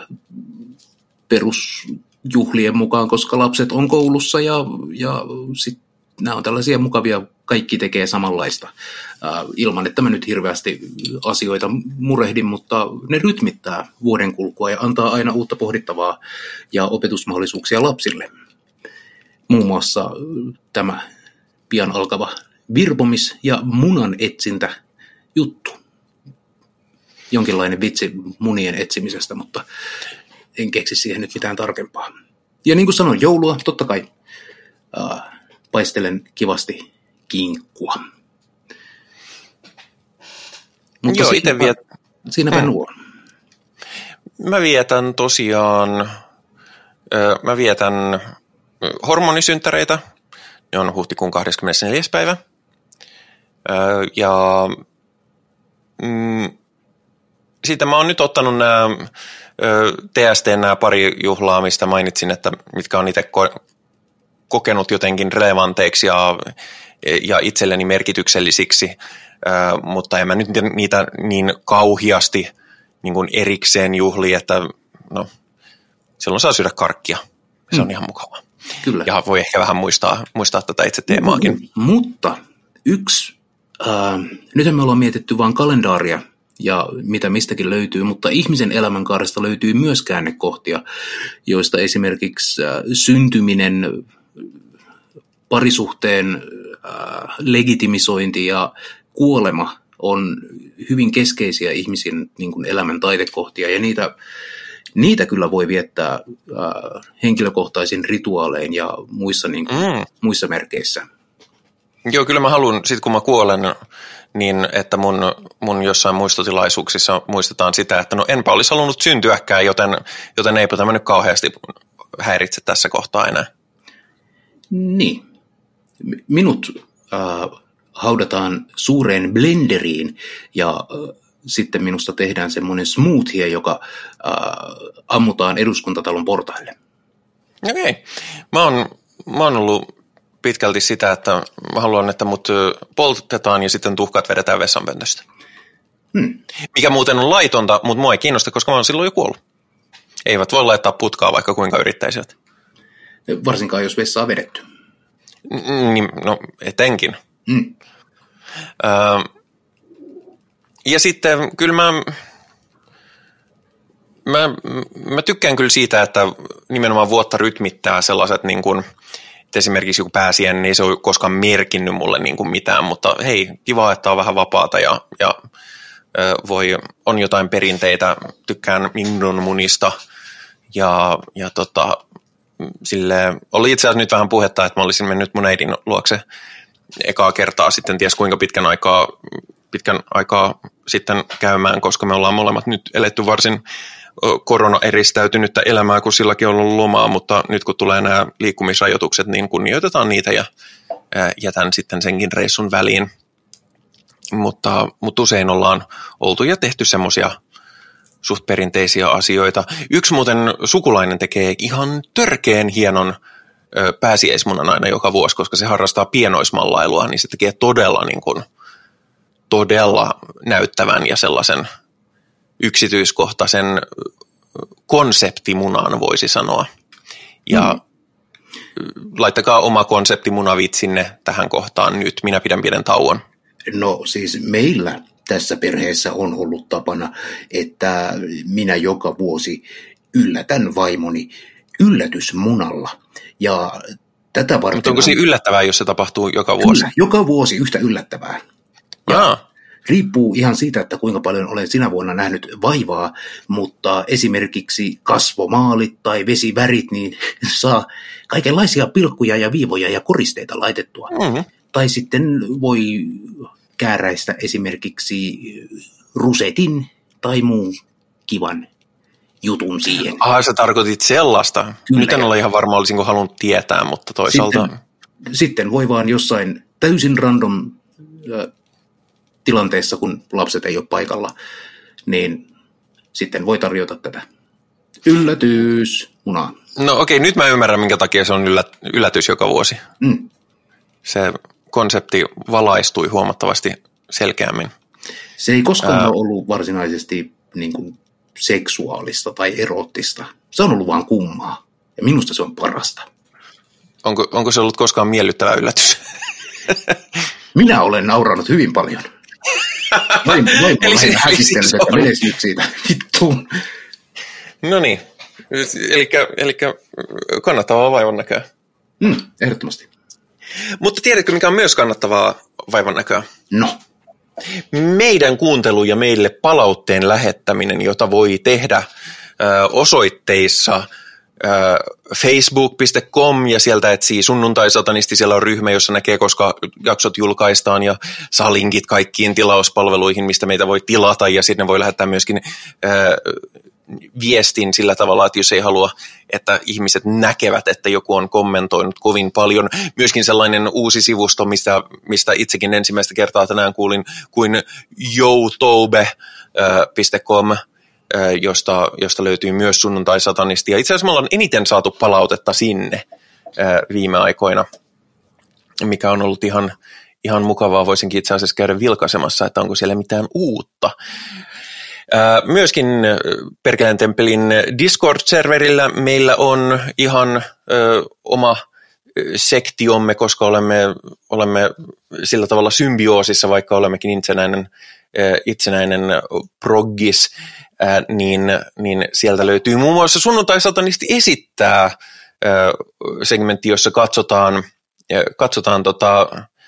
perusjuhlien mukaan, koska lapset on koulussa ja, ja sit nämä on tällaisia mukavia, kaikki tekee samanlaista. Äh, ilman, että mä nyt hirveästi asioita murehdin, mutta ne rytmittää vuoden kulkua ja antaa aina uutta pohdittavaa ja opetusmahdollisuuksia lapsille. Muun muassa tämä pian alkava virpomis- ja munan etsintä juttu. Jonkinlainen vitsi munien etsimisestä, mutta en keksi siihen nyt mitään tarkempaa. Ja niin kuin sanoin, joulua, totta kai äh, paistelen kivasti kinkkua. Mutta Joo, siinäpä, itse viet... siinäpä hmm. nuo. Mä vietän tosiaan, mä vietän hormonisynttäreitä, ne on huhtikuun kahdeskymmenesneljäs päivä. Ja mm, sitten mä oon nyt ottanut nämä T S T:n nämä pari juhlaa, mistä mainitsin, että mitkä on itse ko- kokenut jotenkin relevanteiksi ja, ja itselleni merkityksellisiksi, mutta en mä nyt niitä niin kauhiasti niin kuin erikseen juhli, että no, silloin saa syödä karkkia. Se on mm. ihan mukavaa. Kyllä. Ja voi ehkä vähän muistaa, muistaa tätä itse teemaakin. M- mutta yksi, äh, nyt me ollaan mietitty vaan kalendaaria ja mitä mistäkin löytyy, mutta ihmisen elämänkaaresta löytyy myös käännekohtia, joista esimerkiksi äh, syntyminen, parisuhteen äh, legitimisointi ja kuolema on hyvin keskeisiä ihmisen niin kuin elämän taitekohtia, ja niitä, niitä kyllä voi viettää äh, henkilökohtaisin rituaalein ja muissa, niin kuin, mm. muissa merkeissä. Joo, kyllä mä haluan, sit kun mä kuolen, niin että mun, mun jossain muistotilaisuuksissa muistetaan sitä, että no enpä olisi halunnut syntyäkään, joten, joten eipä tämä nyt kauheasti häiritse tässä kohtaa enää. Niin. Minut äh, haudataan suureen blenderiin ja äh, sitten minusta tehdään semmoinen smoothie, joka äh, ammutaan eduskuntatalon portaille. Okei. Okay. Mä oon, mä oon ollut pitkälti sitä, että mä haluan, että mut poltetaan ja sitten tuhkat vedetään vessanpöntöstä. Hmm. Mikä muuten on laitonta, mutta mua ei kiinnosta, koska mä oon silloin jo kuollut. Eivät voi laittaa putkaa, vaikka kuinka yrittäisivät. Varsinkaan, jos vessa on vedetty. Niin, no, etenkin. Hmm. Öö, ja sitten kyllä mä, mä, mä tykkään kyllä siitä, että nimenomaan vuotta rytmittää sellaiset niin kuin, esimerkiksi joku pääsiäinen, niin ei se ole koskaan merkinnyt mulle niin kuin mitään, mutta hei, kiva, että on vähän vapaata ja, ja voi, on jotain perinteitä, tykkään Mindon munista ja, ja tota, sille oli itse asiassa nyt vähän puhetta, että mä olisin mennyt mun äidin luokse ekaa kertaa sitten ties kuinka pitkän aikaa, pitkän aikaa sitten käymään, koska me ollaan molemmat nyt eletty varsin, korona-eristäytynyttä elämää, kun silläkin on ollut lomaa, mutta nyt kun tulee nämä liikkumisrajoitukset, niin kunnioitetaan niitä ja jätän sitten senkin reissun väliin. Mutta, mutta usein ollaan oltu ja tehty semmoisia suht perinteisiä asioita. Yksi muuten sukulainen tekee ihan törkeen hienon ö, pääsiäismunan aina joka vuosi, koska se harrastaa pienoismallailua, niin se tekee todella, niin kuin, todella näyttävän ja sellaisen yksityiskohtaisen konseptimunan, voisi sanoa. Ja mm. laittakaa oma konseptimunavit sinne tähän kohtaan nyt. Minä pidän pienen tauon. No siis meillä tässä perheessä on ollut tapana, että minä joka vuosi yllätän vaimoni yllätysmunalla. Ja tätä varten... Mutta onko se yllättävää, jos se tapahtuu joka vuosi? Kyllä, joka vuosi yhtä yllättävää. Ja riippuu ihan siitä, että kuinka paljon olen sinä vuonna nähnyt vaivaa, mutta esimerkiksi kasvomaalit tai vesivärit, niin saa kaikenlaisia pilkkuja ja viivoja ja koristeita laitettua. Mm-hmm. Tai sitten voi kääräistä esimerkiksi rusetin tai muun kivan jutun siihen. Ah, sä tarkoitit sellaista. Kyllä. Nyt en ole ihan varma, olisinko halunnut tietää, mutta toisaalta... Sitten, sitten voi vaan jossain täysin random äh, tilanteessa, kun lapset ei ole paikalla, niin sitten voi tarjota tätä yllätysmunaa. No okei, nyt mä ymmärrän, minkä takia se on yllät, yllätys joka vuosi. Mm. Se konsepti valaistui huomattavasti selkeämmin. Se ei koskaan Ää... ole ollut varsinaisesti niin kuin seksuaalista tai eroottista. Se on ollut vaan kummaa. Ja minusta se on parasta. Onko, onko se ollut koskaan miellyttävä yllätys? Minä olen nauranut hyvin paljon. Vaimo on lähinnä häkistellyt, että menes nyt siitä vittuun. No niin. Eli kannattavaa vaivan näköä. Mm, ehdottomasti. Mutta tiedätkö, mikä on myös kannattavaa vaivan näköä? No. Meidän kuuntelu ja meille palautteen lähettäminen, jota voi tehdä ö, osoitteissa ö, facebook piste com ja sieltä etsii sunnuntai-satanisti, siellä on ryhmä, jossa näkee, koska jaksot julkaistaan ja saa linkit kaikkiin tilauspalveluihin, mistä meitä voi tilata ja sinne voi lähettää myöskin ö, viestin sillä tavalla, että jos ei halua, että ihmiset näkevät, että joku on kommentoinut kovin paljon. Myöskin sellainen uusi sivusto, mistä, mistä itsekin ensimmäistä kertaa tänään kuulin, kuin youtube piste com, josta, josta löytyy myös sunnuntai-satanisti. Ja itse asiassa me ollaan eniten saatu palautetta sinne viime aikoina, mikä on ollut ihan, ihan mukavaa. Voisinkin itse asiassa käydä vilkaisemassa, että onko siellä mitään uutta. Myöskin Perkeleen temppelin Discord-serverillä meillä on ihan ö, oma sektiomme, koska olemme, olemme sillä tavalla symbioosissa, vaikka olemmekin itsenäinen, itsenäinen proggis, niin, niin sieltä löytyy muun muassa Sunnuntai-satanisti esittää segmentti, jossa katsotaan, katsotaan tota,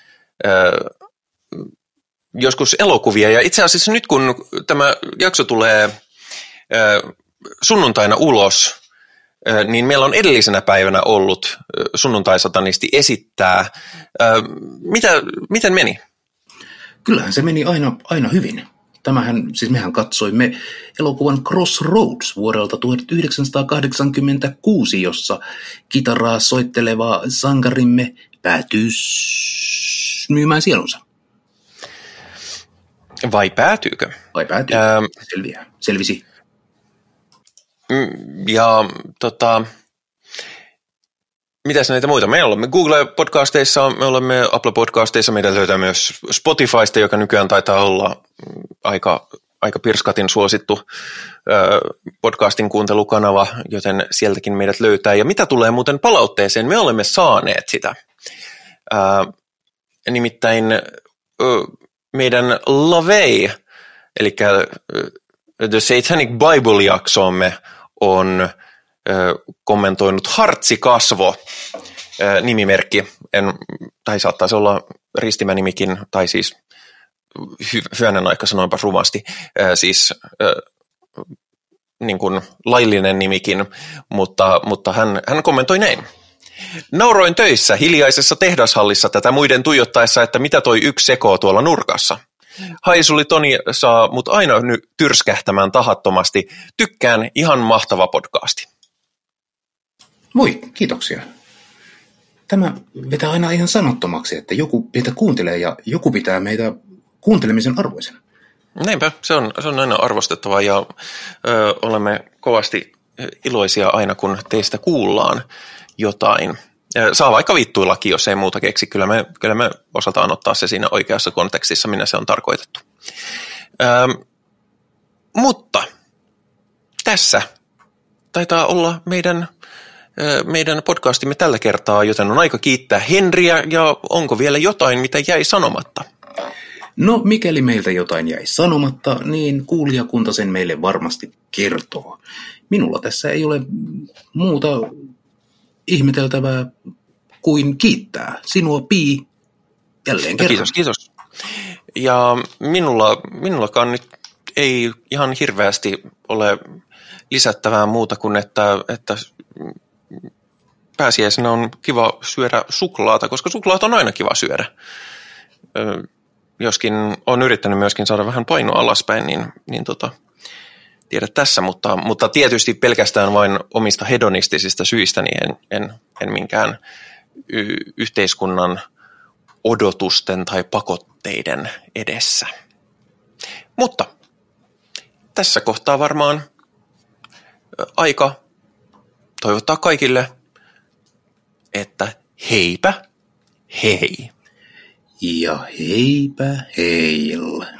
joskus elokuvia, ja itse asiassa nyt kun tämä jakso tulee äh, sunnuntaina ulos, äh, niin meillä on edellisenä päivänä ollut äh, sunnuntai-satanisti esittää. Äh, mitä, miten meni? Kyllähän se meni aina, aina hyvin. Tämähän, siis mehän katsoimme elokuvan Crossroads vuodelta tuhatyhdeksänsataakahdeksankymmentäkuusi, jossa kitaraa soitteleva sankarimme päätyy myymään sielunsa. Vai päätyykö? Vai päätyykö? Ähm, Selviää. Selvisi. Ja tota, mitäs näitä muita? Me olemme Google-podcasteissa, me olemme Apple-podcasteissa, meidän löytää myös Spotifysta, joka nykyään taitaa olla aika, aika pirskatin suosittu äh, podcastin kuuntelukanava, joten sieltäkin meidät löytää. Ja mitä tulee muuten palautteeseen, me olemme saaneet sitä. Äh, nimittäin... Äh, meidän Lavey, eli The Satanic Bible-jaksomme on ö, kommentoinut Hartsikasvo ö, nimimerkki, en, tai saattaisi olla ristimänimikin, tai siis hy, hyvänen aika sanoinpa rumasti, ö, siis ö, niin kuin laillinen nimikin, mutta, mutta hän, hän kommentoi näin. Nauroin töissä hiljaisessa tehdashallissa tätä muiden tuijottaessa, että mitä toi yksi sekoo tuolla nurkassa. Haisuli Toni saa mut aina nyt tyrskähtämään tahattomasti. Tykkään, ihan mahtava podcasti. Moi, kiitoksia. Tämä vetää aina ihan sanottomaksi, että joku meitä kuuntelee ja joku pitää meitä kuuntelemisen arvoisena. Näinpä, se on, se on aina arvostettava ja ö, olemme kovasti iloisia aina, kun teistä kuullaan jotain. Saa vaikka vittuillakin, jos ei muuta keksi. Kyllä me, kyllä me osataan ottaa se siinä oikeassa kontekstissa, minä se on tarkoitettu. Ö, mutta tässä taitaa olla meidän, ö, meidän podcastimme tällä kertaa, joten on aika kiittää Henriä ja onko vielä jotain, mitä jäi sanomatta? No, mikäli meiltä jotain jäi sanomatta, niin kuulijakunta sen meille varmasti kertoo. Minulla tässä ei ole muuta ihmeteltävää kuin kiittää sinua, Pii, jälleen kerran. Kiitos, kiitos. Ja minulla, minullakaan nyt ei ihan hirveästi ole lisättävää muuta kuin, että, että pääsiäisenä on kiva syödä suklaata, koska suklaata on aina kiva syödä. Joskin olen yrittänyt myöskin saada vähän painoa alaspäin, niin, niin tota, tiedä tässä, mutta, mutta tietysti pelkästään vain omista hedonistisista syistä, niin en, en, en minkään y- yhteiskunnan odotusten tai pakotteiden edessä. Mutta tässä kohtaa varmaan aika toivottaa kaikille, että heipä hei. Ja heipä heillä.